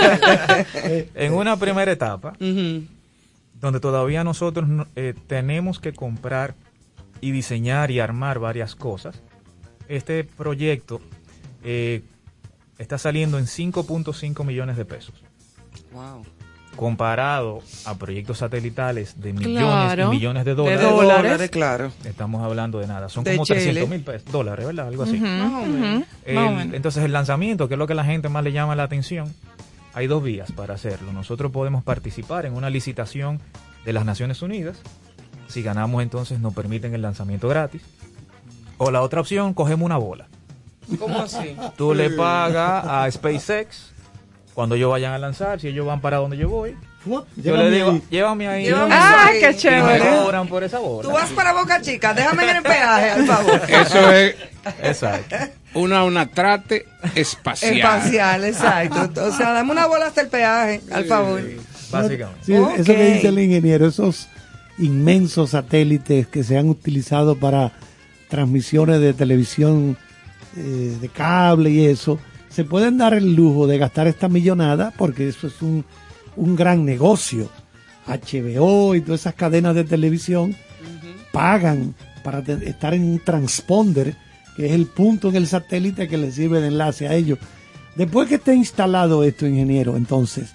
O: En una primera etapa, donde todavía nosotros no- eh, tenemos que comprar y diseñar y armar varias cosas, este proyecto eh, está saliendo en cinco punto cinco millones de pesos.
F: Wow.
O: Comparado a proyectos satelitales de millones
F: Claro.
O: y millones de
F: De
O: dólares.
F: dólares, claro.
O: Estamos hablando de nada. Son
F: De
O: como
F: Chile.
O: trescientos mil pesos, dólares, ¿verdad? Algo así.
F: Ujú, Más o menos.
O: El-
F: más o menos.
O: entonces el lanzamiento, que es lo que a la gente más le llama la atención, hay dos vías para hacerlo. Nosotros podemos participar en una licitación de las Naciones Unidas. Si ganamos, entonces nos permiten el lanzamiento gratis. O la otra opción, cogemos una bola.
F: ¿Cómo así?
O: Tú le pagas a SpaceX cuando ellos vayan a lanzar, si ellos van para donde yo voy. Yo
F: Llévame
O: le digo,
F: ahí.
O: llévame ahí.
F: Llévame
O: Ah,
F: ahí.
O: qué chévere.
F: Y me
O: Cobran por esa bola.
F: Tú vas para Boca Chica, déjame en el peaje, al favor.
D: Eso es
O: Exacto.
D: una, una trate espacial.
F: Espacial, exacto. O sea, dame una bola hasta el peaje, al favor.
O: Básicamente.
E: Sí, eso que dice el ingeniero, esos inmensos satélites que se han utilizado para transmisiones de televisión eh, de cable y eso, se pueden dar el lujo de gastar esta millonada porque eso es un, un gran negocio. H B O y todas esas cadenas de televisión pagan para te- estar en un transponder, que es el punto en el satélite que les sirve de enlace a ellos. Después que esté instalado esto, ingeniero, entonces,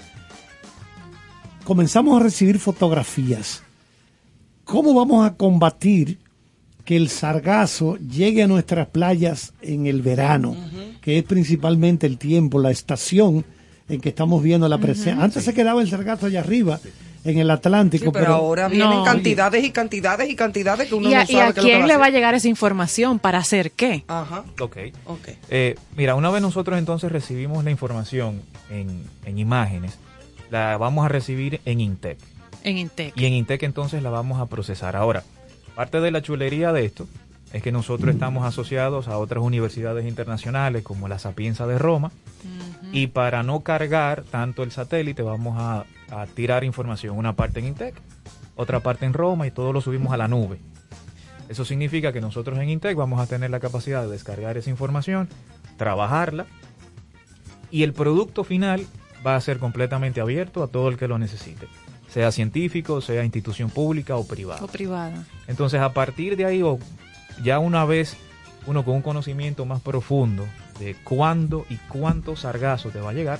E: comenzamos a recibir fotografías. ¿Cómo vamos a combatir que el sargazo llegue a nuestras playas en el verano, que es principalmente el tiempo, la estación en que estamos viendo la presencia? Antes se quedaba el sargazo allá arriba, en el Atlántico,
F: Sí, pero,
E: pero
F: ahora vienen
G: No.
F: cantidades y cantidades y cantidades que uno
G: ¿Y a,
F: no
G: y
F: sabe
G: a
F: qué es lo que
G: quién le va a
F: hacer.
G: llegar esa información? ¿Para hacer qué?
F: Ajá.
O: Ok.
F: Ok.
O: Eh, mira, una vez nosotros entonces recibimos la información en, en imágenes, la vamos a recibir en Intec.
G: En Intec.
O: Y en Intec entonces la vamos a procesar. Ahora, parte de la chulería de esto es que nosotros estamos asociados a otras universidades internacionales como la Sapienza de Roma, y para no cargar tanto el satélite vamos a, a tirar información, una parte en Intec, otra parte en Roma, y todo lo subimos a la nube. Eso significa que nosotros en Intec vamos a tener la capacidad de descargar esa información, trabajarla, y el producto final va a ser completamente abierto a todo el que lo necesite, sea científico, sea institución pública o privada.
G: O privada.
O: Entonces, a partir de ahí, o ya una vez uno con un conocimiento más profundo de cuándo y cuánto sargazo te va a llegar,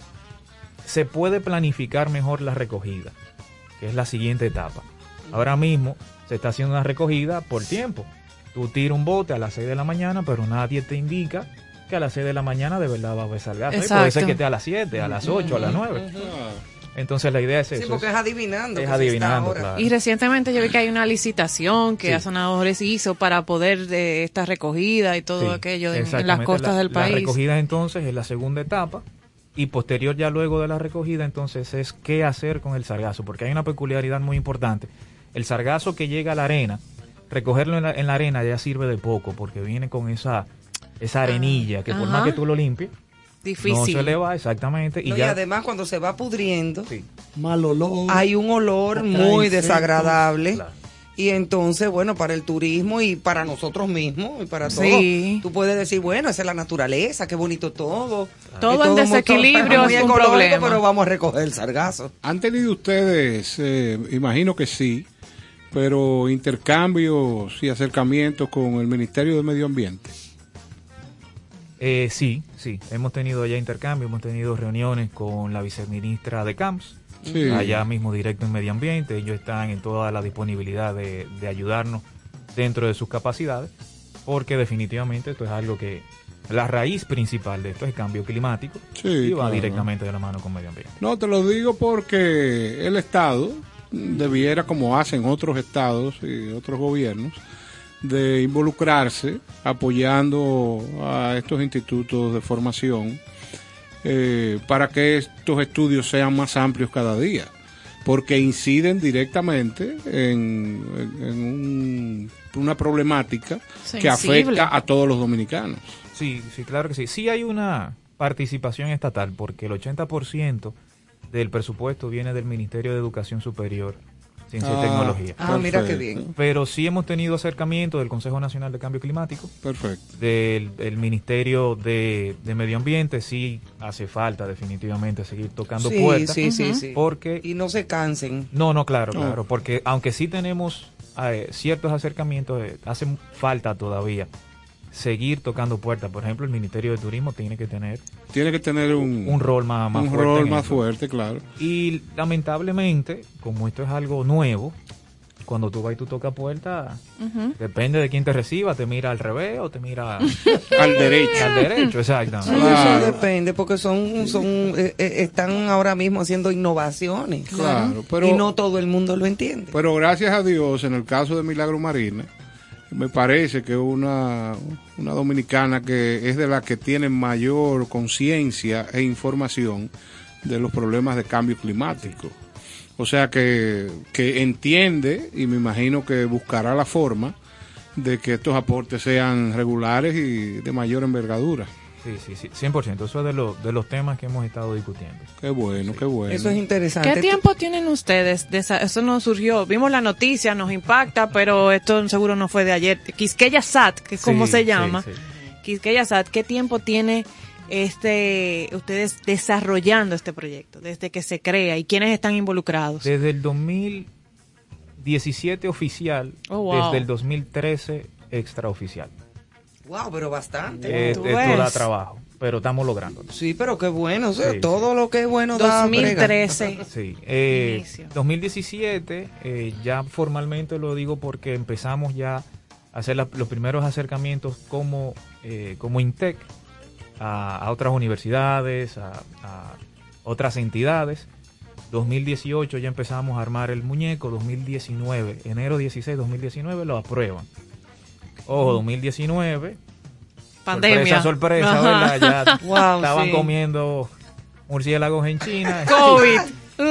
O: se puede planificar mejor la recogida, que es la siguiente etapa. Ahora mismo se está haciendo una recogida por tiempo. Tú tiras un bote a las seis de la mañana, pero nadie te indica que a las seis de la mañana de verdad va a haber sargazo. Y puede ser
G: Exacto.
O: que esté a las siete, a las ocho, a las nueve. Entonces la idea es eso.
F: Sí, porque es adivinando.
O: Es
F: que se está
O: adivinando,
F: ahora.
O: claro.
G: Y recientemente yo vi que hay una licitación que
O: Sí.
G: Azonadores hizo para poder de esta recogida y todo
O: Sí,
G: aquello en- en las
O: exactamente.
G: costas
O: La-
G: del país.
O: La recogida entonces es la segunda etapa, y posterior ya luego de la recogida entonces es qué hacer con el sargazo, porque hay una peculiaridad muy importante. El sargazo que llega a la arena, recogerlo en la, en la arena ya sirve de poco, porque viene con esa, esa arenilla que por
G: Ajá.
O: más que tú lo limpies,
G: Difícil.
O: no se le va exactamente. Y
F: No, y
O: ya
F: además cuando se va pudriendo,
E: mal olor.
F: hay un olor
E: Atrae
F: muy
E: insectos.
F: desagradable.
O: Claro.
F: Y entonces, bueno, para el turismo y para nosotros mismos y para todo,
G: Sí.
F: tú puedes decir, bueno, esa es la naturaleza, qué bonito todo.
G: Todo
F: Y
G: en
F: muy-
G: desequilibrio
F: muy
G: es un
F: ecológico,
G: problema.
F: pero vamos a recoger el sargazo.
D: ¿Han tenido ustedes, eh, imagino que sí, pero intercambios y acercamientos con el Ministerio de Medio Ambiente?
O: Eh, sí, sí, hemos tenido ya intercambio, hemos tenido reuniones con la viceministra de Camps,
D: Sí.
O: allá mismo directo en Medio Ambiente. Ellos están en toda la disponibilidad de, de ayudarnos dentro de sus capacidades, porque definitivamente esto es algo que, la raíz principal de esto es el cambio climático,
D: Sí,
O: y va
D: claro.
O: directamente de la mano con Medio Ambiente.
D: No, te lo digo porque el Estado debiera, como hacen otros estados y otros gobiernos, de involucrarse apoyando a estos institutos de formación eh, para que estos estudios sean más amplios cada día, porque inciden directamente en, en- en un- una problemática que
O: Sensible.
D: afecta a todos los dominicanos.
O: Sí, sí, claro que sí. Sí hay una participación estatal porque el ochenta por ciento del presupuesto viene del Ministerio de Educación Superior, Ciencia
D: Ah,
O: y Tecnología.
F: Ah, mira qué bien.
O: Pero sí hemos tenido acercamiento del Consejo Nacional de Cambio Climático.
D: Perfecto.
O: Del, del Ministerio de, de Medio Ambiente. Sí hace falta definitivamente seguir tocando
F: Sí,
O: puertas.
F: sí, sí, sí.
O: Porque
F: Y no se cansen.
O: no, no, claro,
F: No.
O: claro, porque aunque sí tenemos eh, ciertos acercamientos, eh, hace falta todavía seguir tocando puertas. Por ejemplo, el Ministerio de Turismo tiene que tener
D: Tiene que tener un,
O: un rol más, más
D: un
O: fuerte.
D: rol
O: en
D: más
O: esto.
D: fuerte, claro.
O: Y lamentablemente, como esto es algo nuevo, cuando tú vas y tú tocas puerta,
F: Ujú.
O: depende de quién te reciba, te mira al revés o te mira
D: al derecho.
O: Al derecho, exactamente.
F: Sí, eso depende, porque son, son eh, eh, están ahora mismo haciendo innovaciones.
D: Claro, pero-
F: y no todo el mundo lo entiende.
D: Pero gracias a Dios, en el caso de Milagro Marina, me parece que una, una dominicana que es de la que tiene mayor conciencia e información de los problemas de cambio climático. O sea que, que entiende y me imagino que buscará la forma de que estos aportes sean regulares y de mayor envergadura.
O: Sí, sí, sí, cien por ciento. Eso es de, los de los temas que hemos estado discutiendo.
D: Qué bueno, qué bueno.
F: Eso es interesante.
G: ¿Qué tiempo tienen ustedes? De esa- eso no surgió. Vimos la noticia, nos impacta, pero esto seguro no fue de ayer. Quisqueya Sat, que es como
O: Sí,
G: se
O: sí,
G: llama.
O: sí.
G: Quisqueya Sat, ¿qué tiempo tiene este ustedes desarrollando este proyecto? Desde que se crea y quiénes están involucrados.
O: Desde el dos mil diecisiete oficial,
G: Oh, wow.
O: desde el dos mil trece extraoficial.
F: Wow, pero bastante.
O: Eh,
F: Tú
O: esto da
F: ves.
O: trabajo, pero estamos logrando.
F: Sí, pero qué bueno. O sea,
O: Sí,
F: todo lo que es bueno da
G: dos mil
F: brega.
G: trece.
O: Sí, eh,
G: Inicio.
O: dos mil diecisiete, eh, ya formalmente lo digo porque empezamos ya a hacer la- los primeros acercamientos como, eh, como INTEC a, a otras universidades, a, a otras entidades. dos mil dieciocho ya empezamos a armar el muñeco, dos mil diecinueve, enero dieciséis, dos mil diecinueve lo aprueban. Ojo, dos mil diecinueve,
G: Pandemia.
O: sorpresa, sorpresa,
G: Ajá.
O: ¿verdad? Ya
G: Wow,
O: estaban
G: sí.
O: comiendo murciélagos en China.
G: COVID.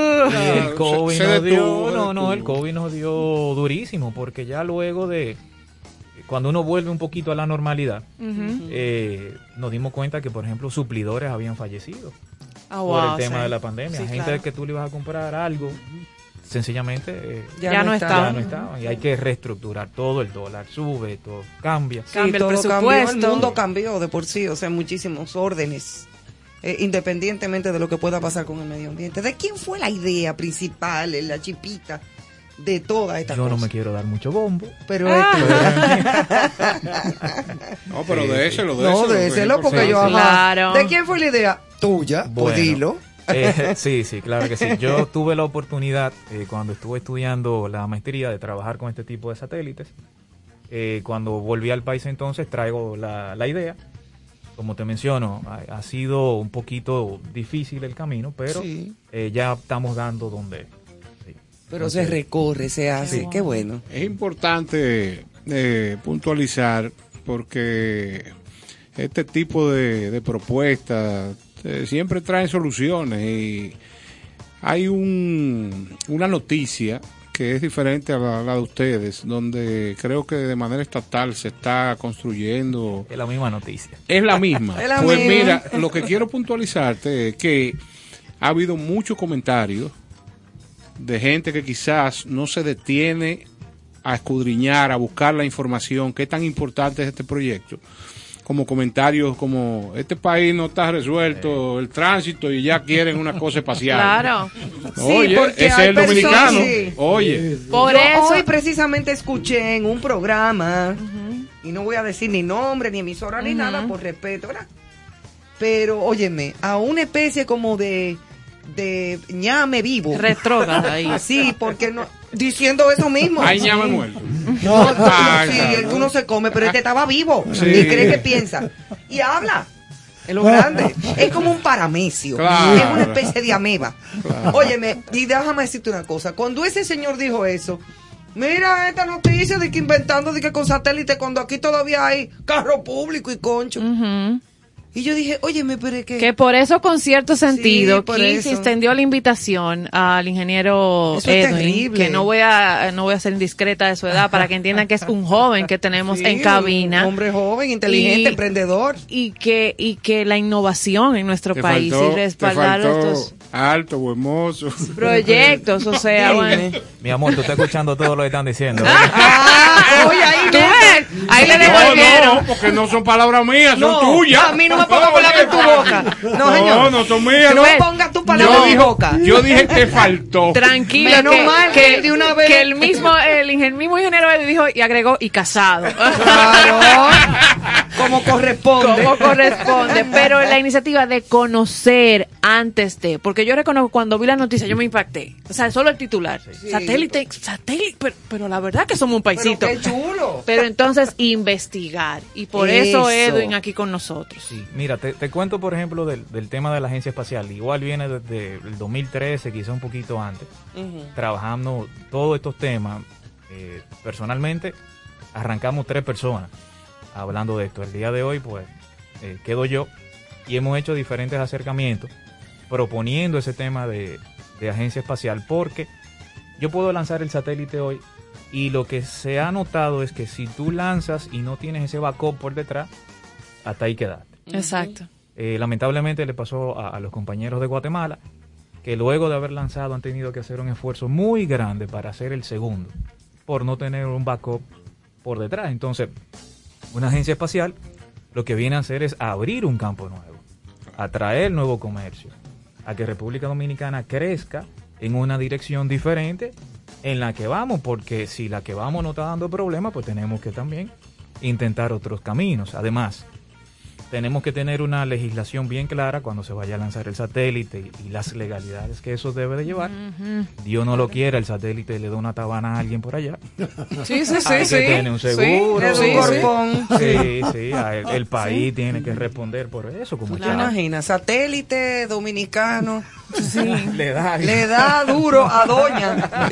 O: Y el COVID
D: Se- se
O: nos
D: detuvo,
O: dio,
D: se
O: no, no, el
D: detuvo.
O: COVID nos dio durísimo, porque ya luego de, cuando uno vuelve un poquito a la normalidad,
G: Ujú.
O: eh, nos dimos cuenta que, por ejemplo, suplidores habían fallecido
G: Ah,
O: por
G: wow,
O: el tema
G: sí.
O: de la pandemia.
G: Sí,
O: Gente
G: claro.
O: que tú le ibas a comprar algo, sencillamente eh,
G: Ya Ya no no estaban.
O: ya no estaban. Y hay que reestructurar todo, el dólar sube, todo cambia.
F: Sí,
G: Cambia el
F: todo cambió,
G: presupuesto.
F: el mundo cambió de por sí, o sea, muchísimos órdenes, eh, independientemente de lo que pueda pasar con el medio ambiente. ¿De quién fue la idea principal, eh, la chipita de toda esta
O: Yo
F: cosa?
O: no me quiero dar mucho bombo.
F: Pero
G: Ah.
D: No, pero
O: Sí,
D: déselo,
F: no,
D: déselo.
F: déselo
D: sí,
F: porque
D: sí,
F: yo
D: sí.
F: ajá.
G: Claro.
F: ¿De quién fue la idea? Tuya, pues
O: Bueno,
F: dilo.
O: eh, sí, sí, claro que sí. Yo tuve la oportunidad, eh, cuando estuve estudiando la maestría, de trabajar con este tipo de satélites. Eh, cuando volví al país entonces traigo la, la idea. Como te menciono, ha, ha sido un poquito difícil el camino, pero
F: Sí.
O: eh, ya estamos dando donde... sí.
F: Pero se
O: Entonces,
F: recorre, se hace,
G: Qué
F: qué bueno.
D: Es importante eh, puntualizar porque este tipo de, de propuestas eh, siempre traen soluciones y hay un, una noticia que es diferente a la, la de ustedes, donde creo que de manera estatal se está construyendo.
O: Es la misma noticia.
D: Es la misma.
F: Es la
D: Pues
F: misma.
D: mira, lo que quiero puntualizarte es que ha habido muchos comentarios de gente que quizás no se detiene a escudriñar, a buscar la información, qué tan importante es este proyecto, como comentarios como, este país no está resuelto el tránsito y ya quieren una cosa espacial.
G: Claro.
D: Oye,
F: Sí, porque
D: ese es
F: hay
D: el dominicano.
F: personas, sí.
D: Oye,
G: Por
F: Yo
G: eso.
F: hoy precisamente escuché en un programa, y no voy a decir ni nombre, ni emisora, ni
G: Ujú.
F: nada, por respeto, ¿verdad? Pero, óyeme, a una especie como de, de ñame vivo.
G: Retrógrada ahí.
F: Sí, porque no, diciendo eso mismo.
D: hay ñame muerto.
F: No, no,
D: Ay,
F: sí,
D: claro.
F: el que uno se come, pero este estaba vivo.
D: Sí.
F: Y cree que piensa. Y habla. Es lo grande. Es como un paramecio.
D: Claro.
F: Es una especie de ameba.
D: Claro.
F: Óyeme, y déjame decirte una cosa. Cuando ese señor dijo eso, mira esta noticia de que inventando de que con satélite, cuando aquí todavía hay carro público y concho.
G: Ujú.
F: Y yo dije, oye, me pero que...
G: Que por eso, con cierto sentido,
F: Sí, por
G: quien se
F: eso.
G: extendió la invitación al ingeniero
F: Eso es
G: Edwin,
F: terrible.
G: que no voy a no voy a ser indiscreta de su edad, para que entiendan que es un joven que tenemos
F: Sí,
G: en cabina.
F: un hombre joven, inteligente,
G: Y-
F: emprendedor.
G: Y que y que la innovación en nuestro
D: Te
G: país
D: faltó-
G: y respaldar
D: te faltó
G: estos
D: alto, buen mozo.
G: proyectos, o sea, bueno.
O: Mi amor, tú estás escuchando todo lo que están diciendo. ¿eh?
F: Oye, ahí,
G: ¿Tú ves? Ahí le
D: No,
G: devolvieron.
D: no, porque no son palabras mías,
F: No,
D: son tuyas.
F: a mí no me pongas palabras en tu boca. No, señor.
D: No, no son mías.
F: No
D: no.
F: pongas tu palabra
D: Yo
F: en mi
D: dijo-
F: boca.
D: Yo dije que faltó.
G: Tranquilo,
F: Menos
G: que,
F: mal
G: que,
F: que de una vez-
G: que el mismo el, ingen- mismo ingeniero Edwin dijo y agregó y casado.
F: Claro. Como corresponde.
G: Como corresponde, pero la iniciativa de conocer antes de, porque yo reconozco cuando vi la noticia yo me impacté, o sea, solo el titular, satélite, satélite, pero, pero la verdad que somos un paisito,
F: Pero qué chulo.
G: pero entonces investigar, y por eso,
F: Eso.
G: Edwin aquí con nosotros.
O: Sí, mira, te, te cuento por ejemplo del, del tema de la agencia espacial. Igual viene desde el dos mil trece, quizá un poquito antes,
F: Ujú.
O: trabajando todos estos temas. Eh, personalmente, arrancamos tres personas hablando de esto. El día de hoy, pues, eh, quedo yo y hemos hecho diferentes acercamientos proponiendo ese tema de, de agencia espacial, porque yo puedo lanzar el satélite hoy y lo que se ha notado es que si tú lanzas y no tienes ese backup por detrás, hasta ahí quedaste.
G: Exacto.
O: Eh, lamentablemente le pasó a, a los compañeros de Guatemala, que luego de haber lanzado han tenido que hacer un esfuerzo muy grande para hacer el segundo, por no tener un backup por detrás. Entonces, una agencia espacial lo que viene a hacer es abrir un campo nuevo, atraer nuevo comercio, a que República Dominicana crezca en una dirección diferente en la que vamos, porque si la que vamos no está dando problemas, pues tenemos que también intentar otros caminos. Además, tenemos que tener una legislación bien clara cuando se vaya a lanzar el satélite y, y las legalidades que eso debe de llevar.
G: Ujú.
O: Dios no lo quiera, el satélite le da una tabana a alguien por allá.
G: Sí, sí, sí,
O: Hay
G: sí.
O: que tener un
G: Sí,
O: seguro.
F: es un
O: sí,
F: gorpón.
O: Sí, sí, a- el, el país tiene que responder por eso. Como
F: ¿Te
O: chavo.
F: imaginas? Satélite dominicano.
G: Sí.
O: Le da.
F: Le da duro a doña.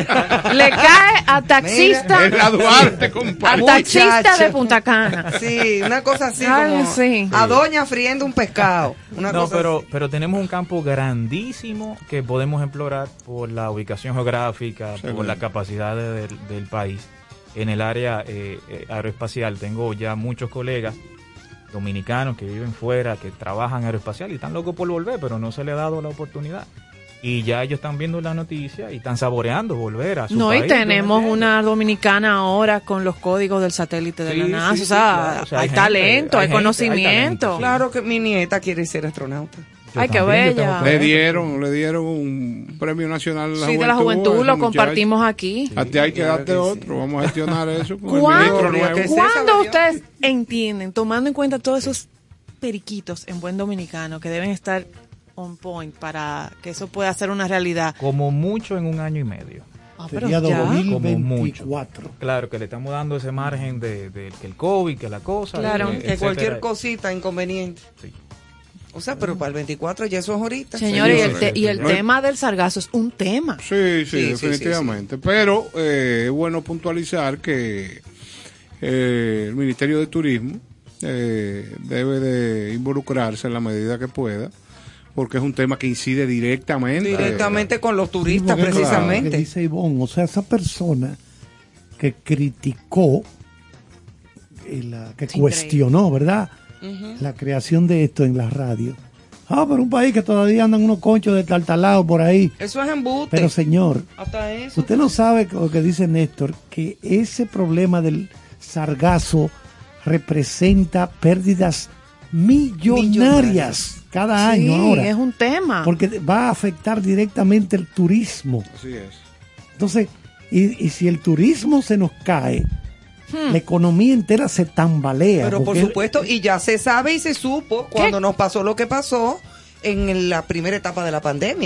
G: Le cae a taxista,
D: Es la Duarte,
G: a
D: compadre.
G: taxista
F: Muchacho.
G: de Punta Cana.
F: Sí, una cosa así
G: Ay,
F: como
G: sí.
F: a doña friendo un pescado. Una
O: No,
F: cosa
O: pero,
F: así.
O: pero tenemos un campo grandísimo que podemos explorar por la ubicación geográfica,
D: Seguro.
O: por la capacidad de- del, del país. En el área eh, eh, aeroespacial tengo ya muchos colegas dominicanos que viven fuera, que trabajan aeroespacial y están locos por volver, pero no se le ha dado la oportunidad. Y ya ellos están viendo la noticia y están saboreando volver a su
G: No,
O: país.
G: y tenemos
O: ¿me entiendes?
G: una dominicana ahora con los códigos del satélite de
O: Sí,
G: la NASA.
O: sí,
G: o,
O: sí,
G: sea,
O: claro. O sea,
G: hay,
O: hay gente,
G: talento,
O: hay
G: hay,
O: gente, hay
G: conocimiento.
O: talento, sí.
F: Claro que mi nieta quiere ser astronauta.
O: Yo
G: Ay, qué
O: también, yo
G: bella.
O: tengo
D: Le
O: que-
D: dieron, le dieron un premio nacional de la
G: Sí,
D: juventud.
G: de la
D: a
G: juventud
D: esa
G: lo
D: muchacha.
G: compartimos aquí.
D: A ti hay que
F: Claro
D: darte
F: que
D: otro.
F: sí.
D: Vamos a gestionar eso con el
G: ¿Cuándo,
D: ministro
F: Gloria,
D: nuevo.
F: que sea,
G: ¿Cuándo
F: sabe Dios?
G: ustedes entienden, tomando en cuenta todos esos periquitos en buen dominicano que deben estar on point para que eso pueda ser una realidad?
O: Como mucho en un año y medio.
G: Ah, pero
E: Sería
G: ya.
O: Como mucho.
E: dos mil veinticuatro.
O: Claro, que le estamos dando ese margen de, de que el COVID, que la cosa.
G: Claro.
O: eh,
F: Que
O: etcétera.
F: cualquier cosita inconveniente.
O: Sí.
F: O sea, pero para el veinticuatro ya eso es ahorita.
G: Señores, y el,
D: Señores,
G: te- y el
D: señores.
G: tema del sargazo es un tema.
D: Sí, sí,
F: Sí, sí,
D: definitivamente. Pero eh, es bueno puntualizar que eh, el Ministerio de Turismo eh, debe de involucrarse en la medida que pueda, porque es un tema que incide directamente.
F: Directamente con los turistas,
E: Sí, porque
F: precisamente.
E: que dice Ivonne, o sea, esa persona que criticó, eh, la, que
G: Sí,
E: cuestionó, ¿verdad? La creación de esto en la radio. Ah, pero un país que todavía andan unos conchos de tartalado por ahí.
F: Eso es embuste.
E: Pero señor,
F: Hasta eso.
E: usted no sabe lo que dice Néstor, que ese problema del sargazo representa pérdidas millonarias,
F: Millonarias.
E: cada
G: Sí,
E: año ahora.
G: es un tema.
E: Porque va a afectar directamente el turismo.
D: Así es.
E: Entonces, y, y si el turismo se nos cae,
G: Hmm.
E: la economía entera se tambalea.
F: Pero por
E: porque-
F: supuesto, y ya se sabe y se supo cuando nos pasó lo que pasó en la primera etapa de la pandemia.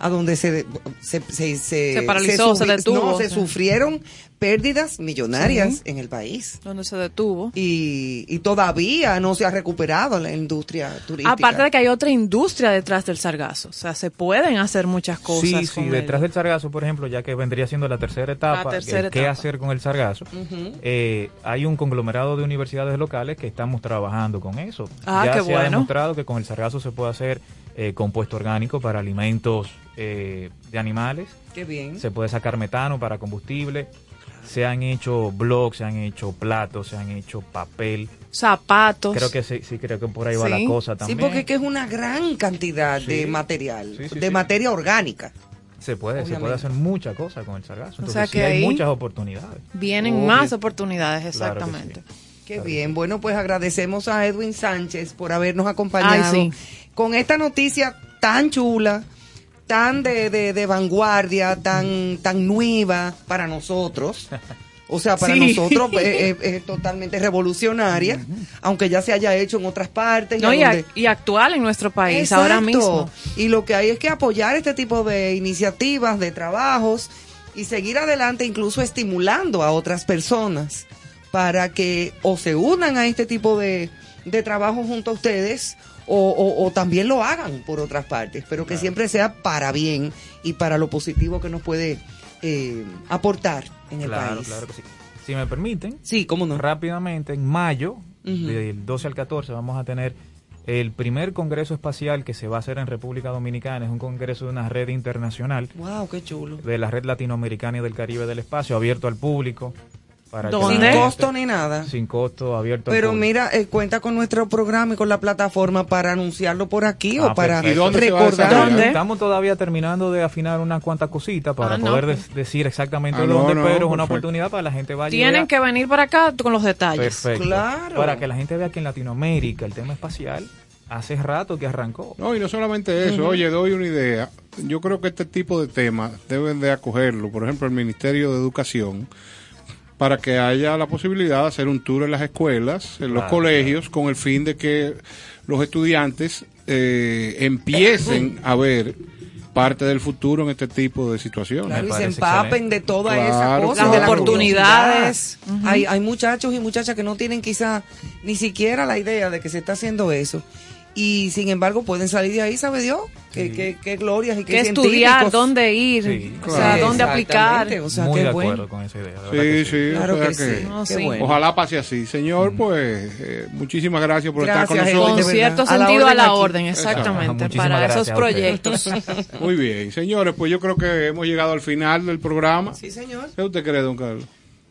F: a donde se se se, se,
G: Se paralizó, se
F: subi-
G: detuvo,
F: no, se
G: sí.
F: sufrieron pérdidas millonarias
G: Sí.
F: en el país.
G: Donde se detuvo.
F: Y, y todavía no se ha recuperado la industria turística.
G: Aparte de que hay otra industria detrás del sargazo. O sea, se pueden hacer muchas cosas.
O: Sí, sí,
G: con
O: detrás
G: él.
O: del sargazo, por ejemplo, ya que vendría siendo la tercera etapa,
G: La tercera
O: el qué
G: etapa.
O: hacer con el sargazo,
G: Ujú.
O: eh, hay un conglomerado de universidades locales que estamos trabajando con eso.
G: Ah,
O: ya
G: qué
O: se ha
G: bueno.
O: demostrado que con el sargazo se puede hacer eh, compuesto orgánico para alimentos eh, de animales.
F: Qué bien.
O: Se puede sacar metano para combustible. Se han hecho blogs, se han hecho platos, se han hecho papel.
G: Zapatos.
O: Creo que sí, sí creo que por ahí va
F: Sí.
O: la cosa
F: Sí,
O: también.
F: porque es que es una gran cantidad de material,
O: Sí, sí,
F: de
O: sí.
F: materia orgánica.
O: Se puede, se
F: Obviamente.
O: puede hacer muchas cosas con el sargazo.
G: O
O: Entonces,
G: sea
O: sí
G: que
O: hay
G: ahí
O: muchas oportunidades.
G: Vienen
F: Obvio.
G: más oportunidades,
O: Claro que
G: exactamente.
F: Qué bien. Bueno, pues agradecemos a Edwin Sánchez por habernos acompañado
G: Ay, sí.
F: con esta noticia tan chula, tan de, de, de vanguardia, tan, tan nueva para nosotros. O sea, para
G: Sí.
F: nosotros es, es- es totalmente revolucionaria, aunque ya se haya hecho en otras partes. y
G: No,
F: a
G: y, a-
F: donde-
G: y actual en nuestro país ahora
F: Exacto.
G: mismo.
F: Y lo que hay es que apoyar este tipo de iniciativas, de trabajos y seguir adelante, incluso estimulando a otras personas para que o se unan a este tipo de, de trabajo junto a ustedes o, o- o también lo hagan por otras partes, pero que siempre sea para bien y para lo positivo que nos puede eh, aportar en el
O: Claro,
F: país.
O: claro que sí. Si me permiten,
F: sí, cómo no.
O: Rápidamente, en mayo,
F: Ujú.
O: del doce al catorce, vamos a tener el primer congreso espacial que se va a hacer en República Dominicana. Es un congreso de una red internacional,
F: Wow, qué chulo.
O: de la red latinoamericana y del Caribe del espacio, abierto al público. Para que
F: Sin
O: la gente-
F: costo ni nada.
O: Sin costo, abierto al
F: Pero
O: público.
F: mira, eh, cuenta con nuestro programa y con la plataforma para anunciarlo por aquí
O: Ah,
F: o para
O: perfecto.
F: recordar.
O: Estamos todavía terminando de afinar unas cuantas cositas para
G: Ah, no.
O: poder des- decir exactamente
G: Ah, no,
O: dónde,
G: no,
O: pero es una
G: perfecto.
O: oportunidad para la gente vaya y
G: Tienen
O: vea.
G: que venir para acá con los detalles.
O: Perfecto.
F: Claro.
O: Para que la gente vea que en Latinoamérica el tema espacial hace rato que arrancó.
D: No, y no solamente eso,
O: Ujú.
D: oye, doy una idea. Yo creo que este tipo de temas deben de acogerlo, por ejemplo, el Ministerio de Educación, para que haya la posibilidad de hacer un tour en las escuelas, en los
O: Claro,
D: colegios, con el fin de que los estudiantes eh, empiecen a ver parte del futuro en este tipo de situaciones.
F: Claro, y se empapen de toda esa
D: Claro,
F: cosa.
D: claro.
F: de la
G: oportunidades.
F: curiosidad.
G: Ujú.
F: hay, hay muchachos y muchachas que no tienen quizá ni siquiera la idea de que se está haciendo eso. Y sin embargo pueden salir de ahí, ¿sabe Dios? Qué, qué, qué glorias y qué
G: Qué estudiar,
F: científicos.
G: dónde ir,
O: Sí,
G: o sea,
F: claro.
G: dónde aplicar.
F: Exactamente, o sea,
O: Muy
F: qué
O: de
F: bueno.
O: acuerdo con esa idea. de verdad
D: Sí,
O: que
D: sí,
F: Claro
D: o sea
F: que sí.
G: No,
F: Qué
G: sí.
F: bueno.
D: Ojalá pase así. Señor, pues, eh, muchísimas gracias por estar
F: Gracias,
D: con
F: Eloy,
D: nosotros.
F: de
G: Con cierto
F: verdad. A la
G: sentido a
F: orden
G: la
F: aquí.
G: orden, exactamente,
O: Muchísimas
G: para
O: gracias
G: esos
O: a ustedes.
G: proyectos.
D: Muy bien, señores, pues yo creo que hemos llegado al final del programa.
F: Sí, señor.
D: ¿Qué usted cree, don Carlos?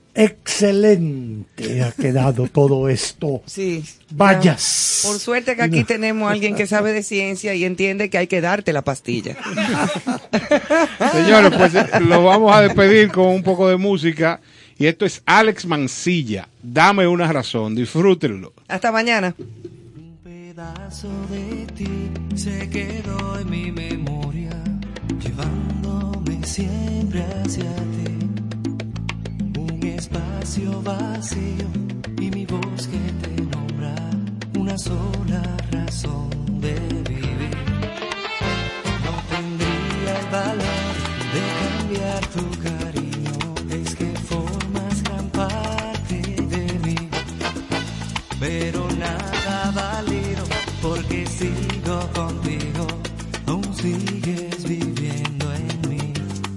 E: Excelente ha quedado todo esto.
F: Sí.
E: Vayas.
F: Ya. Por suerte que aquí tenemos a alguien que sabe de ciencia y entiende que hay que darte la pastilla.
D: Señores, pues eh, lo vamos a despedir con un poco de música. Y esto es Alex Mancilla. Dame una razón. Disfrútenlo.
F: Hasta mañana.
H: pedazo de ti se quedó en mi memoria, llevándome siempre hacia ti. Un espacio vacío y mi voz que te nombra, una sola razón de vivir. No tendría el valor de cambiar tu cariño, es que formas gran parte de mí, pero nada ha valido porque sigo contigo, aún sigues viviendo en mí.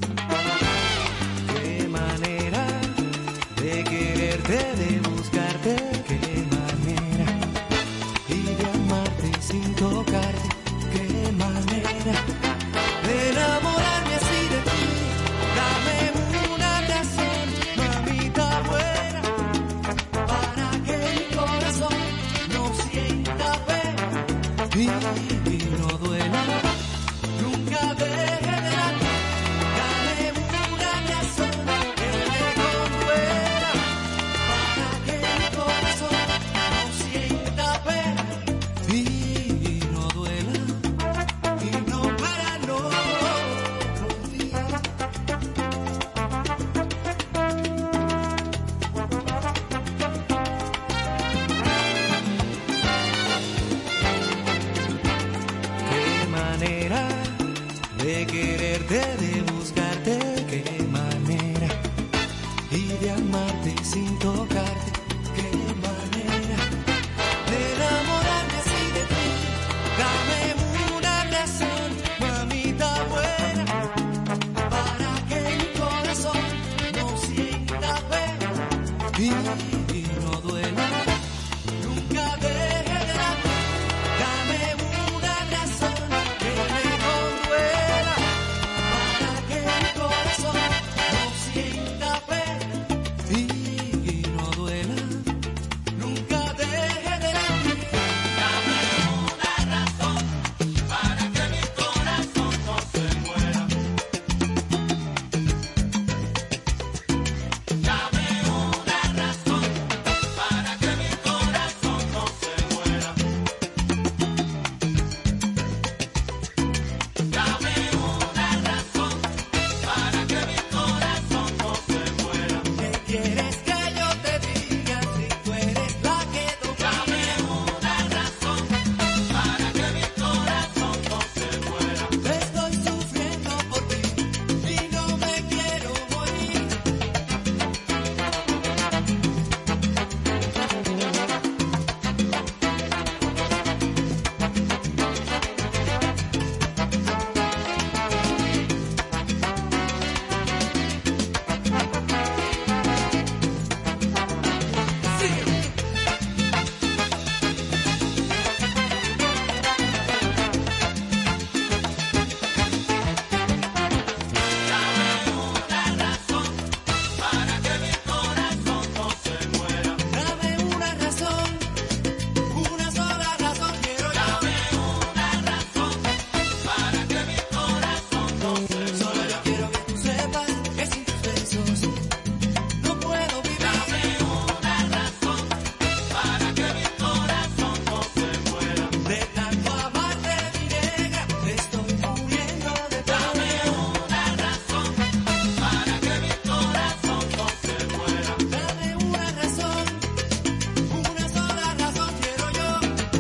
H: Qué manera de quererte, de buscarte, qué manera, y de amarte sin tocarte, qué manera de enamorarme así de ti. Dame una razón, mamita buena, para que mi corazón no sienta pena y, y no duela, nunca deje de latir. Dame una razón que me consuela, para que mi corazón no sienta pena y no duela, y no para y, y no duela. Nunca deje de latir, dame una razón que me conduela, para que mi corazón no sienta pena y, y no duela. Nunca deje de latir, dame una razón para que mi corazón no se muera. Dame una razón para que mi corazón no se muera. Dame una razón para que mi corazón no se muera. ¿Qué quieres que yo te diga si tú eres la que toca? Dame una razón para que mi corazón no se muera. Estoy sufriendo por ti y no me quiero morir. Dame una razón, una sola razón quiero yo. Dame una razón para que mi corazón no se muera. Solo yo quiero que tú sepas que sin tus besos no puedo vivir. Dame una razón para que mi corazón no se muera. De tanto amarte, mi negra, me estoy muriendo de pena. Dame una razón para que mi corazón no se muera. Dame una razón, una sola razón quiero yo.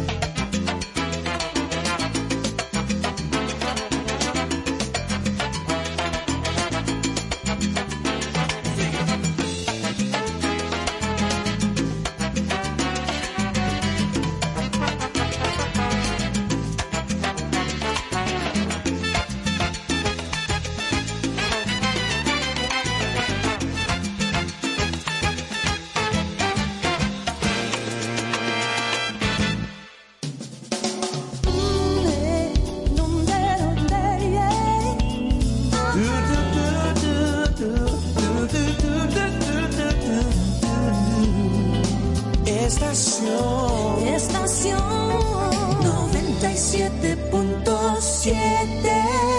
H: Estación, estación noventa y siete punto siete.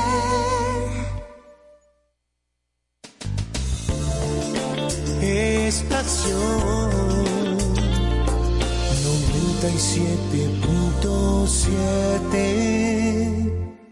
H: Estación noventa y siete punto siete.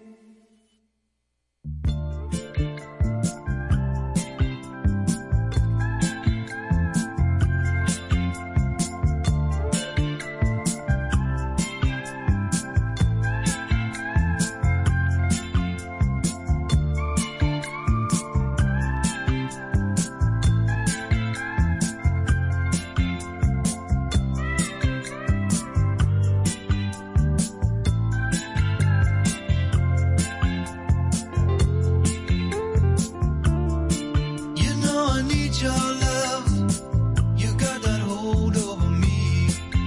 H: You know I need your love. You got that hold over me.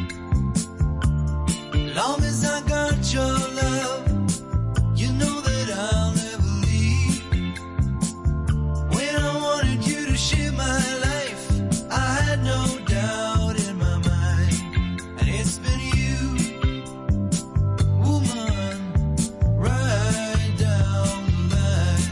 H: Long as I got your love, you know that I'll never leave. When I wanted you to share my life, I had no doubt in my mind. And it's been you, woman, right down the line.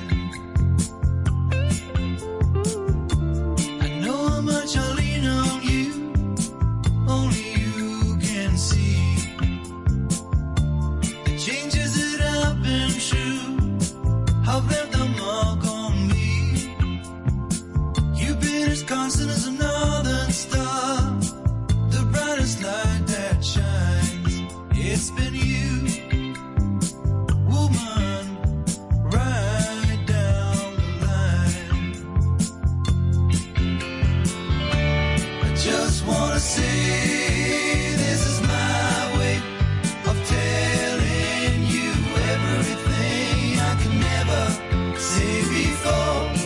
H: I know how much I lean on you, only you can see. The changes that I've been through have left a mark on me. You've been as constant as a northern star, the brightest light that shines. It's been you, woman, right down the line. I just wanna say this is my way of telling you everything I can never say before.